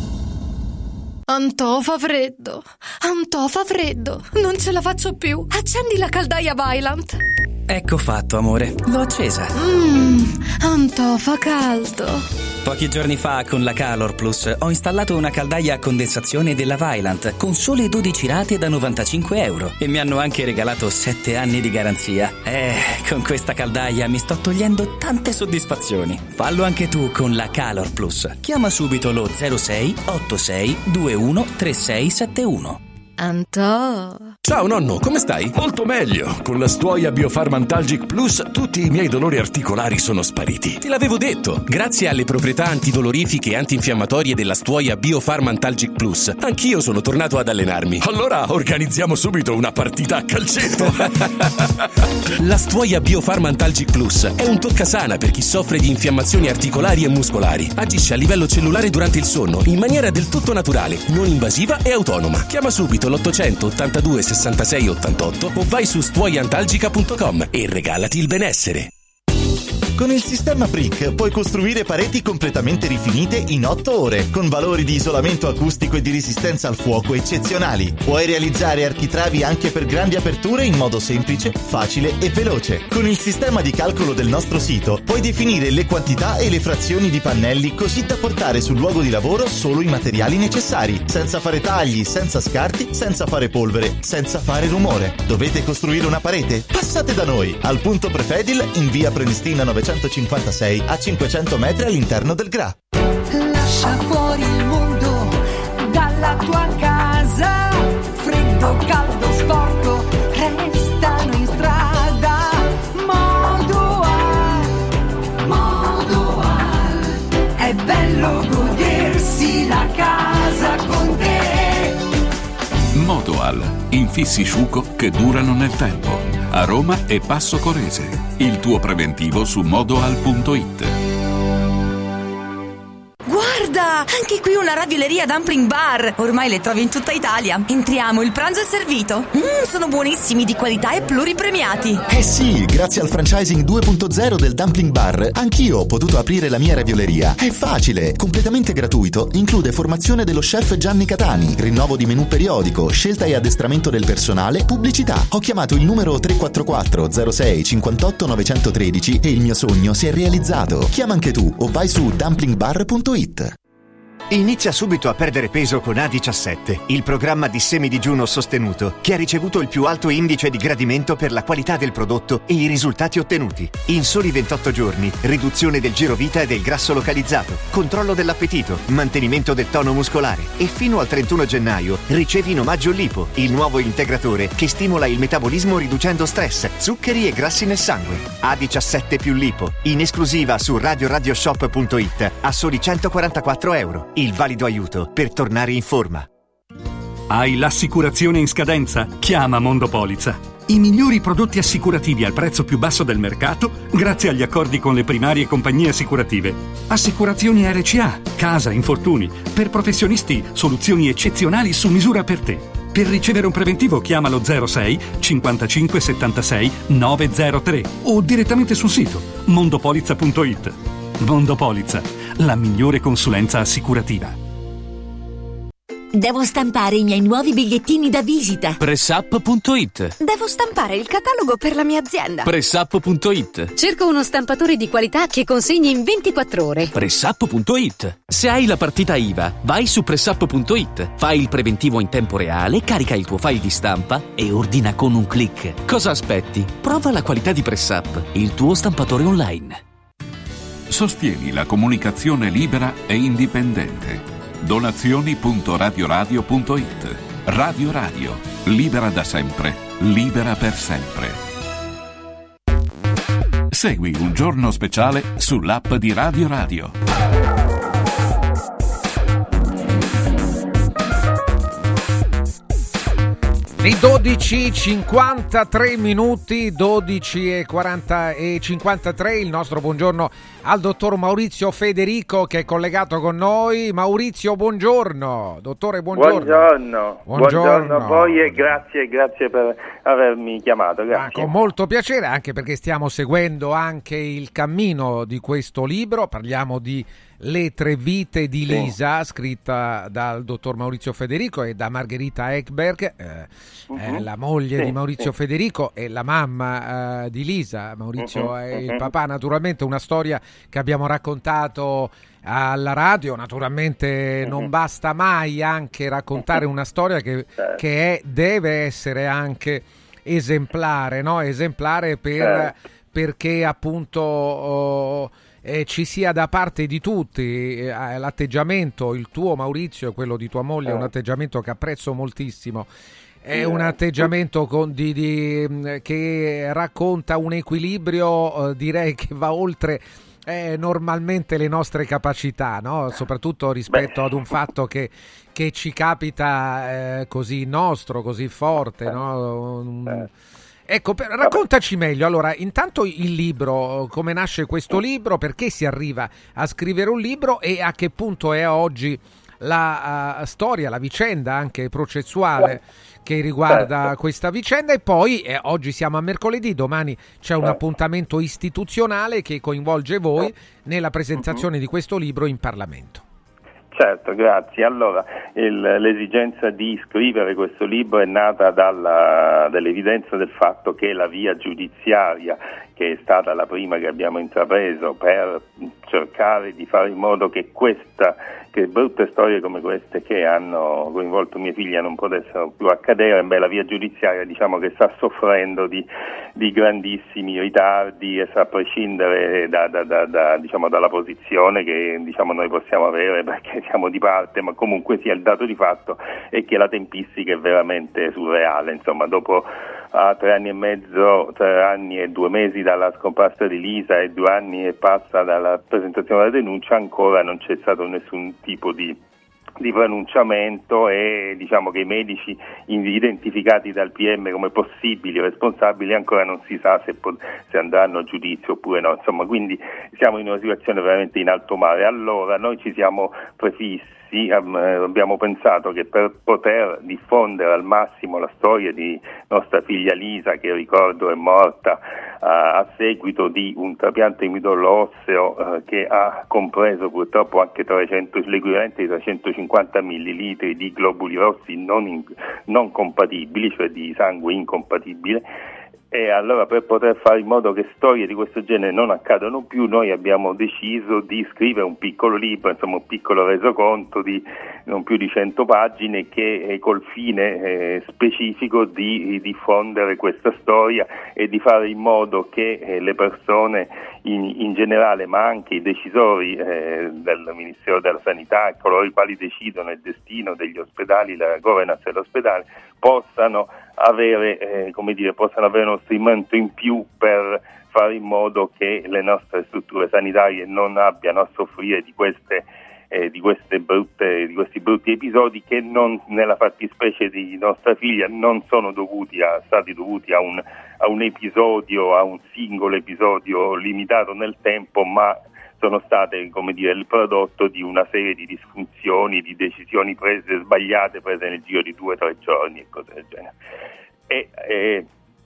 Antò fa freddo, Antò fa freddo, non ce la faccio più. Accendi la caldaia Vaillant. Ecco fatto, amore, l'ho accesa. Mmm, Antò fa caldo. Pochi giorni fa con la Calor Plus ho installato una caldaia a condensazione della Vaillant con sole dodici rate da novantacinque euro e mi hanno anche regalato sette anni di garanzia. Eh, con questa caldaia mi sto togliendo tante soddisfazioni. Fallo anche tu con la Calor Plus. Chiama subito lo zero sei ottantasei ventuno trentasei settantuno. Antò. Ciao nonno, come stai? Molto meglio. Con la Stuoia Biofarmantalgic Plus tutti i miei dolori articolari sono spariti. Te l'avevo detto. Grazie alle proprietà antidolorifiche e antinfiammatorie della Stuoia Biofarmantalgic Plus, anch'io sono tornato ad allenarmi. Allora organizziamo subito una partita a calcetto. La Stuoia Biofarmantalgic Plus è un toccasana per chi soffre di infiammazioni articolari e muscolari. Agisce a livello cellulare durante il sonno in maniera del tutto naturale, non invasiva e autonoma. Chiama subito l'ottocento ottantadue sessantasei ottantotto o vai su stuoiantalgica punto com e regalati il benessere. Con il sistema Brick puoi costruire pareti completamente rifinite in otto ore, con valori di isolamento acustico e di resistenza al fuoco eccezionali. Puoi realizzare architravi anche per grandi aperture in modo semplice, facile e veloce. Con il sistema di calcolo del nostro sito puoi definire le quantità e le frazioni di pannelli così da portare sul luogo di lavoro solo i materiali necessari, senza fare tagli, senza scarti, senza fare polvere, senza fare rumore. Dovete costruire una parete? Passate da noi, al punto Prefedil in via Prenestina novecentocinquantasei a cinquecento metri all'interno del Gra. Lascia fuori il mondo dalla tua casa, freddo, caldo, sporco, restano in strada. Modoal, Modoal, è bello godersi la casa con te. Modoal, infissi Sciuco che durano nel tempo. A Roma e Passo Corese. Il tuo preventivo su modoal punto it. Guarda, anche qui una ravioleria Dumpling Bar. Ormai le trovi in tutta Italia. Entriamo, il pranzo è servito. Mmm, sono buonissimi, di qualità e pluripremiati. Eh sì, grazie al franchising due punto zero del Dumpling Bar, anch'io ho potuto aprire la mia ravioleria. È facile, completamente gratuito, include formazione dello chef Gianni Catani, rinnovo di menù periodico, scelta e addestramento del personale, pubblicità. Ho chiamato il numero tre quattro quattro zero sei cinquantotto novecentotredici e il mio sogno si è realizzato. Chiama anche tu o vai su dumpling bar punto it. Inizia subito a perdere peso con A diciassette, il programma di semidigiuno sostenuto che ha ricevuto il più alto indice di gradimento per la qualità del prodotto e i risultati ottenuti. In soli ventotto giorni, riduzione del girovita e del grasso localizzato, controllo dell'appetito, mantenimento del tono muscolare e fino al trentuno gennaio ricevi in omaggio Lipo, il nuovo integratore che stimola il metabolismo riducendo stress, zuccheri e grassi nel sangue. A diciassette più Lipo, in esclusiva su radio radio shop punto it a soli centoquarantaquattro euro. Il valido aiuto per tornare in forma. Hai l'assicurazione in scadenza? Chiama Mondopolizza. I migliori prodotti assicurativi al prezzo più basso del mercato grazie agli accordi con le primarie compagnie assicurative. Assicurazioni R C A, casa, infortuni. Per professionisti, soluzioni eccezionali su misura per te. Per ricevere un preventivo chiamalo zero sei cinquantacinque settantasei novecentotre o direttamente sul sito mondopolizza punto it. Mondopolizza, la migliore consulenza assicurativa. Devo stampare i miei nuovi bigliettini da visita. pressup punto it. Devo stampare il catalogo per la mia azienda. pressup punto it. Cerco uno stampatore di qualità che consegni in ventiquattro ore. pressup punto it. Se hai la partita I V A, vai su pressup punto it, fai il preventivo in tempo reale, carica il tuo file di stampa e ordina con un click. Cosa aspetti? Prova la qualità di Pressup, il tuo stampatore online. Sostieni la comunicazione libera e indipendente. Donazioni punto radioradio punto it. Radio Radio, libera da sempre, libera per sempre. Segui Un Giorno Speciale sull'app di Radio Radio. I dodici e cinquantatré minuti, dodici e quaranta e cinquantatré, il nostro buongiorno al dottor Maurizio Federico che è collegato con noi. Maurizio, buongiorno. Dottore, buongiorno. Buongiorno, buongiorno. buongiorno a voi e grazie, grazie per avermi chiamato. Grazie. Ah, con molto piacere, anche perché stiamo seguendo anche il cammino di questo libro. Parliamo di Le tre vite di Lisa, sì, scritta dal dottor Maurizio Federico e da Margherita Ekberg, eh, uh-huh. eh, la moglie sì, di Maurizio sì. Federico e la mamma eh, di Lisa. Maurizio uh-huh. è il uh-huh. papà, naturalmente una storia che abbiamo raccontato alla radio. Naturalmente uh-huh. non basta mai anche raccontare una storia che, che è, deve essere anche esemplare, no? Esemplare per, perché appunto oh, eh, ci sia da parte di tutti eh, l'atteggiamento, il tuo Maurizio e quello di tua moglie, è un atteggiamento che apprezzo moltissimo. È un atteggiamento con, di, di, che racconta un equilibrio, eh, direi che va oltre eh, normalmente le nostre capacità, no? Soprattutto rispetto Beh. ad un fatto che, che ci capita eh, così nostro, così forte, no? Un, ecco, per, raccontaci meglio. Allora, intanto il libro, come nasce questo libro, perché si arriva a scrivere un libro e a che punto è oggi la uh, storia, la vicenda anche processuale che riguarda certo. questa vicenda, e poi eh, oggi siamo a mercoledì, domani c'è un certo. appuntamento istituzionale che coinvolge voi nella presentazione uh-huh. di questo libro in Parlamento. Certo, grazie. Allora, il, l'esigenza di scrivere questo libro è nata dalla, dall'evidenza del fatto che la via giudiziaria, che è stata la prima che abbiamo intrapreso per cercare di fare in modo che questa, che brutte storie come queste che hanno coinvolto mia figlia non potessero più accadere, beh, la via giudiziaria diciamo che sta soffrendo di, di grandissimi ritardi, a prescindere da, da, da, da, diciamo, dalla posizione che diciamo, noi possiamo avere perché siamo di parte, ma comunque sia il dato di fatto è che la tempistica è veramente surreale. Insomma, dopo uh, tre anni e mezzo, tre anni e due mesi dalla scomparsa di Lisa e due anni e passa dalla presentazione della denuncia, ancora non c'è stato nessun tipo di di pronunciamento, e diciamo che i medici identificati dal P M come possibili responsabili ancora non si sa se, po- se andranno a giudizio oppure no, insomma, quindi siamo in una situazione veramente in alto mare. Allora noi ci siamo prefissi, abbiamo pensato che per poter diffondere al massimo la storia di nostra figlia Lisa, che ricordo è morta uh, a seguito di un trapianto di midollo osseo uh, che ha compreso purtroppo anche trecento, l'equivalente di trecentocinquanta millilitri di globuli rossi non, in, non compatibili, cioè di sangue incompatibile. E allora, per poter fare in modo che storie di questo genere non accadano più, noi abbiamo deciso di scrivere un piccolo libro, insomma un piccolo resoconto di non più di cento pagine, che è col fine eh, specifico di diffondere questa storia e di fare in modo che eh, le persone in, in generale, ma anche i decisori eh, del Ministero della Sanità, coloro i quali decidono il destino degli ospedali, la governance dell'ospedale, possano avere, eh, come dire, possano avere uno strumento in più per fare in modo che le nostre strutture sanitarie non abbiano a soffrire di queste eh, di queste brutte di questi brutti episodi che non, nella fattispecie di nostra figlia, non sono dovuti a stati dovuti a un a un episodio, a un singolo episodio limitato nel tempo, ma sono state, come dire, il prodotto di una serie di disfunzioni, di decisioni prese sbagliate, prese nel giro di due o tre giorni e cose del genere. E, e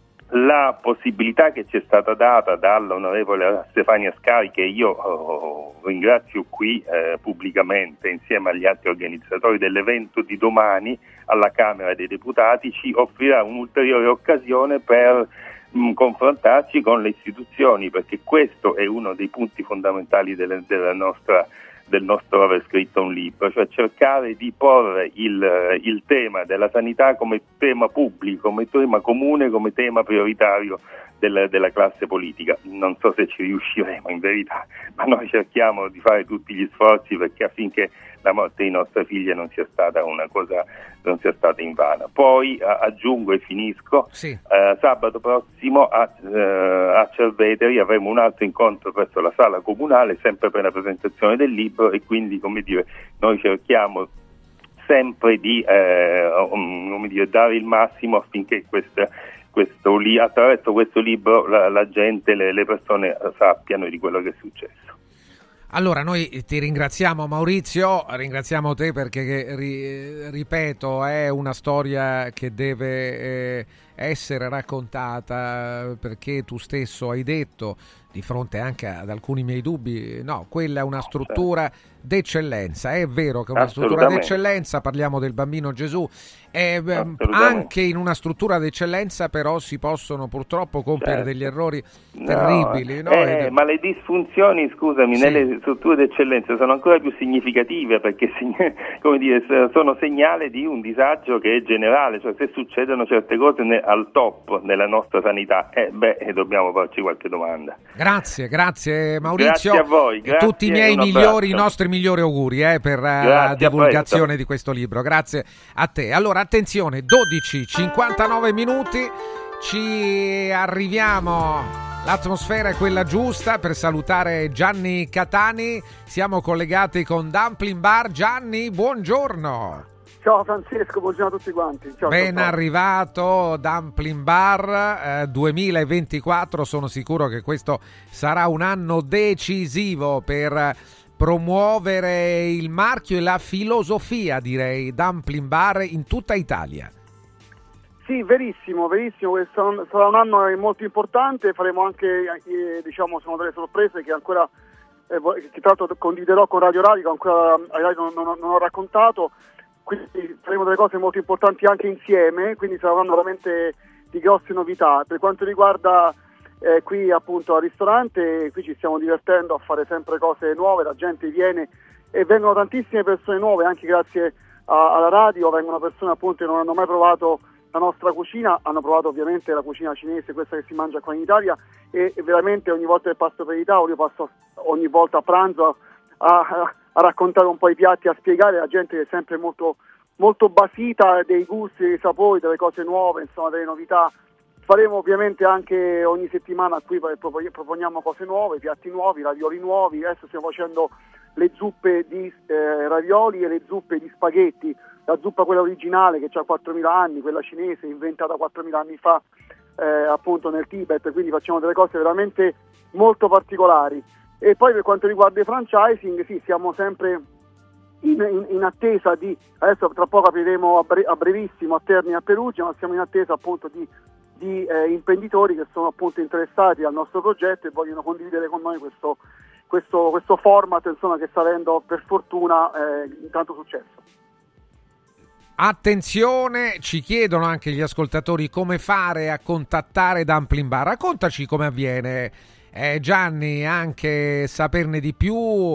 la possibilità che ci è stata data dall'onorevole Stefania Scari, che io oh, ringrazio qui eh, pubblicamente insieme agli altri organizzatori dell'evento di domani alla Camera dei Deputati, ci offrirà un'ulteriore occasione per mh, confrontarci con le istituzioni, perché questo è uno dei punti fondamentali delle, della nostra del nostro aver scritto un libro, cioè cercare di porre il, il tema della sanità come tema pubblico, come tema comune, come tema prioritario del, della classe politica. Non so se ci riusciremo in verità, ma noi cerchiamo di fare tutti gli sforzi perché affinché la morte di nostra figlia non sia stata una cosa, non sia stata invana. Poi eh, aggiungo e finisco, sì. eh, sabato prossimo a, eh, a Cerveteri avremo un altro incontro presso la sala comunale, sempre per la presentazione del libro, e quindi, come dire, noi cerchiamo sempre di eh, um, come dire, dare il massimo affinché questa, questo, attraverso questo libro la, la gente, le, le persone sappiano di quello che è successo. Allora, noi ti ringraziamo, Maurizio, ringraziamo te perché, ri, ripeto, è una storia che deve eh, essere raccontata, perché tu stesso hai detto, di fronte anche ad alcuni miei dubbi, no, quella è una struttura d'eccellenza. È vero che è una struttura d'eccellenza, parliamo del bambino Gesù, e anche in una struttura d'eccellenza però si possono purtroppo compiere certo. degli errori no, terribili. No? Eh, ma le disfunzioni, scusami, sì. nelle strutture d'eccellenza sono ancora più significative, perché come dire, sono segnale di un disagio che è generale, cioè se succedono certe cose ne, al top nella nostra sanità, eh, beh, dobbiamo farci qualche domanda. Grazie, grazie Maurizio. Grazie a voi. Grazie, tutti i miei migliori, i nostri migliori auguri eh, per grazie, la divulgazione di questo libro. Grazie a te. Allora, attenzione, dodici e cinquantanove minuti, ci arriviamo. L'atmosfera è quella giusta per salutare Gianni Catani. Siamo collegati con Dumpling Bar. Gianni, buongiorno. Ciao Francesco, buongiorno a tutti quanti. Ciao, ben ciao. arrivato Dumpling Bar eh, duemilaventiquattro. Sono sicuro che questo sarà un anno decisivo per promuovere il marchio e la filosofia, direi, Dumpling Bar in tutta Italia. Sì, verissimo, verissimo, questo sarà un anno molto importante, faremo anche, eh, diciamo, sono delle sorprese che ancora, eh, che tra l'altro condividerò con Radio Radio, che ancora ai Radio non, non, non ho raccontato, quindi faremo delle cose molto importanti anche insieme, quindi saranno veramente di grosse novità. Per quanto riguarda eh, qui appunto al ristorante, qui ci stiamo divertendo a fare sempre cose nuove, la gente viene e vengono tantissime persone nuove, anche grazie a, alla radio, vengono persone appunto che non hanno mai provato la nostra cucina, hanno provato ovviamente la cucina cinese, questa che si mangia qua in Italia, e, e veramente ogni volta che passo per i tavoli, io passo ogni volta a pranzo a, a, a raccontare un po' i piatti, a spiegare, la gente è sempre molto, molto basita dei gusti, dei sapori, delle cose nuove, insomma delle novità. Faremo ovviamente anche ogni settimana qui, proponiamo cose nuove, piatti nuovi, ravioli nuovi, adesso stiamo facendo le zuppe di eh, ravioli e le zuppe di spaghetti, la zuppa quella originale che ha quattromila anni, quella cinese inventata quattromila anni fa eh, appunto nel Tibet, quindi facciamo delle cose veramente molto particolari. E poi per quanto riguarda il franchising, sì, siamo sempre in, in, in attesa di, adesso tra poco apriremo a, bre- a brevissimo a Terni e a Perugia, ma siamo in attesa appunto di, di eh, imprenditori che sono appunto interessati al nostro progetto e vogliono condividere con noi questo, questo, questo format, insomma, che sta avendo per fortuna eh, tanto successo. Attenzione, ci chiedono anche gli ascoltatori come fare a contattare Dumpling Bar. Raccontaci come avviene, eh, Gianni, anche saperne di più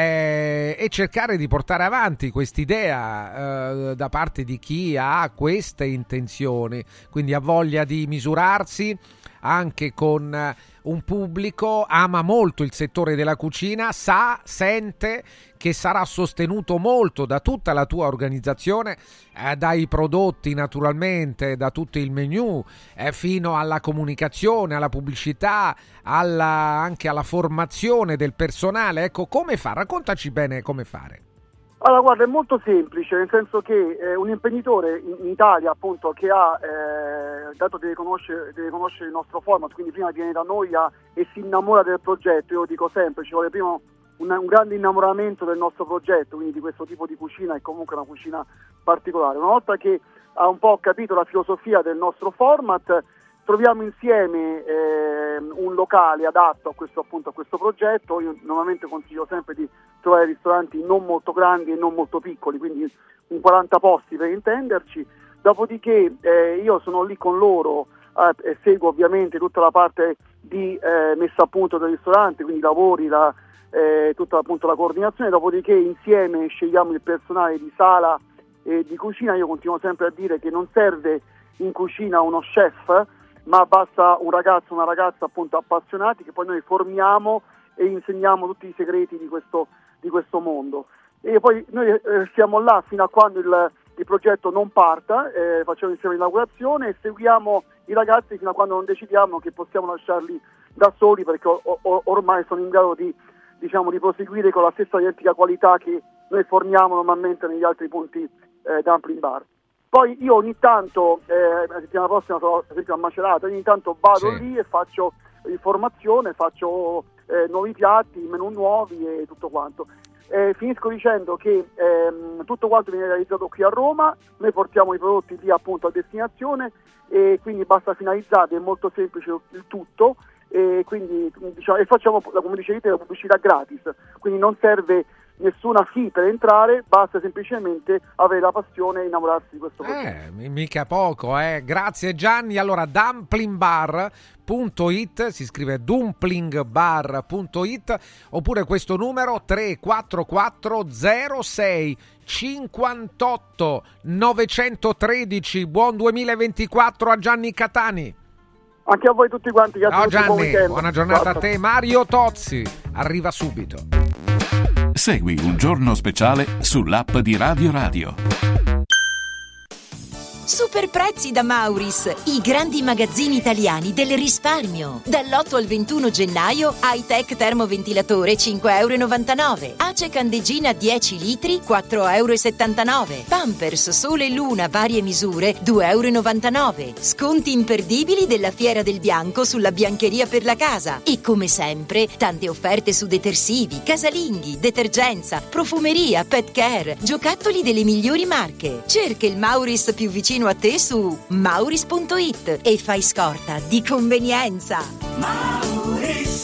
eh, e cercare di portare avanti quest'idea eh, da parte di chi ha queste intenzioni, quindi ha voglia di misurarsi anche con un pubblico, ama molto il settore della cucina, sa, sente che sarà sostenuto molto da tutta la tua organizzazione, eh, dai prodotti naturalmente, da tutto il menu, eh, fino alla comunicazione, alla pubblicità, alla, anche alla formazione del personale. Ecco, come fa? Raccontaci bene come fare. Allora, guarda, è molto semplice, nel senso che eh, un imprenditore in, in Italia, appunto, che ha, eh, dato deve conoscere, deve conoscere il nostro format, quindi prima viene da noi a, e si innamora del progetto. Io dico sempre, ci vuole prima un, un grande innamoramento del nostro progetto, quindi di questo tipo di cucina, è comunque una cucina particolare. Una volta che ha un po' capito la filosofia del nostro format, troviamo insieme eh, un locale adatto a questo, appunto, a questo progetto. Io normalmente consiglio sempre di trovare ristoranti non molto grandi e non molto piccoli, quindi un quaranta posti per intenderci. Dopodiché eh, io sono lì con loro eh, e seguo ovviamente tutta la parte di eh, messa a punto del ristorante, quindi i lavori, la, eh, tutta appunto la coordinazione. Dopodiché insieme scegliamo il personale di sala e di cucina. Io continuo sempre a dire che non serve in cucina uno chef, ma basta un ragazzo, una ragazza appunto appassionati, che poi noi formiamo e insegniamo tutti i segreti di questo, di questo mondo. E poi noi eh, siamo là fino a quando il, il progetto non parta, eh, facciamo insieme l'inaugurazione e seguiamo i ragazzi fino a quando non decidiamo che possiamo lasciarli da soli, perché o, o, ormai sono in grado di, diciamo, di proseguire con la stessa identica qualità che noi forniamo normalmente negli altri punti eh, Dumpling Bar. Poi io ogni tanto, eh, la settimana prossima sarò per esempio a Macerata, ogni tanto vado sì. lì e faccio informazione, faccio eh, nuovi piatti, menù nuovi e tutto quanto. Eh, finisco dicendo che ehm, tutto quanto viene realizzato qui a Roma, noi portiamo i prodotti lì appunto a destinazione e quindi basta finalizzare, è molto semplice il tutto e quindi diciamo, e facciamo, come dicevate, la pubblicità gratis, quindi non serve nessuna fee per entrare, basta semplicemente avere la passione e innamorarsi di questo progetto. Eh, mica poco, eh. Grazie Gianni. Allora, dumplingbar punto it, si scrive dumplingbar punto it, oppure questo numero tre quattro quattro zero sei cinquantotto novecentotredici. Buon duemilaventiquattro a Gianni Catani. Anche a voi tutti quanti. Ciao Gianni, buona giornata a te. Mario Tozzi arriva subito. Segui Un Giorno Speciale sull'app di Radio Radio. Super prezzi da Mauris, i grandi magazzini italiani del risparmio. Dall'otto al ventuno gennaio, Hightech termoventilatore cinque virgola novantanove euro. Ace candeggina dieci litri quattro virgola settantanove euro. Pampers Sole e Luna varie misure due virgola novantanove euro. Sconti imperdibili della Fiera del Bianco sulla biancheria per la casa. E come sempre, tante offerte su detersivi, casalinghi, detergenza, profumeria, pet care, giocattoli delle migliori marche. Cerca il Mauris più vicino a te su mauris punto it e fai scorta di convenienza. Mauris.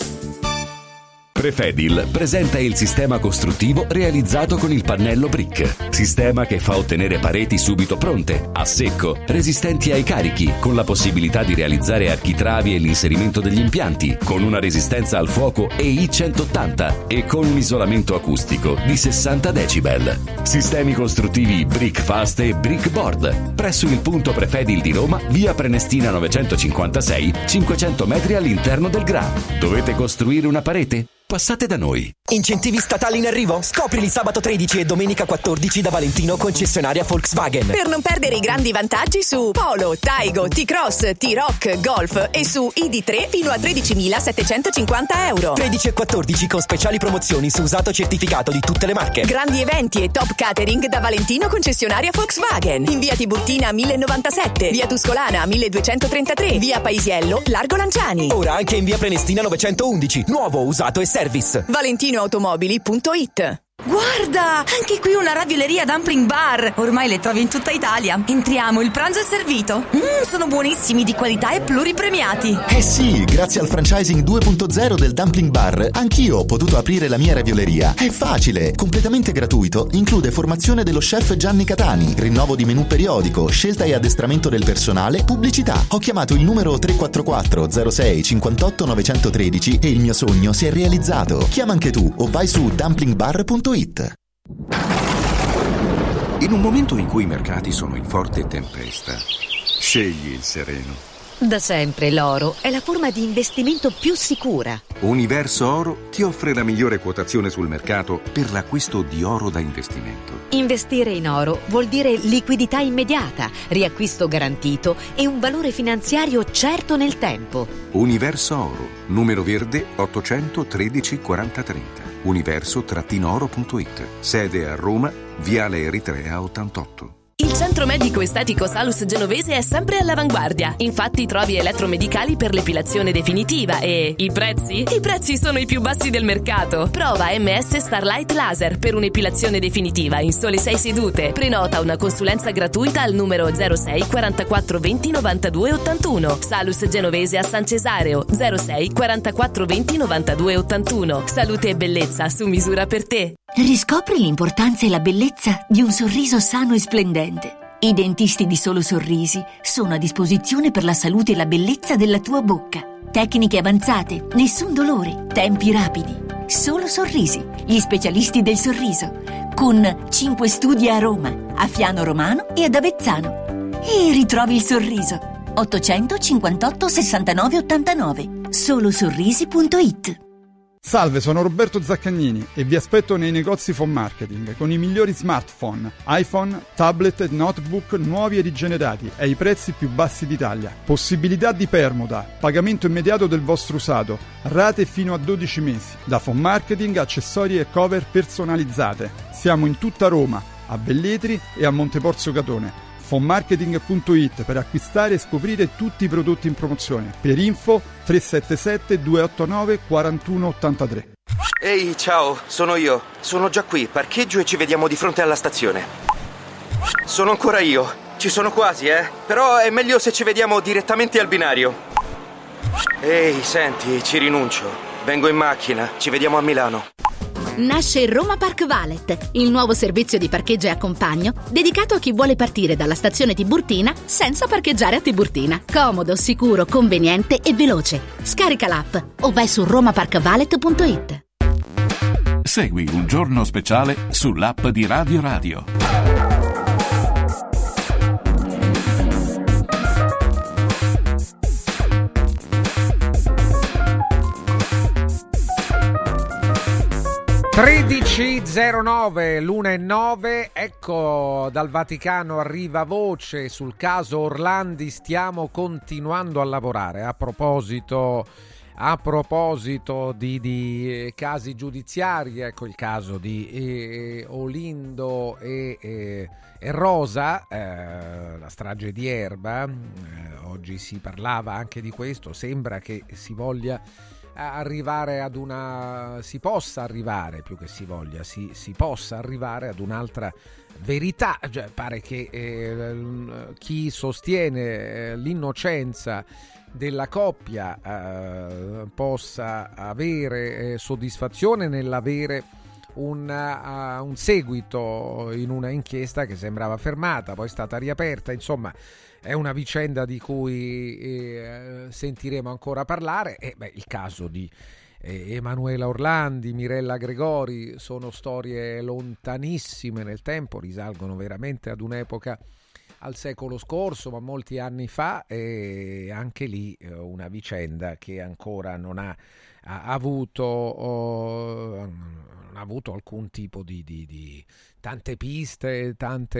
Prefedil presenta il sistema costruttivo realizzato con il pannello brick. Sistema che fa ottenere pareti subito pronte, a secco, resistenti ai carichi, con la possibilità di realizzare architravi e l'inserimento degli impianti, con una resistenza al fuoco E I centottanta e con un isolamento acustico di sessanta decibel. Sistemi costruttivi Brick Fast e Brick Board. Presso il punto Prefedil di Roma, via Prenestina novecentocinquantasei, cinquecento metri all'interno del G R A. Dovete costruire una parete? Passate da noi. Incentivi statali in arrivo? Scoprili sabato tredici e domenica quattordici da Valentino, concessionaria Volkswagen. Per non perdere i grandi vantaggi su Polo, Taigo, T-Cross, T-Roc, Golf e su I D tre fino a tredicimilasettecentocinquanta euro. tredici e quattordici con speciali promozioni su usato certificato di tutte le marche. Grandi eventi e top catering da Valentino, concessionaria Volkswagen. In via Tiburtina millenovantasette, via Tuscolana milleduecentotrentatré, via Paisiello, Largo Lanciani. Ora anche in via Prenestina novecentoudici. Nuovo, usato e service. valentino automobili punto it. Guarda, anche qui una ravioleria dumpling bar. Ormai le trovi in tutta Italia. Entriamo, il pranzo è servito. Mmm, sono buonissimi, di qualità e pluripremiati. Eh sì, grazie al franchising due punto zero del Dumpling Bar, anch'io ho potuto aprire la mia ravioleria. È facile, completamente gratuito, include formazione dello chef Gianni Catani, rinnovo di menù periodico, scelta e addestramento del personale, pubblicità. Ho chiamato il numero tre quattro quattro zero sei cinquantotto novecentotredici e il mio sogno si è realizzato. Chiama anche tu o vai su dumpling bar punto it. In un momento in cui i mercati sono in forte tempesta, scegli il sereno. Da sempre l'oro è la forma di investimento più sicura. Universo Oro ti offre la migliore quotazione sul mercato per l'acquisto di oro da investimento. Investire in oro vuol dire liquidità immediata, riacquisto garantito e un valore finanziario certo nel tempo. Universo Oro, numero verde ottocentotredici quaranta trenta. universo oro punto it. Sede a Roma, Viale Eritrea ottantotto. Il centro medico estetico Salus Genovese è sempre all'avanguardia. Infatti trovi elettromedicali per l'epilazione definitiva e i prezzi? I prezzi sono i più bassi del mercato. Prova M S Starlight Laser per un'epilazione definitiva in sole sei sedute. Prenota una consulenza gratuita al numero zero sei quarantaquattro venti novantadue ottantuno. Salus Genovese a San Cesareo zero sei quarantaquattro venti novantadue ottantuno. Salute e bellezza su misura per te. Riscopri l'importanza e la bellezza di un sorriso sano e splendente. I dentisti di Solo Sorrisi sono a disposizione per la salute e la bellezza della tua bocca. Tecniche avanzate, nessun dolore, tempi rapidi. Solo Sorrisi, gli specialisti del sorriso, con cinque studi a Roma, a Fiano Romano e ad Avezzano. E ritrovi il sorriso. ottocentocinquantotto sessantanove ottantanove. solo sorrisi punto it. Salve, sono Roberto Zaccagnini e vi aspetto nei negozi Phone Marketing con i migliori smartphone, iPhone, tablet e notebook nuovi e rigenerati ai prezzi più bassi d'Italia. Possibilità di permuta, pagamento immediato del vostro usato, rate fino a dodici mesi. Da Phone Marketing, accessori e cover personalizzate. Siamo in tutta Roma, a Velletri e a Monteporzio Catone. phone marketing punto it per acquistare e scoprire tutti i prodotti in promozione. Per info tre sette sette due otto nove quattro uno otto tre. Ehi, ciao, sono io. Sono già qui, parcheggio e ci vediamo di fronte alla stazione. Sono ancora io. Ci sono quasi, eh? Però è meglio se ci vediamo direttamente al binario. Ehi, senti, ci rinuncio. Vengo in macchina, ci vediamo a Milano. Nasce Roma Park Valet, il nuovo servizio di parcheggio e accompagno dedicato a chi vuole partire dalla stazione Tiburtina senza parcheggiare a Tiburtina. Comodo, sicuro, conveniente e veloce. Scarica l'app o vai su roma park valet punto it. Segui Un Giorno Speciale sull'app di Radio Radio. tredici e zero nove, l'una e nove, ecco dal Vaticano arriva voce sul caso Orlandi, stiamo continuando a lavorare. A proposito, a proposito di, di casi giudiziari, ecco il caso di eh, Olindo e, e, e Rosa, eh, la strage di Erba, eh, oggi si parlava anche di questo, sembra che si voglia arrivare ad una si possa arrivare più che si voglia si, si possa arrivare ad un'altra verità, cioè, pare che eh, chi sostiene eh, l'innocenza della coppia eh, possa avere eh, soddisfazione nell'avere un, uh, un seguito in una inchiesta che sembrava fermata, poi è stata riaperta, insomma è una vicenda di cui eh, sentiremo ancora parlare. E beh, il caso di eh, Emanuela Orlandi, Mirella Gregori sono storie lontanissime nel tempo, risalgono veramente ad un'epoca al secolo scorso, ma molti anni fa, e anche lì eh, una vicenda che ancora non ha, ha avuto oh, non ha avuto alcun tipo di, di, di tante piste, tante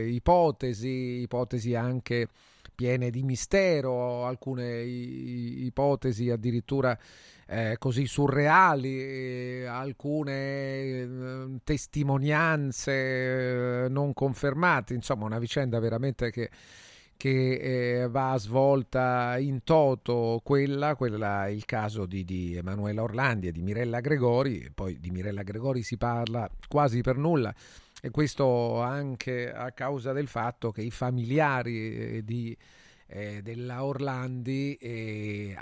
ipotesi, ipotesi anche piene di mistero, alcune ipotesi addirittura eh, così surreali, eh, alcune eh, testimonianze eh, non confermate, insomma una vicenda veramente che che eh, va svolta in toto, quella, quella il caso di, di Emanuela Orlandi e di Mirella Gregori. Poi di Mirella Gregori si parla quasi per nulla, e questo anche a causa del fatto che i familiari eh, di, eh, della Orlandi eh,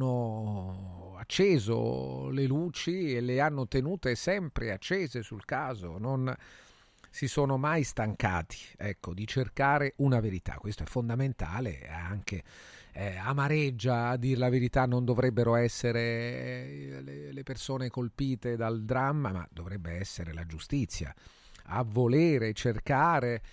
hanno acceso le luci e le hanno tenute sempre accese sul caso, non si sono mai stancati, ecco, di cercare una verità. Questo è fondamentale, anche eh, amareggia, a dir la verità, non dovrebbero essere eh, le, le persone colpite dal dramma, ma dovrebbe essere la giustizia a volere cercare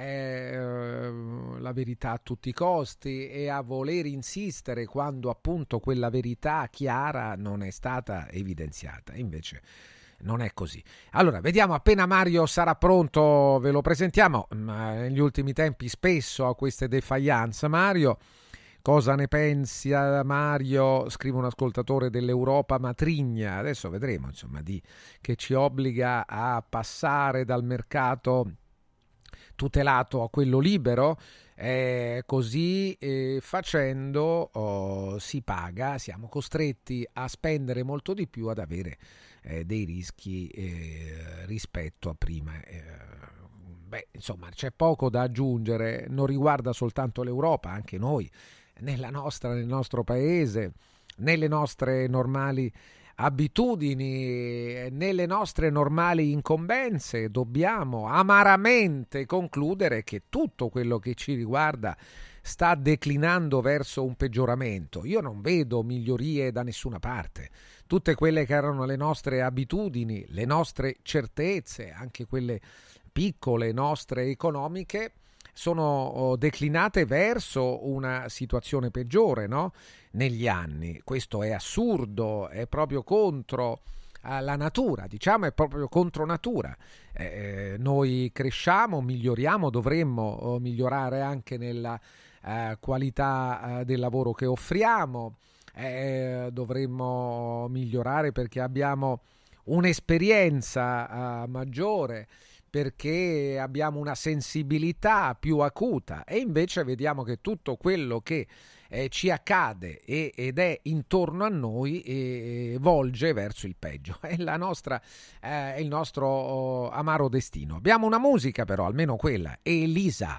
eh, la verità a tutti i costi e a voler insistere quando appunto quella verità chiara non è stata evidenziata. Invece non è così. Allora, vediamo, appena Mario sarà pronto ve lo presentiamo. Negli ultimi tempi spesso a queste defiance. Mario, cosa ne pensi, Mario? Scrive un ascoltatore dell'Europa matrigna. Adesso vedremo, insomma, di che ci obbliga a passare dal mercato tutelato a quello libero. Eh, così eh, facendo oh, si paga, siamo costretti a spendere molto di più, ad avere eh, dei rischi eh, rispetto a prima. Eh, beh, insomma, c'è poco da aggiungere, non riguarda soltanto l'Europa, anche noi nella nostra, nel nostro paese, nelle nostre normali abitudini, nelle nostre normali incombenze, dobbiamo amaramente concludere che tutto quello che ci riguarda sta declinando verso un peggioramento. Io non vedo migliorie da nessuna parte. Tutte quelle che erano le nostre abitudini, le nostre certezze, anche quelle piccole nostre economiche, sono declinate verso una situazione peggiore, no? Negli anni. Questo è assurdo, è proprio contro la natura, diciamo, è proprio contro natura. Eh, noi cresciamo, miglioriamo, dovremmo migliorare anche nella eh, qualità eh, del lavoro che offriamo, eh, dovremmo migliorare perché abbiamo un'esperienza eh, maggiore, perché abbiamo una sensibilità più acuta, e invece vediamo che tutto quello che eh, ci accade e, ed è intorno a noi eh, volge verso il peggio. È la nostra, eh, è il nostro oh, amaro destino. Abbiamo una musica però, almeno quella, Elisa.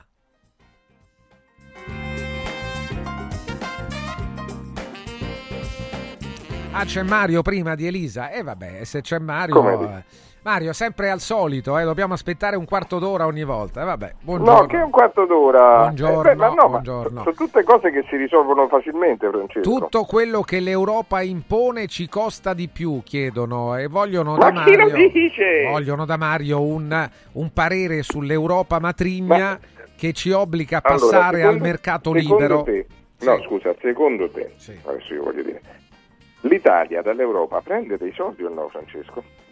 Ah, c'è Mario prima di Elisa? E eh, vabbè, se c'è Mario... Mario, sempre al solito, eh, dobbiamo aspettare un quarto d'ora ogni volta. Eh, vabbè, buongiorno. No, che un quarto d'ora? Buongiorno, eh, beh, ma no, buongiorno. Ma sono tutte cose che si risolvono facilmente, Francesco. Tutto quello che l'Europa impone ci costa di più, chiedono, e vogliono ma da Mario. Chi lo dice? Vogliono da Mario un, un parere sull'Europa matrigna ma... che ci obbliga a passare allora, secondo, al mercato libero. Te, no, sì. scusa, secondo te, sì. adesso io voglio dire, l'Italia dall'Europa prende dei soldi o no, Francesco?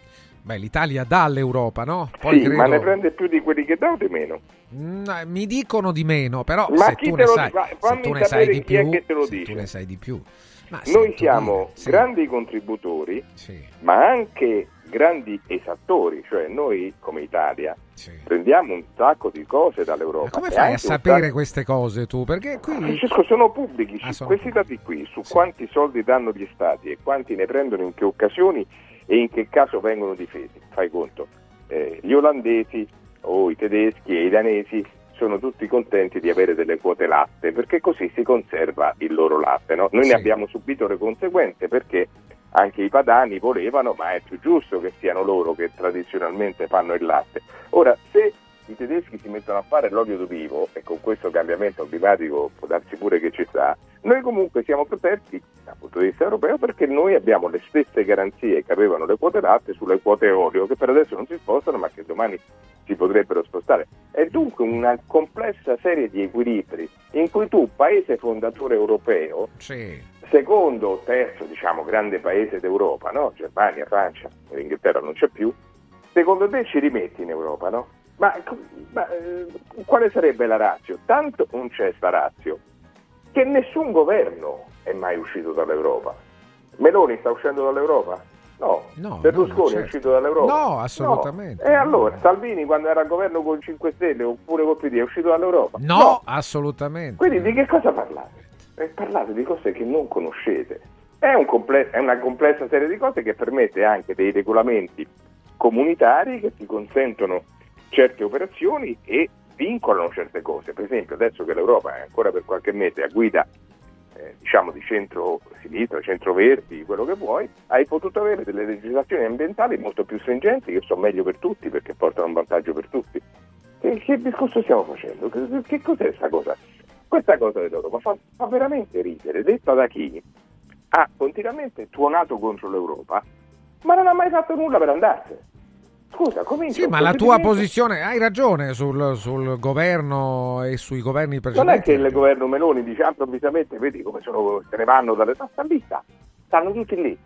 Beh, l'Italia dà all'Europa, no? Poi sì, credo... ma ne prende più di quelli che dà o di meno? Mm, mi dicono di meno, però ma se chi tu te ne lo sai, se tu ne sai di più, che te lo se dice? tu ne sai di più. Ma noi siamo sì. grandi contributori, sì. ma anche grandi esattori, cioè noi come Italia sì. prendiamo un sacco di cose dall'Europa. Ma come fai a sapere sacco... queste cose tu? Perché qui... Francesco, sono pubblici, ah, sono questi pubblici. dati qui, su sì. quanti soldi danno gli stati e quanti ne prendono in che occasioni e in che caso vengono difesi. Fai conto, eh, gli olandesi o i tedeschi e i danesi sono tutti contenti di avere delle quote latte, perché così si conserva il loro latte, no? Noi sì. ne abbiamo subito le conseguenze perché anche i padani volevano, ma è più giusto che siano loro che tradizionalmente fanno il latte. Ora, se i tedeschi si mettono a fare l'olio d'olivo, e con questo cambiamento climatico può darsi pure che ci sta, noi comunque siamo protetti dal punto di vista europeo perché noi abbiamo le stesse garanzie che avevano le quote latte sulle quote olio, che per adesso non si spostano ma che domani si potrebbero spostare. È dunque una complessa serie di equilibri in cui tu, paese fondatore europeo, sì. secondo o terzo, diciamo, grande paese d'Europa, no? Germania, Francia, l'Inghilterra non c'è più, secondo te ci rimetti in Europa, no? Ma, ma eh, quale sarebbe la ratio? Tanto non c'è sta ratio che nessun governo è mai uscito dall'Europa. Meloni sta uscendo dall'Europa? No. no Berlusconi no, certo. è uscito dall'Europa? No, assolutamente. No. E allora, Salvini quando era al governo con i cinque Stelle oppure col P D è uscito dall'Europa? No, no. assolutamente. Quindi di che cosa parlate? Eh, parlate di cose che non conoscete. È, un comple- è una complessa serie di cose che permette anche dei regolamenti comunitari che ti consentono certe operazioni e vincolano certe cose. Per esempio adesso che l'Europa è ancora per qualche mese a guida eh, diciamo di centro-sinistra, centro-verdi, quello che vuoi, hai potuto avere delle legislazioni ambientali molto più stringenti che sono meglio per tutti perché portano un vantaggio per tutti. Che, che discorso stiamo facendo? Che, che cos'è questa cosa? Questa cosa dell'Europa fa, fa veramente ridere, detta da chi ha continuamente tuonato contro l'Europa ma non ha mai fatto nulla per andarsene. Scusa, comincia. Sì, ma la tua posizione, hai ragione sul, sul governo e sui governi precedenti. Non è che il governo Meloni dice ah, improvvisamente, vedi come sono, se ne vanno dalle stanno lì, stanno tutti lì.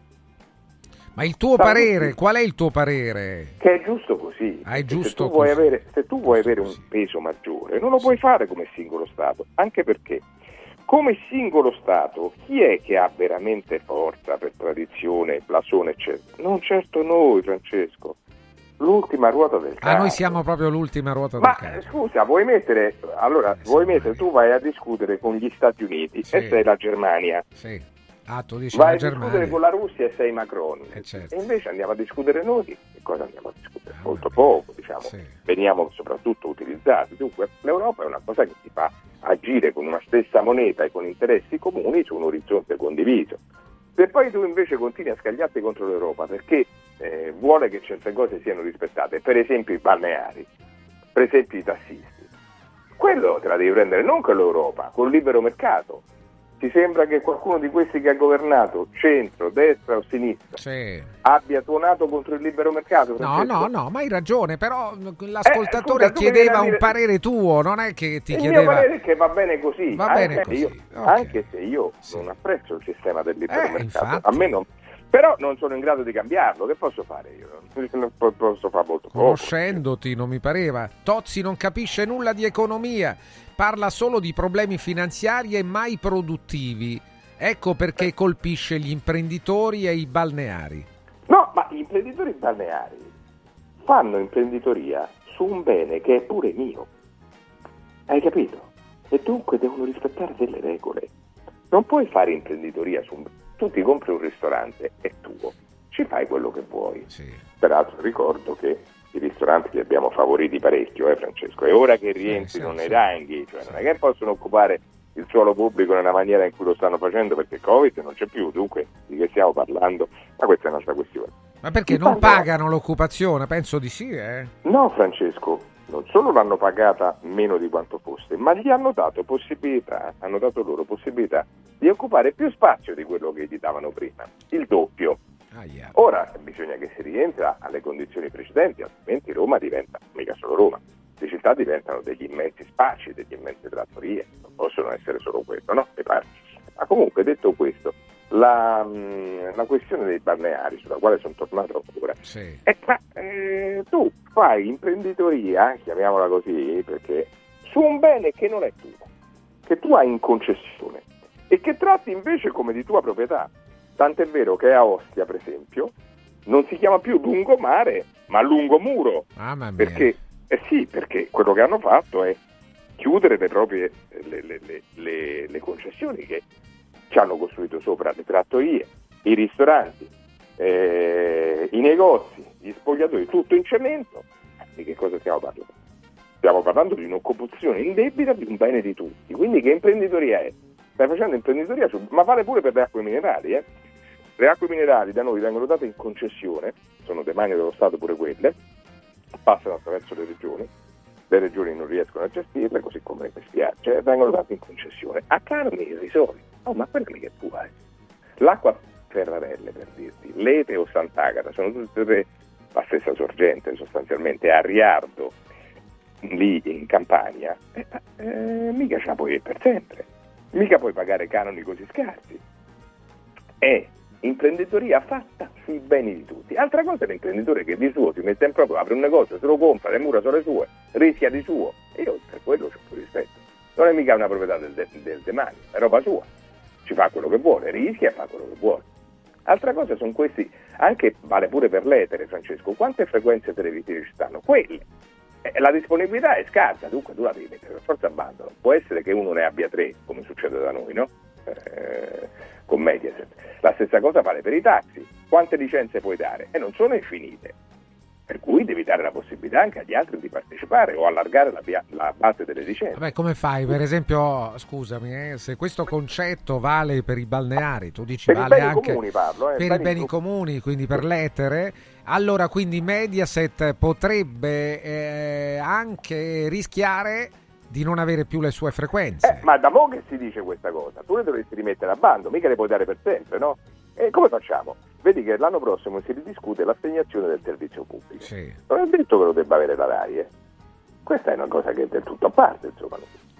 Ma il tuo stanno parere, tutti. Qual è il tuo parere? Che è giusto così. Ah, è giusto se tu così. vuoi avere, se tu vuoi avere un peso maggiore, non lo puoi fare come singolo Stato, anche perché come singolo Stato chi è che ha veramente forza per tradizione, blasone, eccetera? Non certo noi, Francesco. L'ultima ruota del carro. Ah, noi siamo proprio l'ultima ruota Ma, del carro. Scusa, vuoi mettere allora, eh, vuoi mettere, tu vai a discutere con gli Stati Uniti sì. e sei la Germania. Sì. Ah, tu dici vai la a Germania. discutere con la Russia e sei Macron. Eh, certo. E invece andiamo a discutere noi. Che cosa andiamo a discutere? Molto poco, diciamo. Sì. Veniamo soprattutto utilizzati. Dunque, l'Europa è una cosa che ti fa agire con una stessa moneta e con interessi comuni su un orizzonte condiviso. Se poi tu invece continui a scagliarti contro l'Europa perché eh, vuole che certe cose siano rispettate, per esempio i balneari, per esempio i tassisti, quello te la devi prendere non con l'Europa, col libero mercato. Ti sembra che qualcuno di questi che ha governato, centro, destra o sinistra, sì. abbia tuonato contro il libero mercato? No, no, no, ma hai ragione, però l'ascoltatore eh, scusa, chiedeva dire... un parere tuo, non è che ti il chiedeva... Il mio parere è che va bene così, va anche, bene così. Io, Okay. anche se io sì. non apprezzo il sistema del libero eh, mercato, infatti. a me non... Però non sono in grado di cambiarlo, che posso fare io? Non posso fare molto poco. Conoscendoti non mi pareva. Tozzi non capisce nulla di economia, parla solo di problemi finanziari e mai produttivi. Ecco perché colpisce gli imprenditori e i balneari. No, ma gli imprenditori balneari fanno imprenditoria su un bene che è pure mio. Hai capito? E dunque devono rispettare delle regole. Non puoi fare imprenditoria su un bene. Tu ti compri un ristorante, è tuo, ci fai quello che vuoi. Sì. Peraltro ricordo che i ristoranti li abbiamo favoriti parecchio, eh Francesco, è ora che rientrino sì, sì, nei sì. ranghi, cioè sì. non è che possono occupare il suolo pubblico nella maniera in cui lo stanno facendo perché il Covid non c'è più, dunque di che stiamo parlando? Ma questa è un'altra questione. Ma perché non pagano l'occupazione? Penso di sì, eh? No, Francesco, non solo l'hanno pagata meno di quanto fosse, ma gli hanno dato possibilità, hanno dato loro possibilità di occupare più spazio di quello che gli davano prima, il doppio. Ah, yeah. Ora bisogna che si rientra alle condizioni precedenti, altrimenti Roma diventa, mica solo Roma, le città diventano degli immensi spazi, degli immense trattorie, non possono essere solo quello, no? Mi pare. Ma comunque detto questo, la, la questione dei balneari, sulla quale sono tornato ora, sì. è ma, eh, tu fai imprenditoria, chiamiamola così, perché su un bene che non è tuo, che tu hai in concessione e che tratti invece come di tua proprietà. Tant'è vero che a Ostia, per esempio, non si chiama più lungomare, ma lungomuro. Mamma mia. Perché, eh sì, perché quello che hanno fatto è chiudere le proprie le, le, le, le, le concessioni che ci hanno costruito sopra le trattorie, i ristoranti, eh, i negozi, gli spogliatoi, tutto in cemento. Di che cosa stiamo parlando? Stiamo parlando di un'occupazione indebita di un bene di tutti. Quindi che imprenditoria è? Stai facendo imprenditoria, su, ma vale pure per le acque minerali, eh? Le acque minerali da noi vengono date in concessione, sono demanio dello Stato pure quelle, passano attraverso le regioni, le regioni non riescono a gestirle, così come le spiagge, vengono date in concessione a canoni irrisori. Oh, ma quella mica è tua, eh. L'acqua Ferrarelle, per dirti, Lete o Sant'Agata, sono tutte la stessa sorgente sostanzialmente, a Riardo, lì in Campania, eh, eh, mica ce la puoi per sempre, mica puoi pagare canoni così scarsi. È imprenditoria fatta sui beni di tutti. Altra cosa è l'imprenditore che di suo si mette in proprio, apre un negozio, se lo compra, le mura sono le sue, rischia di suo, e io per quello c'ho più rispetto. Non è mica una proprietà del, del demanio, è roba sua, ci fa quello che vuole, rischia e fa quello che vuole. Altra cosa sono questi, anche vale pure per l'etere, Francesco, quante frequenze televisive ci stanno? Quelle. Eh, la disponibilità è scarsa, dunque tu la devi mettere per forza a bando. Non può essere che uno ne abbia tre, come succede da noi, no? Eh, con Mediaset. La stessa cosa vale per i taxi. Quante licenze puoi dare? E non sono infinite. Per cui devi dare la possibilità anche agli altri di partecipare o allargare la, via- la base delle licenze. Vabbè, come fai? Per esempio, scusami, eh, se questo concetto vale per i balneari, tu dici per vale i beni anche comuni parlo, eh, per beni i beni comuni, quindi per l'etere, allora quindi Mediaset potrebbe eh, anche rischiare di non avere più le sue frequenze. Eh, ma da mo' che si dice questa cosa, tu le dovresti rimettere a bando, mica le puoi dare per sempre, no? E come facciamo? Vedi che l'anno prossimo si ridiscute l'assegnazione del servizio pubblico. Sì. Non è detto che lo debba avere la RAI, eh. Questa è una cosa che è del tutto a parte, insomma.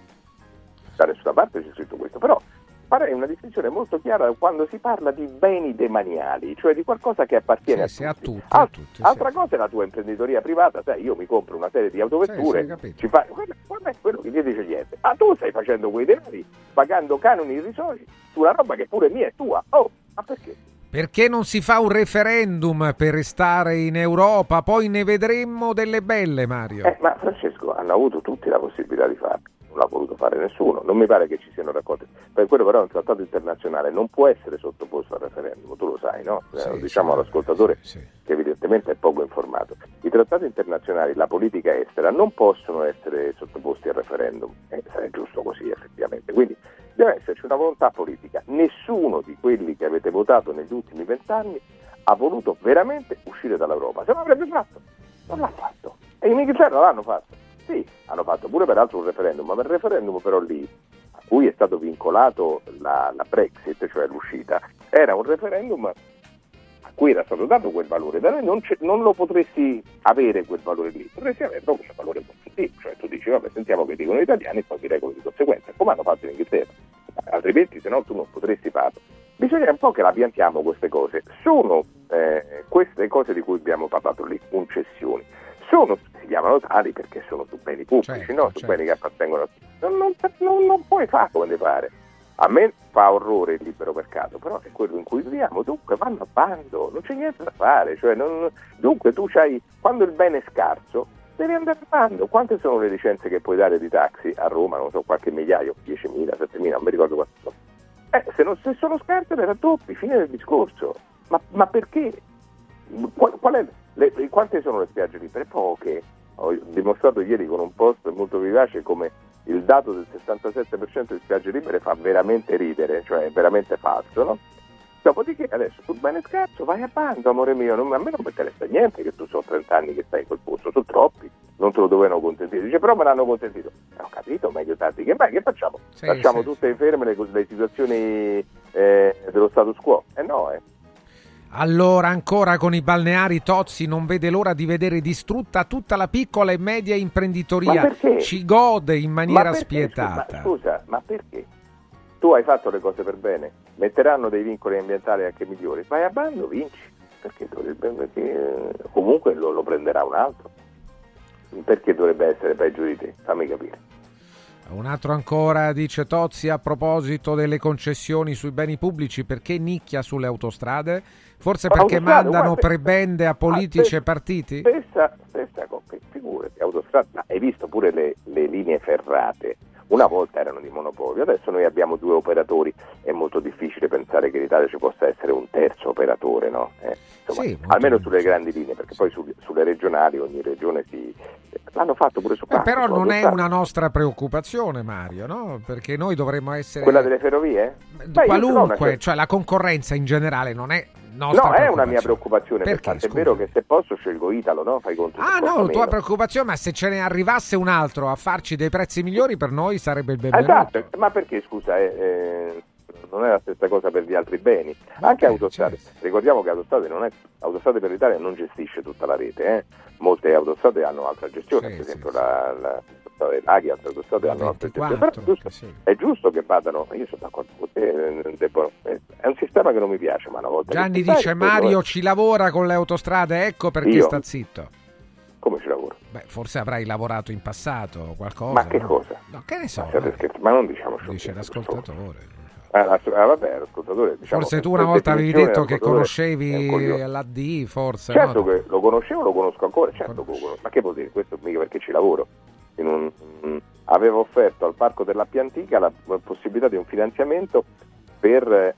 Da nessuna parte c'è scritto questo, però farei una distinzione molto chiara quando si parla di beni demaniali, cioè di qualcosa che appartiene sì, a, sì, tutti. a tutti. Al- a tutti altra sì. cosa è la tua imprenditoria privata, sai, io mi compro una serie di autovetture, sì, sì, ci fa... guarda, guarda è quello che gli dice niente. Ah, tu stai facendo quei denari, pagando canoni irrisori sulla roba che pure mia è tua. Oh, ma perché? Perché non si fa un referendum per restare in Europa? Poi ne vedremmo delle belle, Mario. Eh, ma Francesco, hanno avuto tutti la possibilità di farlo, non l'ha voluto fare nessuno, non mi pare che ci siano raccolte. Per quello però è un trattato internazionale, non può essere sottoposto al referendum, tu lo sai, no? Sì, eh, diciamo sì, all'ascoltatore sì, sì. che evidentemente è poco informato. I trattati internazionali, la politica estera, non possono essere sottoposti al referendum, eh, è giusto così effettivamente, quindi deve esserci una volontà politica. Nessuno di quelli che avete votato negli ultimi vent'anni ha voluto veramente uscire dall'Europa, se lo avrebbe fatto, non l'ha fatto. E in Inghilterra l'hanno fatto, sì, hanno fatto pure peraltro un referendum, ma per il referendum però lì, a cui è stato vincolato la, la Brexit, cioè l'uscita, era un referendum a cui era stato dato quel valore. Da noi non, non lo potresti avere quel valore lì, potresti averlo come valore positivo, cioè tu dici vabbè sentiamo che dicono gli italiani e poi vi regolo di conseguenza, come hanno fatto in Inghilterra, altrimenti se no tu non potresti farlo. Bisogna un po' che la piantiamo queste cose, sono eh, queste cose di cui abbiamo parlato, le concessioni, sono, si chiamano tali perché sono su beni pubblici, certo, no? Su certo. beni che appartengono a tutti. Non, non, non, non puoi fare come devi fare. A me fa orrore il libero mercato, però è quello in cui viviamo, dunque vanno a bando, non c'è niente da fare, cioè non, dunque tu c'hai, quando il bene è scarso, devi andare a bando. Quante sono le licenze che puoi dare di taxi a Roma? Non so, qualche migliaio, diecimila, settemila, non mi ricordo quanto. Eh, se, non, se sono scarse le raddoppi, fine del discorso. Ma, ma perché? Qual, qual è, le, quante sono le spiagge libere? Poche. Ho dimostrato ieri con un post molto vivace come il dato del sessantasette per cento di spiagge libere fa veramente ridere, cioè è veramente falso, no? Dopodiché adesso sul bene scarso vai a bando, amore mio, non, a me non mi interessa niente che tu sono trenta anni che stai in quel posto, sono troppi, non te lo dovevano consentire. Dice però me l'hanno consentito. Eh, ho capito, meglio tardi che mai, che facciamo? Sì, Lasciamo sì, tutte sì. ferme le, le situazioni eh, dello status quo? Eh no, eh. Allora ancora con i balneari, Tozzi non vede l'ora di vedere distrutta tutta la piccola e media imprenditoria, ci gode in maniera ma perché, spietata. Ma, scusa, ma perché? tu hai fatto le cose per bene, metteranno dei vincoli ambientali anche migliori, vai a bando, vinci, perché, dovrebbe, perché comunque lo, lo prenderà un altro, perché dovrebbe essere peggio di te, fammi capire. Un altro ancora, dice Tozzi, a proposito delle concessioni sui beni pubblici, perché nicchia sulle autostrade? Forse perché autostrade, mandano guarda, prebende a politici ah, e partiti? Stessa, stessa cosa, figurati, autostrade, ma hai visto pure le, le linee ferrate? Una volta erano di monopolio, adesso noi abbiamo due operatori, è molto difficile pensare che in Italia ci possa essere un terzo operatore, no? Eh, insomma, sì, almeno sulle grandi linee, perché poi su, sulle regionali ogni regione si... l'hanno fatto pure su eh, Però su non è autostrade. una nostra preoccupazione, Mario, no? Perché noi dovremmo essere... Quella delle ferrovie? Beh, qualunque, una... cioè la concorrenza in generale non è nostra no, è una mia preoccupazione, perché perché è vero che se posso scelgo Italo, no? Fai conto. Ah no, tua preoccupazione, ma se ce ne arrivasse un altro a farci dei prezzi migliori per noi sarebbe il benvenuto. Esatto, ma perché scusa, eh, eh, non è la stessa cosa per gli altri beni. Anche okay, autostrade, certo. Ricordiamo che autostrade non è Autostrade per l'Italia non gestisce tutta la rete, eh. Molte autostrade hanno altra gestione, sì, per esempio sì, la, la dei laghi, altre autostrade hanno altre gestioni, però è giusto, sì. È giusto che vadano, io sono d'accordo con te, è un sistema che non mi piace, ma una volta Gianni che dice sai, Mario è... ci lavora con le autostrade, ecco perché io? sta zitto. Come ci lavoro? Beh, forse avrai lavorato in passato o qualcosa. Ma che no? cosa? No, che ne so. Ma, ma non diciamo dice l'ascoltatore. Ah, ah, vabbè, l'ascoltatore, diciamo, forse tu una volta avevi detto che conoscevi l'A D I, forse. Certo, no? Che lo conoscevo, lo conosco ancora, certo che lo conosco. Ma che vuol dire questo? Mica perché ci lavoro. In un, mh, aveva offerto al Parco dell'Appia Antica la possibilità di un finanziamento per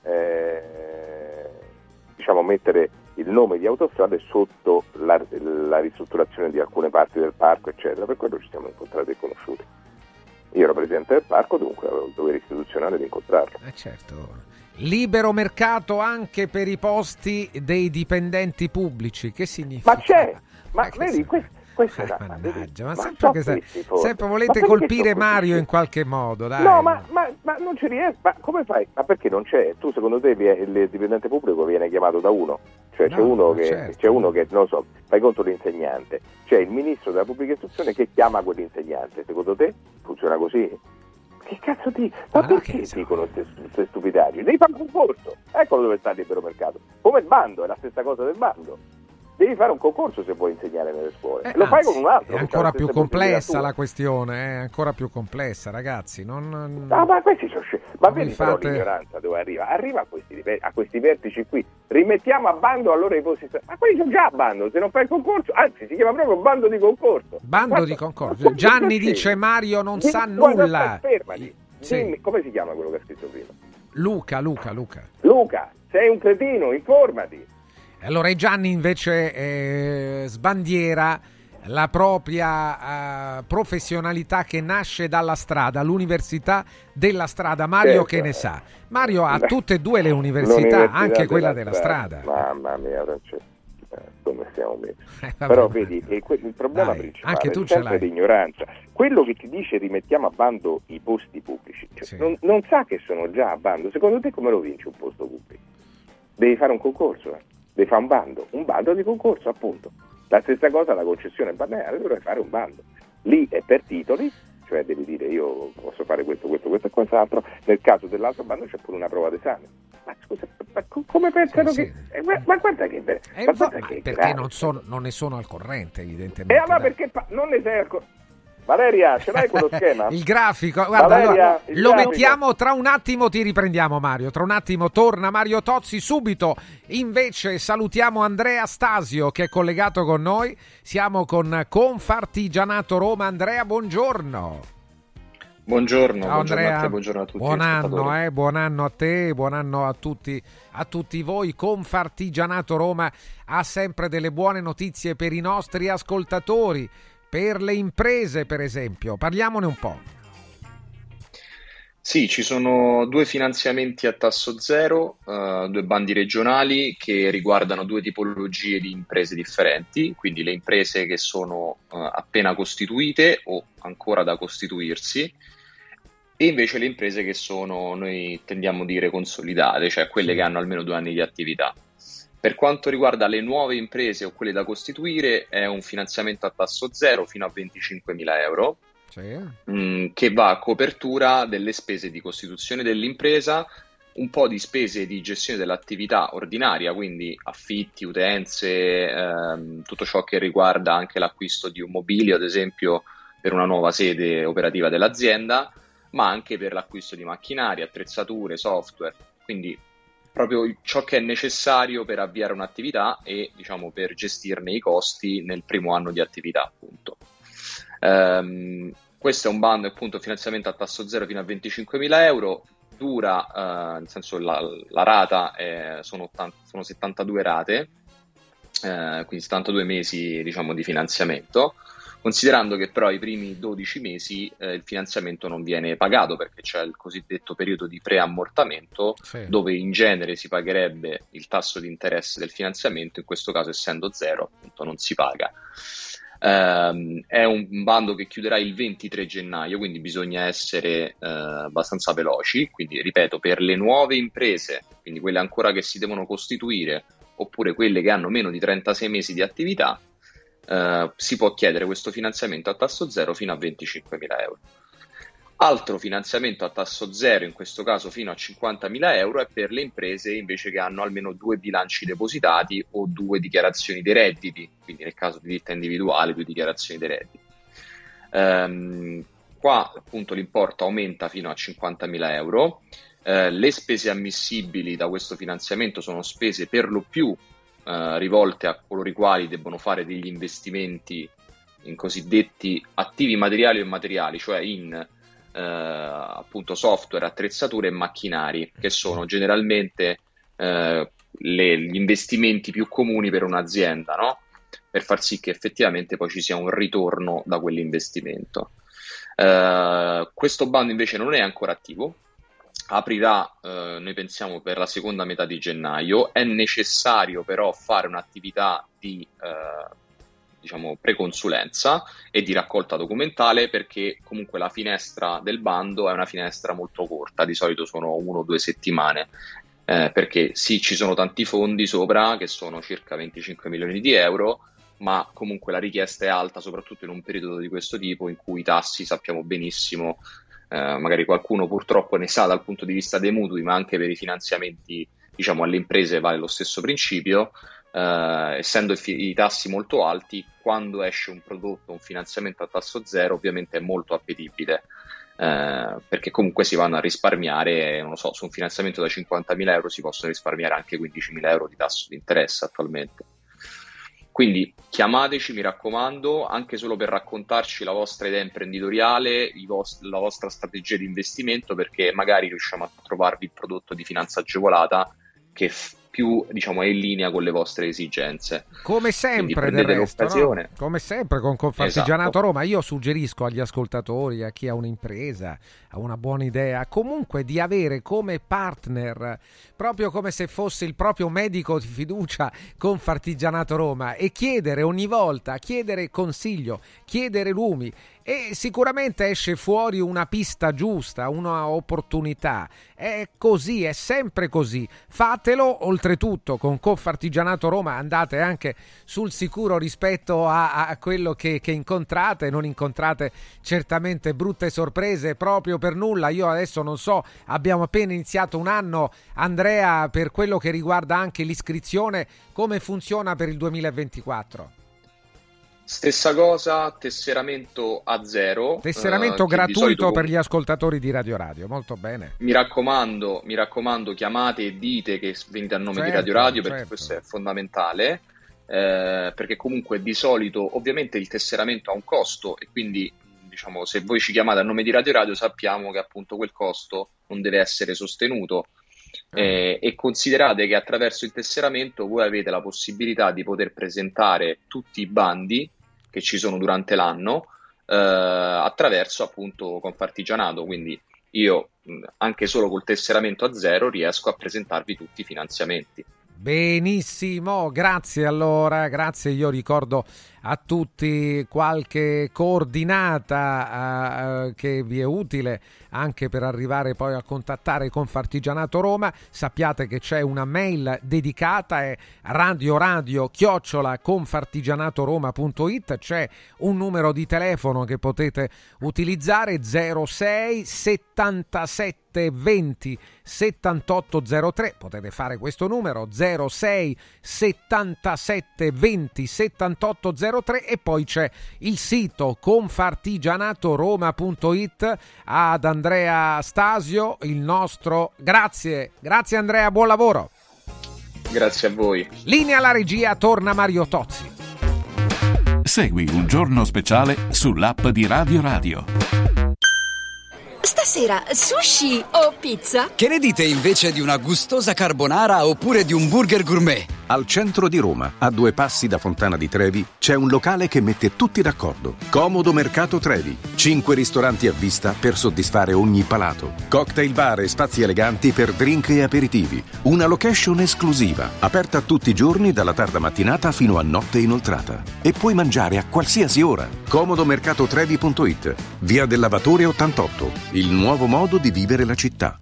eh, diciamo mettere il nome di Autostrade sotto la, la ristrutturazione di alcune parti del parco, eccetera. Per quello ci siamo incontrati e conosciuti. Io ero presidente del parco, dunque avevo il dovere istituzionale di incontrarlo. Eh certo. Libero mercato anche per i posti dei dipendenti pubblici. Che significa? Ma c'è! Ma eh, vedi, questo, questo eh, è da, mannaggia, ma, ma sempre, che se, sempre volete ma colpire Mario in qualche modo, dai. No, ma, ma, ma non ci riesco. Ma come fai? Ma perché non c'è? Tu secondo te il dipendente pubblico viene chiamato da uno? Cioè no, c'è uno che certo. c'è uno che, non so, fai conto l'insegnante. C'è il ministro della pubblica istruzione che chiama quell'insegnante. Secondo te funziona così? Che cazzo di... Ma, ma perché no, dicono queste stupidaggini? Devi fare un concorso. Eccolo dove sta il libero mercato. Come il bando, è la stessa cosa del bando. Devi fare un concorso se vuoi insegnare nelle scuole. Eh, Lo anzi, fai con un altro. È ancora più complessa la questione, è ancora più complessa, ragazzi. Non... Ah, ma questi sono sc... Ma vedi fate... però l'ignoranza dove arriva? Arriva a questi, a questi vertici qui. Rimettiamo a bando allora i posti. Ma quelli sono già a bando, se non fai il concorso, anzi si chiama proprio bando di concorso. Bando Guarda, di concorso. Gianni dice Mario non Dimmi, sa nulla. Guarda, fermati. Sì. Dimmi, come si chiama quello che ha scritto prima? Luca, Luca, Luca. Luca, sei un cretino, informati. Allora Gianni invece eh, sbandiera la propria uh, professionalità che nasce dalla strada, l'università della strada. Mario certo. Che ne sa? Mario ha tutte e due le università, anche quella della strada. strada. Mamma mia, Francesco, eh, come stiamo messi? Eh, Però vedi, è que- il problema Dai, principale anche tu è ce sempre l'hai. l'ignoranza. Quello che ti dice rimettiamo a bando i posti pubblici, cioè, sì. non, non sa che sono già a bando. Secondo te come lo vinci un posto pubblico? Devi fare un concorso, eh? Devi fare un bando, un bando di concorso appunto. La stessa cosa la concessione balneare, dovrai fare un bando. Lì è per titoli, cioè devi dire io posso fare questo, questo, questo e quest'altro. Nel caso dell'altro bando c'è pure una prova d'esame. Ma scusa, ma come pensano sì, che... Sì. Eh, ma, ma guarda che... Eh, ma guarda che perché grave. non, sono, non ne sono al corrente evidentemente. E allora dai. Perché pa- non ne sei al corrente? Valeria, ce l'hai quello schema? Il grafico, guarda, Valeria, allora, il lo grafico. mettiamo tra un attimo, ti riprendiamo Mario, tra un attimo torna Mario Tozzi subito. Invece salutiamo Andrea Stasio che è collegato con noi, siamo con Confartigianato Roma. Andrea, buongiorno. Buongiorno, Ciao, buongiorno Andrea. a te, buongiorno a tutti. Buon anno, eh, buon anno a te, buon anno a tutti, a tutti voi. Confartigianato Roma ha sempre delle buone notizie per i nostri ascoltatori. Per le imprese, per esempio, parliamone un po'. Sì, ci sono due finanziamenti a tasso zero, uh, due bandi regionali che riguardano due tipologie di imprese differenti, quindi le imprese che sono uh, appena costituite o ancora da costituirsi, e invece le imprese che sono, noi tendiamo a dire, consolidate, cioè quelle sì. che hanno almeno due anni di attività. Per quanto riguarda le nuove imprese o quelle da costituire, è un finanziamento a tasso zero fino a venticinquemila euro, sì. mh, che va a copertura delle spese di costituzione dell'impresa, un po' di spese di gestione dell'attività ordinaria, quindi affitti, utenze, ehm, tutto ciò che riguarda anche l'acquisto di un mobilio, ad esempio, per una nuova sede operativa dell'azienda, ma anche per l'acquisto di macchinari, attrezzature, software, quindi proprio ciò che è necessario per avviare un'attività e, diciamo, per gestirne i costi nel primo anno di attività, appunto. Ehm, questo è un bando, appunto, finanziamento a tasso zero fino a venticinquemila euro, dura, eh, nel senso la, la rata è, sono, ottanta, sono settantadue rate, eh, quindi settantadue mesi, diciamo, di finanziamento, considerando che però i primi dodici mesi eh, il finanziamento non viene pagato, perché c'è il cosiddetto periodo di preammortamento, sì. dove in genere si pagherebbe il tasso di interesse del finanziamento, in questo caso essendo zero, appunto, non si paga. Um, è un bando che chiuderà il ventitré gennaio, quindi bisogna essere uh, abbastanza veloci, quindi ripeto, per le nuove imprese, quindi quelle ancora che si devono costituire, oppure quelle che hanno meno di trentasei mesi di attività, uh, si può chiedere questo finanziamento a tasso zero fino a venticinquemila euro. Altro finanziamento a tasso zero, in questo caso fino a cinquantamila euro, è per le imprese invece che hanno almeno due bilanci depositati o due dichiarazioni dei redditi, quindi nel caso di ditta individuale due dichiarazioni dei redditi. Ehm, qua appunto l'importo aumenta fino a cinquantamila euro. Eh, le spese ammissibili da questo finanziamento sono spese per lo più eh, rivolte a coloro i quali debbono fare degli investimenti in cosiddetti attivi materiali o immateriali, cioè in Uh, appunto software, attrezzature e macchinari, che sono generalmente uh, le, gli investimenti più comuni per un'azienda, no? Per far sì che effettivamente poi ci sia un ritorno da quell'investimento. Uh, questo bando invece non è ancora attivo, aprirà uh, noi pensiamo per la seconda metà di gennaio. È necessario però fare un'attività di uh, diciamo preconsulenza e di raccolta documentale, perché comunque la finestra del bando è una finestra molto corta, di solito sono uno o due settimane, eh, perché sì, ci sono tanti fondi sopra, che sono circa venticinque milioni di euro, ma comunque la richiesta è alta, soprattutto in un periodo di questo tipo in cui i tassi, sappiamo benissimo, eh, magari qualcuno purtroppo ne sa dal punto di vista dei mutui, ma anche per i finanziamenti, diciamo, alle imprese vale lo stesso principio. Uh, essendo i, i tassi molto alti, quando esce un prodotto, un finanziamento a tasso zero, ovviamente è molto appetibile, uh, perché comunque si vanno a risparmiare, non lo so, su un finanziamento da cinquantamila euro si possono risparmiare anche quindicimila euro di tasso di interesse attualmente. Quindi chiamateci, mi raccomando, anche solo per raccontarci la vostra idea imprenditoriale, i vos- la vostra strategia di investimento, perché magari riusciamo a trovarvi il prodotto di finanza agevolata che f- più, diciamo, è in linea con le vostre esigenze. Come sempre del resto, no? Come sempre con Confartigianato esatto. Roma, io suggerisco agli ascoltatori, a chi ha un'impresa, ha una buona idea, comunque di avere come partner, proprio come se fosse il proprio medico di fiducia, Confartigianato Roma, e chiedere ogni volta, chiedere consiglio, chiedere lumi, e sicuramente esce fuori una pista giusta, una opportunità. È così, è sempre così. Fatelo, oltretutto con Confartigianato Roma andate anche sul sicuro rispetto a, a quello che, che incontrate, non incontrate certamente brutte sorprese proprio per nulla. Io adesso non so, abbiamo appena iniziato un anno, Andrea, per quello che riguarda anche l'iscrizione, come funziona per il duemilaventiquattro? Stessa cosa, tesseramento a zero. Tesseramento eh, gratuito solito, per gli ascoltatori di Radio Radio, molto bene. Mi raccomando, mi raccomando, chiamate e dite che venite a nome certo, di Radio Radio, perché certo. questo è fondamentale, eh, perché comunque di solito ovviamente il tesseramento ha un costo e quindi, diciamo, se voi ci chiamate a nome di Radio Radio sappiamo che appunto quel costo non deve essere sostenuto. Eh, e considerate che attraverso il tesseramento voi avete la possibilità di poter presentare tutti i bandi che ci sono durante l'anno eh, attraverso appunto Confartigianato, quindi io anche solo col tesseramento a zero riesco a presentarvi tutti i finanziamenti. Benissimo, grazie allora, grazie. Io ricordo a tutti qualche coordinata uh, che vi è utile anche per arrivare poi a contattare Confartigianato Roma. Sappiate che c'è una mail dedicata, è radio radio chiocciola confartigianatoroma punto it, c'è un numero di telefono che potete utilizzare, zero sei settantasette venti settantotto zero tre, potete fare questo numero zero sei settantasette venti settantotto zero tre, e poi c'è il sito confartigianatoroma punto it. Ad Andrea Stasio il nostro grazie, grazie Andrea, buon lavoro. Grazie a voi. Linea alla regia, torna Mario Tozzi. Segui Un Giorno Speciale sull'app di Radio Radio. Stasera sushi o pizza? Che ne dite invece di una gustosa carbonara oppure di un burger gourmet? Al centro di Roma, a due passi da Fontana di Trevi, c'è un locale che mette tutti d'accordo. Comodo Mercato Trevi. Cinque ristoranti a vista per soddisfare ogni palato. Cocktail bar e spazi eleganti per drink e aperitivi. Una location esclusiva, aperta tutti i giorni dalla tarda mattinata fino a notte inoltrata. E puoi mangiare a qualsiasi ora. comodo mercato trevi punto it. Via del Lavatore ottantotto. Il nuovo modo di vivere la città.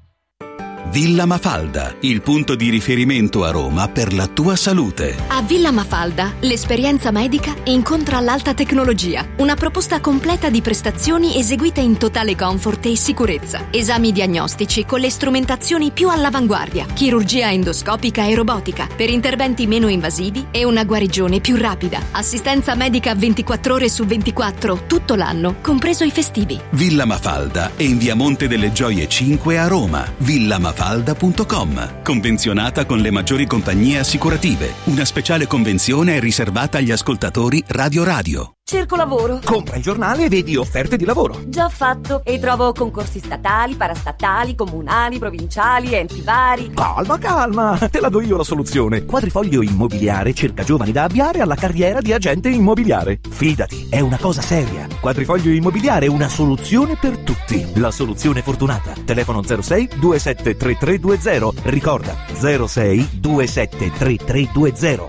Villa Mafalda, il punto di riferimento a Roma per la tua salute. A Villa Mafalda l'esperienza medica incontra l'alta tecnologia. Una proposta completa di prestazioni eseguite in totale comfort e sicurezza. Esami diagnostici con le strumentazioni più all'avanguardia. Chirurgia endoscopica e robotica per interventi meno invasivi e una guarigione più rapida. Assistenza medica ventiquattro ore su ventiquattro tutto l'anno, compreso i festivi. Villa Mafalda è in via Monte delle Gioie cinque a Roma. Villa Mafalda punto com. Convenzionata con le maggiori compagnie assicurative. Una speciale convenzione è riservata agli ascoltatori Radio Radio. Cerco lavoro. Compra il giornale e vedi offerte di lavoro. Già fatto. E trovo concorsi statali, parastatali, comunali, provinciali, enti vari. Calma, calma. Te la do io la soluzione. Quadrifoglio Immobiliare cerca giovani da avviare alla carriera di agente immobiliare. Fidati, è una cosa seria. Quadrifoglio Immobiliare è una soluzione per tutti. La soluzione fortunata. Telefono zero sei due sette tre tre due zero. Ricorda, zero sei due sette tre tre due zero.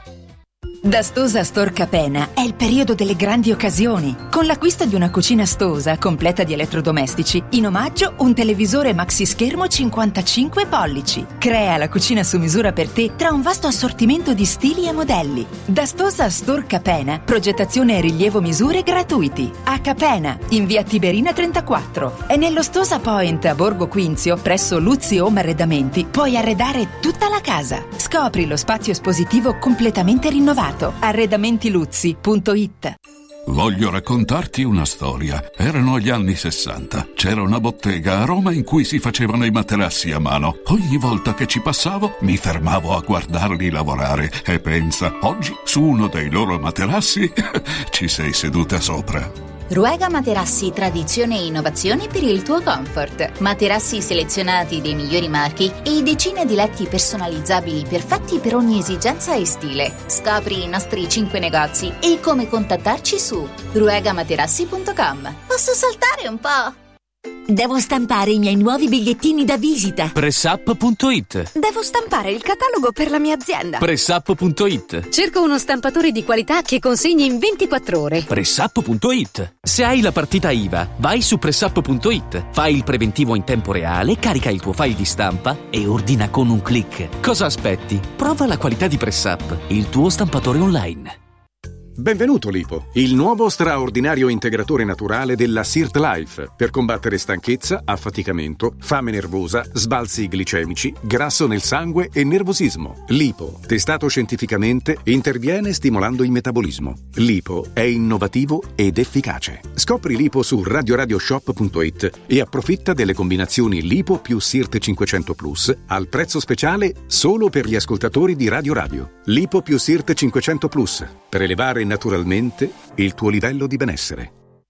Da Stosa Store Capena è il periodo delle grandi occasioni. Con l'acquisto di una cucina Stosa completa di elettrodomestici, in omaggio un televisore maxi schermo cinquantacinque pollici. Crea la cucina su misura per te tra un vasto assortimento di stili e modelli. Da Stosa Store Capena, progettazione e rilievo misure gratuiti. A Capena, in via Tiberina trentaquattro. E nello Stosa Point a Borgo Quinzio, presso Luzzi Home Arredamenti, puoi arredare tutta la casa. Scopri lo spazio espositivo completamente rinnovato. arredamentiluzzi punto it. Voglio raccontarti una storia. Erano gli anni sessanta. C'era una bottega a Roma in cui si facevano i materassi a mano. Ogni volta che ci passavo mi fermavo a guardarli lavorare e pensa, oggi su uno dei loro materassi ci sei seduta sopra. Ruega Materassi, tradizione e innovazione per il tuo comfort. Materassi selezionati dei migliori marchi e decine di letti personalizzabili perfetti per ogni esigenza e stile. Scopri i nostri cinque negozi e come contattarci su ruega materassi punto com. Posso saltare un po'? Devo stampare i miei nuovi bigliettini da visita. Pressup punto it. Devo stampare il catalogo per la mia azienda. Pressup punto it. Cerco uno stampatore di qualità che consegni in ventiquattro ore. Pressup punto it. Se hai la partita I V A, vai su Pressup punto it. Fai il preventivo in tempo reale, carica il tuo file di stampa e ordina con un click. Cosa aspetti? Prova la qualità di Pressup, il tuo stampatore online. Benvenuto Lipo, il nuovo straordinario integratore naturale della Sirt Life per combattere stanchezza, affaticamento, fame nervosa, sbalzi glicemici, grasso nel sangue e nervosismo. Lipo, testato scientificamente, interviene stimolando il metabolismo. Lipo è innovativo ed efficace. Scopri Lipo su radio radio shop punto it e approfitta delle combinazioni Lipo più Sirt cinquecento Plus al prezzo speciale solo per gli ascoltatori di Radio Radio. Lipo più Sirt cinquecento Plus per elevare naturalmente il tuo livello di benessere.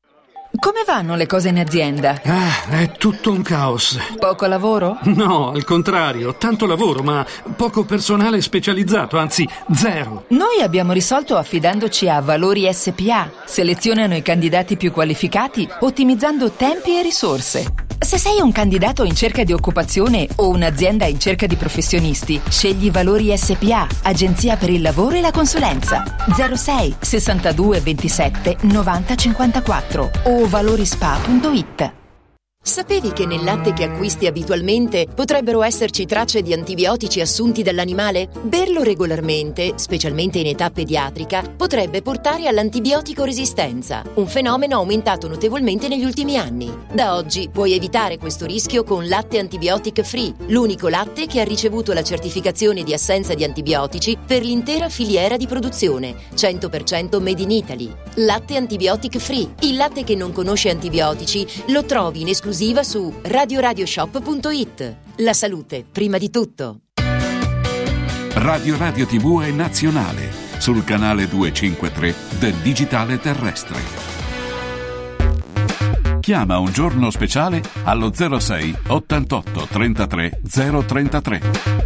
Come vanno le cose in azienda? Ah, è tutto un caos. Poco lavoro? No, al contrario, tanto lavoro, ma poco personale specializzato, anzi zero. Noi abbiamo risolto affidandoci a Valori S P A. Selezionano i candidati più qualificati, ottimizzando tempi e risorse. Se sei un candidato in cerca di occupazione o un'azienda in cerca di professionisti, scegli Valori S P A, agenzia per il lavoro e la consulenza. zero sei sessantadue ventisette novanta cinquantaquattro o valorispa punto it. Sapevi che nel latte che acquisti abitualmente potrebbero esserci tracce di antibiotici assunti dall'animale? Berlo regolarmente, specialmente in età pediatrica, potrebbe portare all'antibiotico resistenza, un fenomeno aumentato notevolmente negli ultimi anni. Da oggi puoi evitare questo rischio con Latte Antibiotic Free, l'unico latte che ha ricevuto la certificazione di assenza di antibiotici per l'intera filiera di produzione, cento per cento made in Italy. Latte Antibiotic Free, il latte che non conosce antibiotici, lo trovi in esclusiva su radio radio shop punto it. La salute prima di tutto. Radio Radio tivù è nazionale sul canale duecentocinquantatré del digitale terrestre. Chiama un giorno speciale allo zero sei ottantotto trentatré zero trentatré.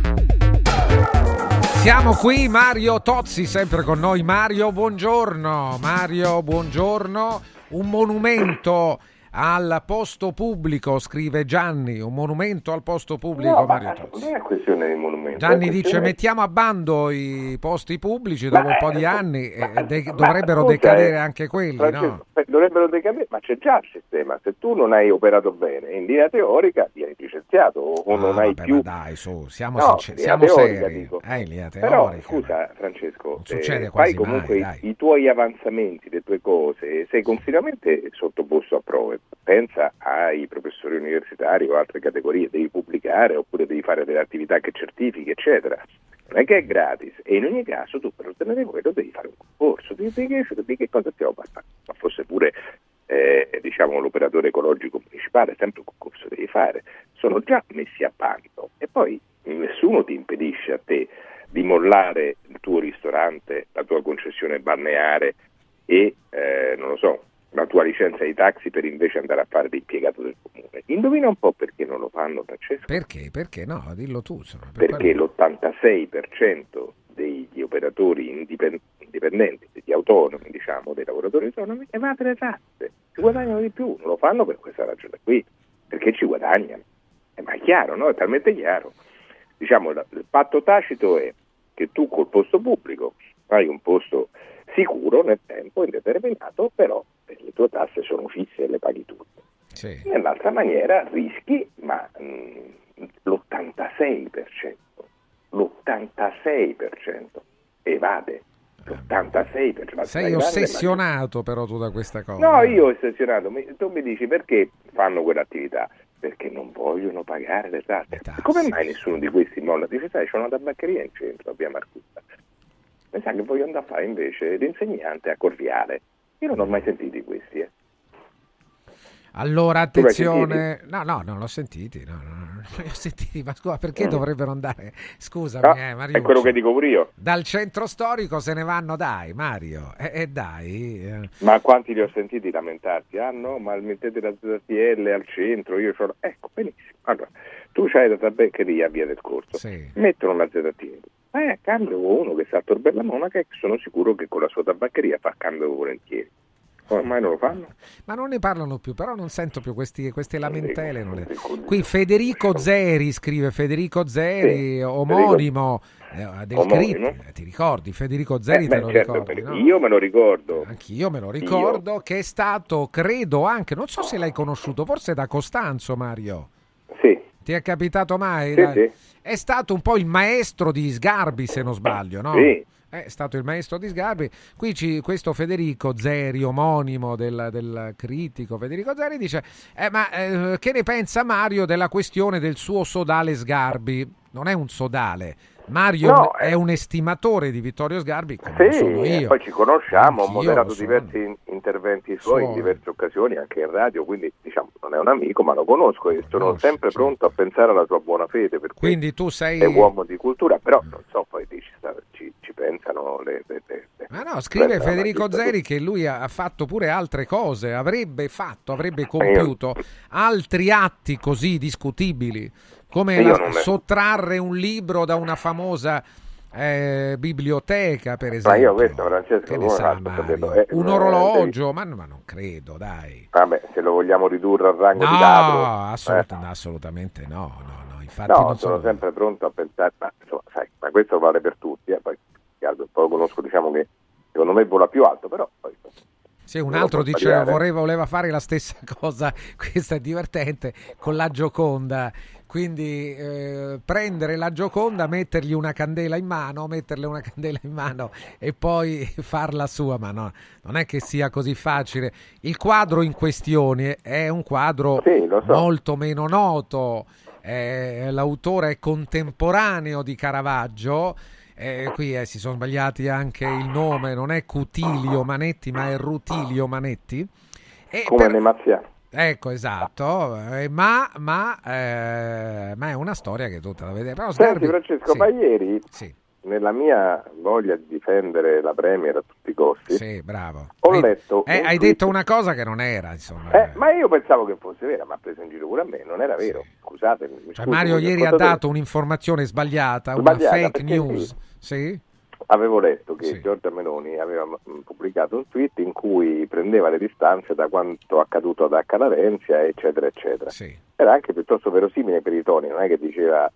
Siamo qui, Mario Tozzi sempre con noi. Mario, buongiorno. Mario, buongiorno. Un monumento al posto pubblico, scrive Gianni, un monumento al posto pubblico. No, Mario ma Tozzi. non è questione di monumento. Gianni è dice questione... mettiamo a bando i posti pubblici dopo ma, un po' di eh, anni ma, e de- ma, dovrebbero scusa, decadere eh, anche quelli, Francesco, no? Dovrebbero decadere, ma c'è già il sistema. Se tu non hai operato bene in linea teorica vieni licenziato o Ah, non hai vabbè, più. ma dai, su, siamo, No, sincer- linea siamo teorica, seri. dico. Eh, in linea Però teorica. scusa Francesco, succede eh, quasi fai comunque mai, i, i tuoi avanzamenti, le tue cose, sei continuamente sottoposto a prove. Pensa ai professori universitari o altre categorie, devi pubblicare oppure devi fare delle attività che certifichi, eccetera. Non è che è gratis, e in ogni caso tu per ottenere quello devi fare un concorso. Di, di, che, di che cosa stiamo parlando? Ma fosse pure eh, diciamo l'operatore ecologico municipale, sempre un concorso devi fare. Sono già messi a bando e poi nessuno ti impedisce a te di mollare il tuo ristorante, la tua concessione balneare e eh, non lo so, la tua licenza di taxi per invece andare a fare l'impiegato del comune. Indovina un po' perché non lo fanno, Francesco? Perché? Perché no? Dillo tu. Insomma, per perché quello... l'ottantasei per cento degli operatori indipend- indipendenti, degli autonomi, diciamo, dei lavoratori autonomi, evade le tasse, ci guadagnano di più, non lo fanno per questa ragione qui, perché ci guadagnano. Eh, ma è chiaro, no? È talmente chiaro. Diciamo, il patto tacito è che tu col posto pubblico hai un posto sicuro nel tempo indeterminato, però le tue tasse sono fisse e le paghi tutte. Sì. Nell'altra maniera rischi, ma mh, l'ottantasei per cento, l'ottantasei per cento evade, l'ottantasei per cento. Sei ossessionato però tu da questa cosa. No, io ossessionato, mi, tu mi dici perché fanno quell'attività? Perché non vogliono pagare le tasse. Le tasse. Come mai nessuno di questi molla? Dice, sai, c'è una tabaccheria in centro, a via Marcusa. Mi sa che voglio andare a fare invece l'insegnante a Corviale. Io non ho mai sentito questi, eh. Allora, attenzione, no, no, non l'ho sentiti, no, no, non li ho sentiti, ma scusa, perché mm. dovrebbero andare, scusami, no, eh, Mario, è quello che dico pure io. Dal centro storico se ne vanno, dai, Mario, e eh, eh, dai. Eh. Ma quanti li ho sentiti lamentarsi? Ah no, ma mettete la Z T L al centro, io c'ho... Ecco, benissimo. Allora, tu c'hai la tabaccheria a Via del Corso, sì. Mettono una Z T L. Eh, cambio uno che sta a Tor Bella Monaca e sono sicuro che con la sua tabaccheria fa cambio volentieri. Ormai non lo fanno. Ma non ne parlano più, però non sento più questi, queste lamentele. Non le... Qui Federico Zeri scrive, Federico Zeri, sì, omonimo eh, del omonimo. Crit, ti ricordi? Federico Zeri eh, te beh, lo certo, ricordi? No? Io me lo ricordo. Anch'io me lo ricordo, io. Che è stato, credo anche, non so se l'hai conosciuto, forse da Costanzo, Mario. Sì. Ti è capitato mai? Sì, sì. È stato un po' il maestro di Sgarbi, se non sbaglio, no? Sì. È stato il maestro di Sgarbi. Qui ci, questo Federico Zeri, omonimo del, del critico Federico Zeri, dice eh, ma eh, che ne pensa Mario della questione del suo sodale Sgarbi? Non è un sodale, Mario no, è un estimatore di Vittorio Sgarbi, sì, sono io. Poi ci conosciamo, ho Anch'io moderato diversi interventi suoi sono. in diverse occasioni, anche in radio, quindi diciamo non è un amico, ma lo conosco e sono no, sempre certo. pronto a pensare alla sua buona fede, per quindi tu sei è uomo di cultura, però non so, poi dici, ci, ci pensano le, le, le, le ma no, scrive Federico Zeri che lui ha fatto pure altre cose, avrebbe fatto, avrebbe compiuto altri atti così discutibili come la, me... sottrarre un libro da una famosa eh, biblioteca, per esempio. Ma io questo, Francesco, che ne come sa, faccio a Mario? saperlo? Eh, Un eh, orologio, ma, ma non credo, dai. Vabbè, se lo vogliamo ridurre al rango No, di ladro. assoluta- eh. no, assolutamente no, no, no. Infatti No, non sono sono... sempre pronto a pensare, ma insomma, sai, ma questo vale per tutti, eh, poi un po' lo conosco, diciamo che secondo me vola più alto, però poi Sì, un non altro lo può diceva sbagliare. voleva, voleva fare la stessa cosa, questa è divertente, con la Gioconda, quindi eh, prendere la Gioconda, mettergli una candela in mano, metterle una candela in mano e poi farla sua, ma no, non è che sia così facile. Il quadro in questione è un quadro Sì, lo so. molto meno noto, eh, l'autore è contemporaneo di Caravaggio. Eh, qui eh, si sono sbagliati anche il nome, non è Cutilio Manetti ma è Rutilio Manetti. E come per- Nemazia. Ecco, esatto, eh, ma, ma, eh, ma è una storia che tutta da vedere. Però Senti Sgarbi- Francesco, sì, ma ieri, sì. nella mia voglia di difendere la Premier a tutti i costi, Sì, bravo. ho Hai, letto eh, un hai tweet- detto una cosa che non era, insomma. Eh, ma io pensavo che fosse vera, ma ha preso in giro pure a me, non era vero, scusate. mi Cioè, scuso Mario con gli ieri ha ascoltatori. dato un'informazione sbagliata, Sbagliata, una fake perché news. sì. Sì? Avevo letto che Giorgia Meloni aveva mh, pubblicato un tweet in cui prendeva le distanze da quanto accaduto ad Acca Larenzia, eccetera, eccetera. Era anche piuttosto verosimile per i toni, non è che diceva...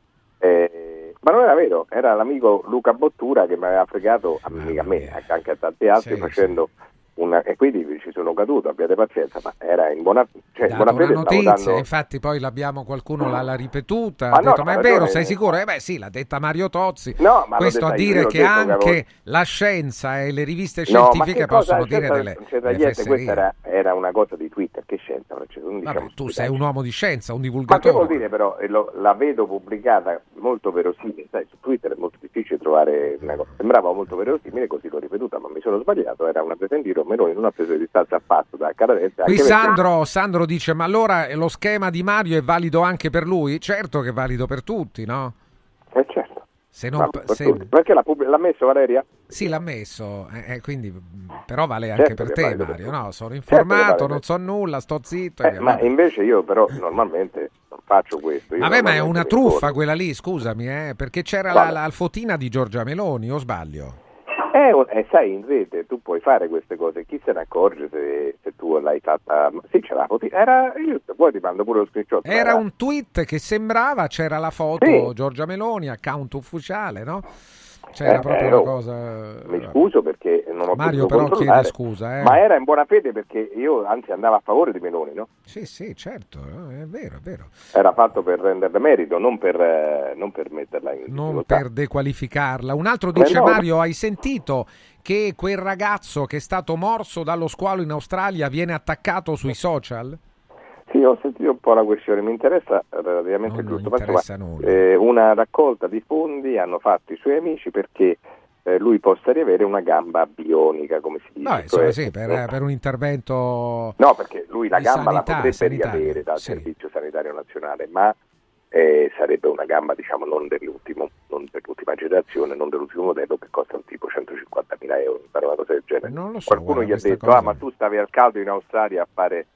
eh, ma non era vero, era l'amico Luca Bottura che mi aveva fregato, a, mica a me, anche a tanti altri, Sì, facendo una... E quindi ci sono caduto, abbiate pazienza, ma era in buona, cioè, in Dato buona una fede. Stavo notizia, dando... infatti poi l'abbiamo, qualcuno l'ha, l'ha ripetuta, Ma ha no, detto ma è ha vero, ragione. sei sicuro? Eh beh sì, l'ha detta Mario Tozzi. No, ma l'ho Questo detta a io, dire io l'ho che detto che anche avevo- la scienza e le riviste No, ma scientifiche che cosa? possono dire C'entra- delle, non c'entra delle niente, questa fesserie. era, era una cosa di Twitter, che scienza? Francesco? Non diciamo Vabbè, tu sei stupidaggini. un uomo di scienza, un Ma che divulgatore. vuol dire però? E lo- la vedo pubblicata molto verosimile, sai, su Twitter è molto difficile trovare una cosa. Sembrava molto verosimile, così l'ho ripetuta, ma mi sono sbagliato, era una presa in giro, Meloni non ha preso di distanza affatto da Calarezza. Qui anche perché- Sandro, Sandro dice ma allora lo schema di Mario è valido anche per lui? Certo che è valido per tutti, no? Eh certo. Se non, Ma per se- tutti. Perché l'ha, pub- l'ha messo Valeria? Sì, l'ha messo, eh, eh, quindi, però vale anche Certo per che te vale per Mario, tutti. no? Sono Certo che informato, vale non per- so nulla, sto zitto. e Eh, via, ma vabbè. invece io però normalmente non faccio questo. Io Vabbè, ma è normalmente una mi truffa informo. quella lì, scusami, eh, perché c'era la, Quale? la fotina di Giorgia Meloni, o sbaglio? Eh, o- eh, sai, in rete tu puoi fare queste cose, chi se ne accorge se, se tu l'hai fatta? Sì, c'era la foto, era io, poi ti mando pure lo screenshot. Era un tweet che sembrava, c'era la foto Sì. Giorgia Meloni, account ufficiale, no? C'era Eh, proprio eh, una oh, cosa... Mi scuso perché non ho Mario potuto però controllare, chiede scusa, eh. ma era in buona fede perché io anzi andavo a favore di Meloni, no? Sì, sì, certo, eh, è vero, è vero. Era fatto per renderle merito, non per, eh, non per metterla in Non difficoltà. per dequalificarla. Un altro Eh, dice, no. Mario, hai sentito che quel ragazzo che è stato morso dallo squalo in Australia viene attaccato sui social? Sì, ho sentito un po' la questione, mi interessa relativamente Non giusto, mi ma interessa insomma, nulla. eh, una raccolta di fondi hanno fatto i suoi amici perché eh, lui possa riavere una gamba bionica, come si dice. No, insomma, cioè- sì, per, per un intervento... No, perché lui la di gamba sanità, la potrebbe sanitaria, riavere dal sì. Servizio Sanitario Nazionale, ma eh, sarebbe una gamba, diciamo, non dell'ultimo, non dell'ultima generazione, non dell'ultimo modello, che costa un tipo centocinquantamila euro, mi pare una cosa del genere. Non lo so, Qualcuno guarda, gli ha questa detto, cosa- ah, ma tu stavi al caldo in Australia a fare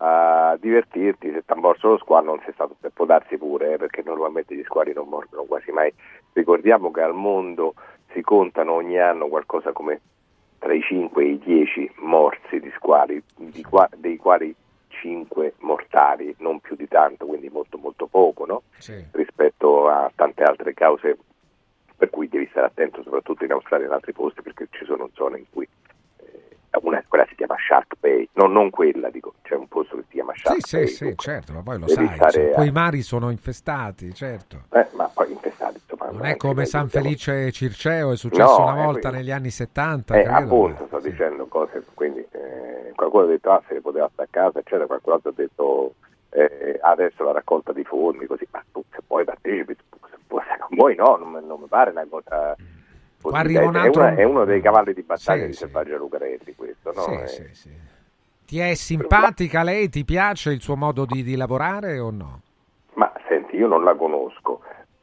a divertirti, se ti ha morso lo squalo non sei stato, può darsi pure, eh, perché normalmente gli squali non mordono quasi mai. Ricordiamo che al mondo si contano ogni anno qualcosa come tra i cinque e i dieci morsi di squali, di qua- dei quali cinque mortali, non più di tanto, quindi molto molto poco, no? Sì. Rispetto a tante altre cause, per cui devi stare attento soprattutto in Australia e in altri posti, perché ci sono zone in cui eh, una, quella si chiama Shark Bay, no, non quella, dico, c'è un posto che si chiama Sì, Shark sì, Bay. sì, certo, ma poi lo Devi sai, stare cioè, a- quei mari sono infestati, certo. Eh, ma poi infestati, insomma, Non è come San Felice Circeo, è successo No, una eh, volta quindi- negli anni settanta, Eh, credo. appunto, sto dicendo cose, quindi eh, qualcuno ha detto ah, se le poteva stare a casa, eccetera, qualcun altro ha detto eh, adesso la raccolta di fondi, così, ma tu se vuoi partecipi, se vuoi, se non vuoi no, non, mi- non mi pare una cosa Qua arriva un è, altro- una- è uno dei cavalli di battaglia Sì, di sì. Selvaggia Lucarelli questo, no? Sì, Eh, sì, sì. Ti è simpatica lei? Ti piace il suo modo di, di lavorare o no? Ma senti, io non la conosco,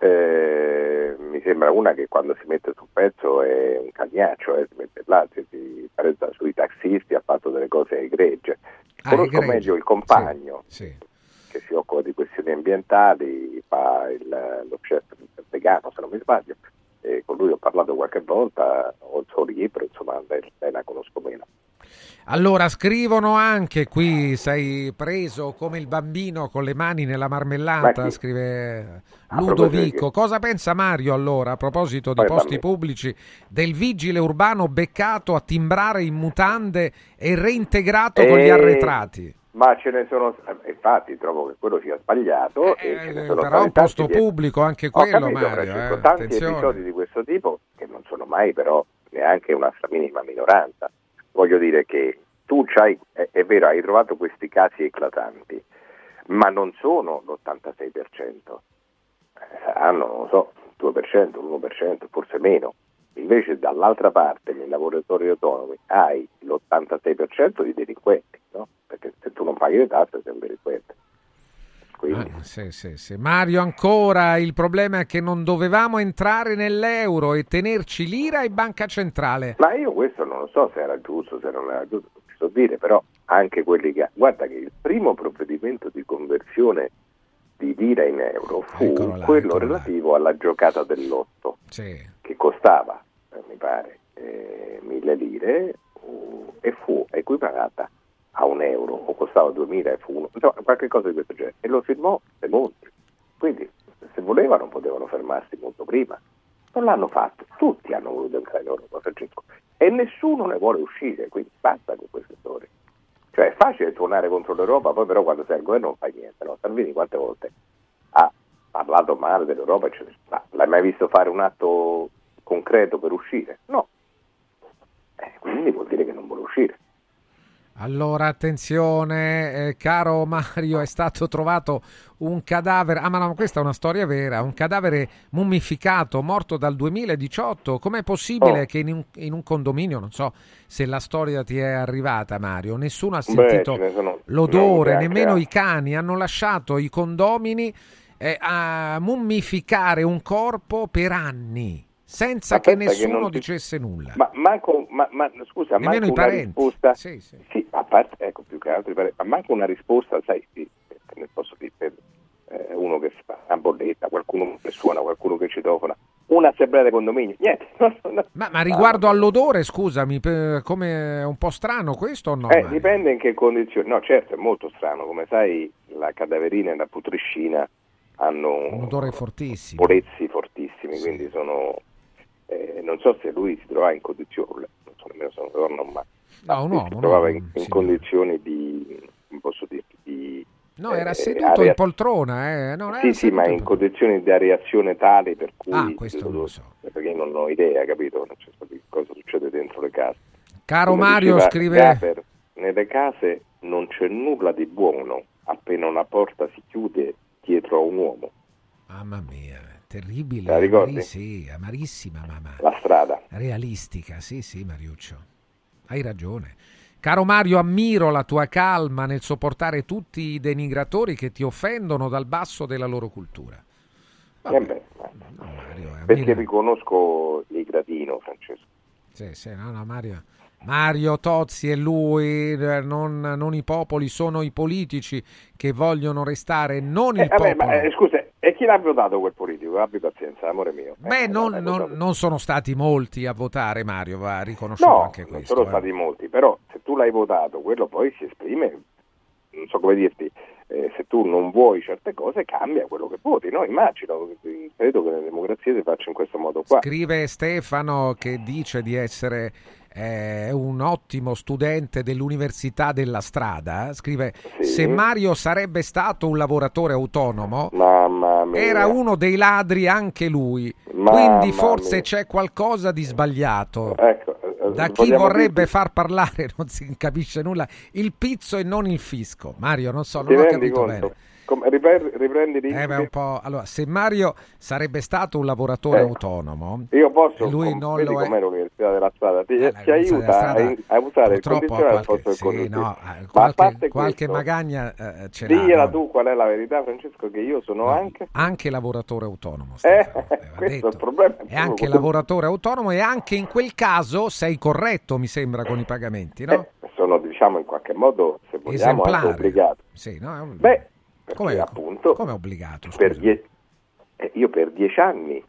eh, mi sembra una che quando si mette sul pezzo è un cagnaccio, eh, si mette là, si, si presa sui taxisti, ha fatto delle cose egregie. Ah, Conosco egregie. meglio il compagno Sì. che si occupa di questioni ambientali, fa il, lo chef vegano se non mi sbaglio, eh, con lui ho parlato qualche volta, ho il suo libro, insomma lei, lei la conosco meno. Allora, scrivono anche qui, sei preso come il bambino con le mani nella marmellata, scrive Ludovico. Cosa pensa Mario allora, a proposito di posti pubblici, del vigile urbano beccato a timbrare in mutande e reintegrato con gli arretrati? Ma ce ne sono, infatti trovo che quello sia sbagliato. Eh, e ce ne sono però un posto di... pubblico anche quello, Ho capito, Mario. Francesco, Eh, tanti attenzione. episodi di questo tipo, che non sono mai però neanche una minima minoranza. Voglio dire che tu c'hai, è, è vero, hai trovato questi casi eclatanti, ma non sono l'ottantasei per cento, eh, saranno, non lo so, il due per cento, l'uno per cento, forse meno. Invece dall'altra parte, nei lavoratori autonomi, hai l'ottantasei per cento di delinquenti, no? Perché se tu non paghi le tasse sei un delinquente. Quindi... Ah, sì, sì, sì. Mario, ancora il problema è che non dovevamo entrare nell'euro e tenerci lira e banca centrale. Ma io questo non lo so se era giusto, se non era giusto, non ci so dire, però anche quelli che... Guarda che il primo provvedimento di conversione di lira in euro fu là, quello relativo là. alla giocata del lotto, sì. che costava, eh, mi pare, eh, mille lire uh, e fu equiparata a un euro, o costava duemila e fu uno, insomma qualche cosa di questo genere, e lo firmò De Monti. Quindi se volevano potevano fermarsi molto prima, non l'hanno fatto, tutti hanno voluto entrare in Europa, Francesco, e nessuno ne vuole uscire, quindi basta con queste storie. Cioè è facile tuonare contro l'Europa, poi però quando sei al governo non fai niente, no? Salvini quante volte ha parlato male dell'Europa, eccetera. Ma l'hai mai visto fare un atto concreto per uscire? No. Eh, quindi vuol dire che non vuole uscire. Allora, attenzione, eh, caro Mario, è stato trovato un cadavere, ah ma no, questa è una storia vera, un cadavere mummificato, morto dal duemiladiciotto. Com'è possibile oh. che in un, in un condominio, non so se la storia ti è arrivata, Mario, nessuno ha sentito Beh, sono, l'odore, no, nemmeno anche... i cani, hanno lasciato i condomini eh, a mummificare un corpo per anni. Senza Aspetta che nessuno che ti... dicesse nulla. Ma manco, ma, ma scusa, nemmeno manco i parenti. Una risposta, sì, sì. sì, a parte, ecco, più che altro, ma manco una risposta, sai, sì, ne posso dire, per eh, uno che fa una bolletta, qualcuno che suona, qualcuno che citofona, un'assemblea di condominio, niente. Ma, ma riguardo ah, all'odore, scusami, per, come è un po' strano questo o no? Eh, dipende in che condizioni, no, certo, è molto strano, come sai, la cadaverina e la putrescina hanno un odore fortissimo, purezzi fortissimi, sì. Quindi sono... Eh, non so se lui si trovava in condizioni, non so nemmeno se non no, ma no, un uomo, si trovava no, in, in sì, condizioni di, non posso dire, di no, era eh, seduto area... in poltrona, eh. non sì, sì, ma in, in condizioni di areazione tale per cui ah, questo non lo so. Perché io non ho idea, capito? Non c'è cosa succede dentro le case. Caro Come Mario, diceva scrive Gaber, nelle case non c'è nulla di buono appena una porta si chiude dietro a un uomo. Mamma mia, terribile, la ricordi? Amari, sì, amarissima, mamma. La strada. Realistica, sì, sì, Mariuccio. Hai ragione. Caro Mario, ammiro la tua calma nel sopportare tutti i denigratori che ti offendono dal basso della loro cultura. Eh beh, no, Mario, perché ammiro... riconosco il gradino, Francesco. Sì, sì, no, no, Mario... Mario Tozzi e lui, non, non i popoli, sono i politici che vogliono restare, non il eh, vabbè, popolo. Ma, eh, scusa, e chi l'ha votato quel politico? Abbi pazienza, amore mio. Beh, eh, non, non, non, non sono stati molti a votare, Mario, va riconosciuto no, anche questo. No, non sono eh. stati molti, però se tu l'hai votato, quello poi si esprime, non so come dirti, eh, se tu non vuoi certe cose cambia quello che voti, no? Immagino, credo che le democrazie si faccia in questo modo qua. Scrive Stefano che dice di essere... è un ottimo studente dell'Università della Strada, scrive sì. Se Mario sarebbe stato un lavoratore autonomo Mamma mia. Era uno dei ladri anche lui. Mamma Quindi forse mia. C'è qualcosa di sbagliato. Ecco, da chi vorrebbe dirti... far parlare non si capisce nulla, il pizzo e non il fisco. Mario, non so, Ti non ho rendi capito conto? bene. Come, riprendi, riprendi eh beh, un po'. Allora, se Mario sarebbe stato un lavoratore eh, autonomo, io posso, e lui com, non vedi lo è. Com'è l'Università della Strada ti, eh, ti aiuta strada, a, a usare il condizionale al posto del sì, condizionale. No, Ma qualche, a parte qualche questo, magagna eh, ce l'ha. Digliela no? tu qual è la verità, Francesco, che io sono no, anche anche lavoratore autonomo. Eh, questo detto. È il problema. È anche lavoratore autonomo e anche in quel caso sei corretto, mi sembra, con i pagamenti, no? Eh, sono, diciamo, in qualche modo, se vogliamo, anche obbligato. Sì, no? È un... Beh, come appunto come obbligato? Per die- eh, io per dieci anni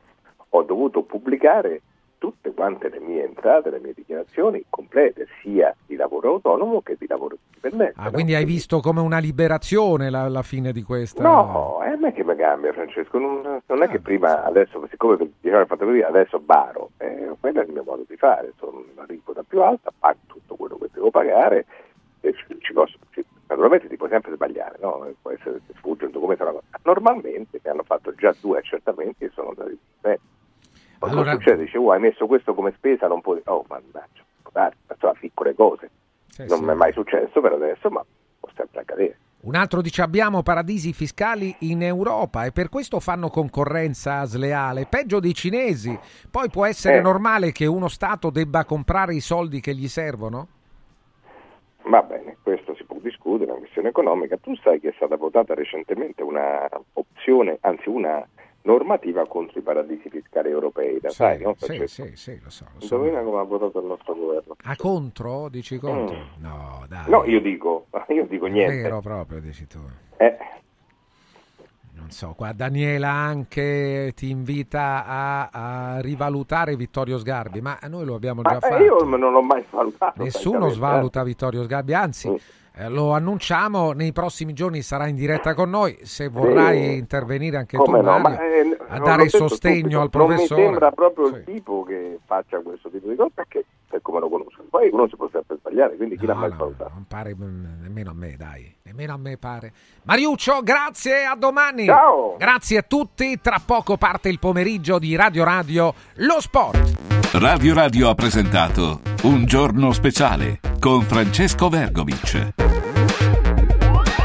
ho dovuto pubblicare tutte quante le mie entrate, le mie dichiarazioni complete, sia di lavoro autonomo che di lavoro dipendente. Ah, quindi no? Hai visto come una liberazione la, la fine di questa... No, è a me che mi cambia, Francesco, non, non è che prima, adesso, siccome diceva il fatto così, adesso baro, eh, quello è il mio modo di fare, sono una aliquota più alta, pago tutto quello che devo pagare, e ci, ci posso, ci, naturalmente ti puoi sempre sbagliare, no? Può essere che sfugge un documento, una cosa. Normalmente mi hanno fatto già due accertamenti e sono andati bene. Poi allora... succede, dice, oh, hai messo questo come spesa, non puoi... Oh, mannaggia, dai, sono piccole cose. Sì, non sì. mi è mai successo per adesso, ma può sempre accadere. Un altro dice abbiamo paradisi fiscali in Europa e per questo fanno concorrenza sleale, peggio dei cinesi. Poi può essere eh. normale che uno Stato debba comprare i soldi che gli servono? Va bene, questo si può discutere, è una questione economica. Tu sai che è stata votata recentemente una opzione, anzi una normativa contro i paradisi fiscali europei, da sì, sai, no? Sì, sì, sì, lo so. Lo so. Indovina come ha votato il nostro governo. Ah, contro? Dici contro? Mm. No, dai. No, io dico, io dico niente. Vero proprio, dici tu. Eh. Non so, qua Daniela anche ti invita a, a rivalutare Vittorio Sgarbi, ma noi lo abbiamo già ma fatto. Io non l'ho mai svalutato. Nessuno svaluta Vittorio Sgarbi, anzi... Mm. Eh, lo annunciamo, nei prossimi giorni sarà in diretta con noi, se vorrai sì. intervenire anche Come tu no, Mario, ma, eh, a dare sostegno subito. al professore. Non mi sembra proprio sì. il tipo che faccia questo tipo di cose, perché per come lo conosco, poi uno si può sempre sbagliare, quindi chi no, l'ha mai no, svalutato? Non pare nemmeno a me, dai, nemmeno a me pare. Mariuccio, grazie, a domani. Ciao. Grazie a tutti, tra poco parte il pomeriggio di Radio Radio, lo sport. Radio Radio ha presentato Un giorno speciale con Francesco Vergovic.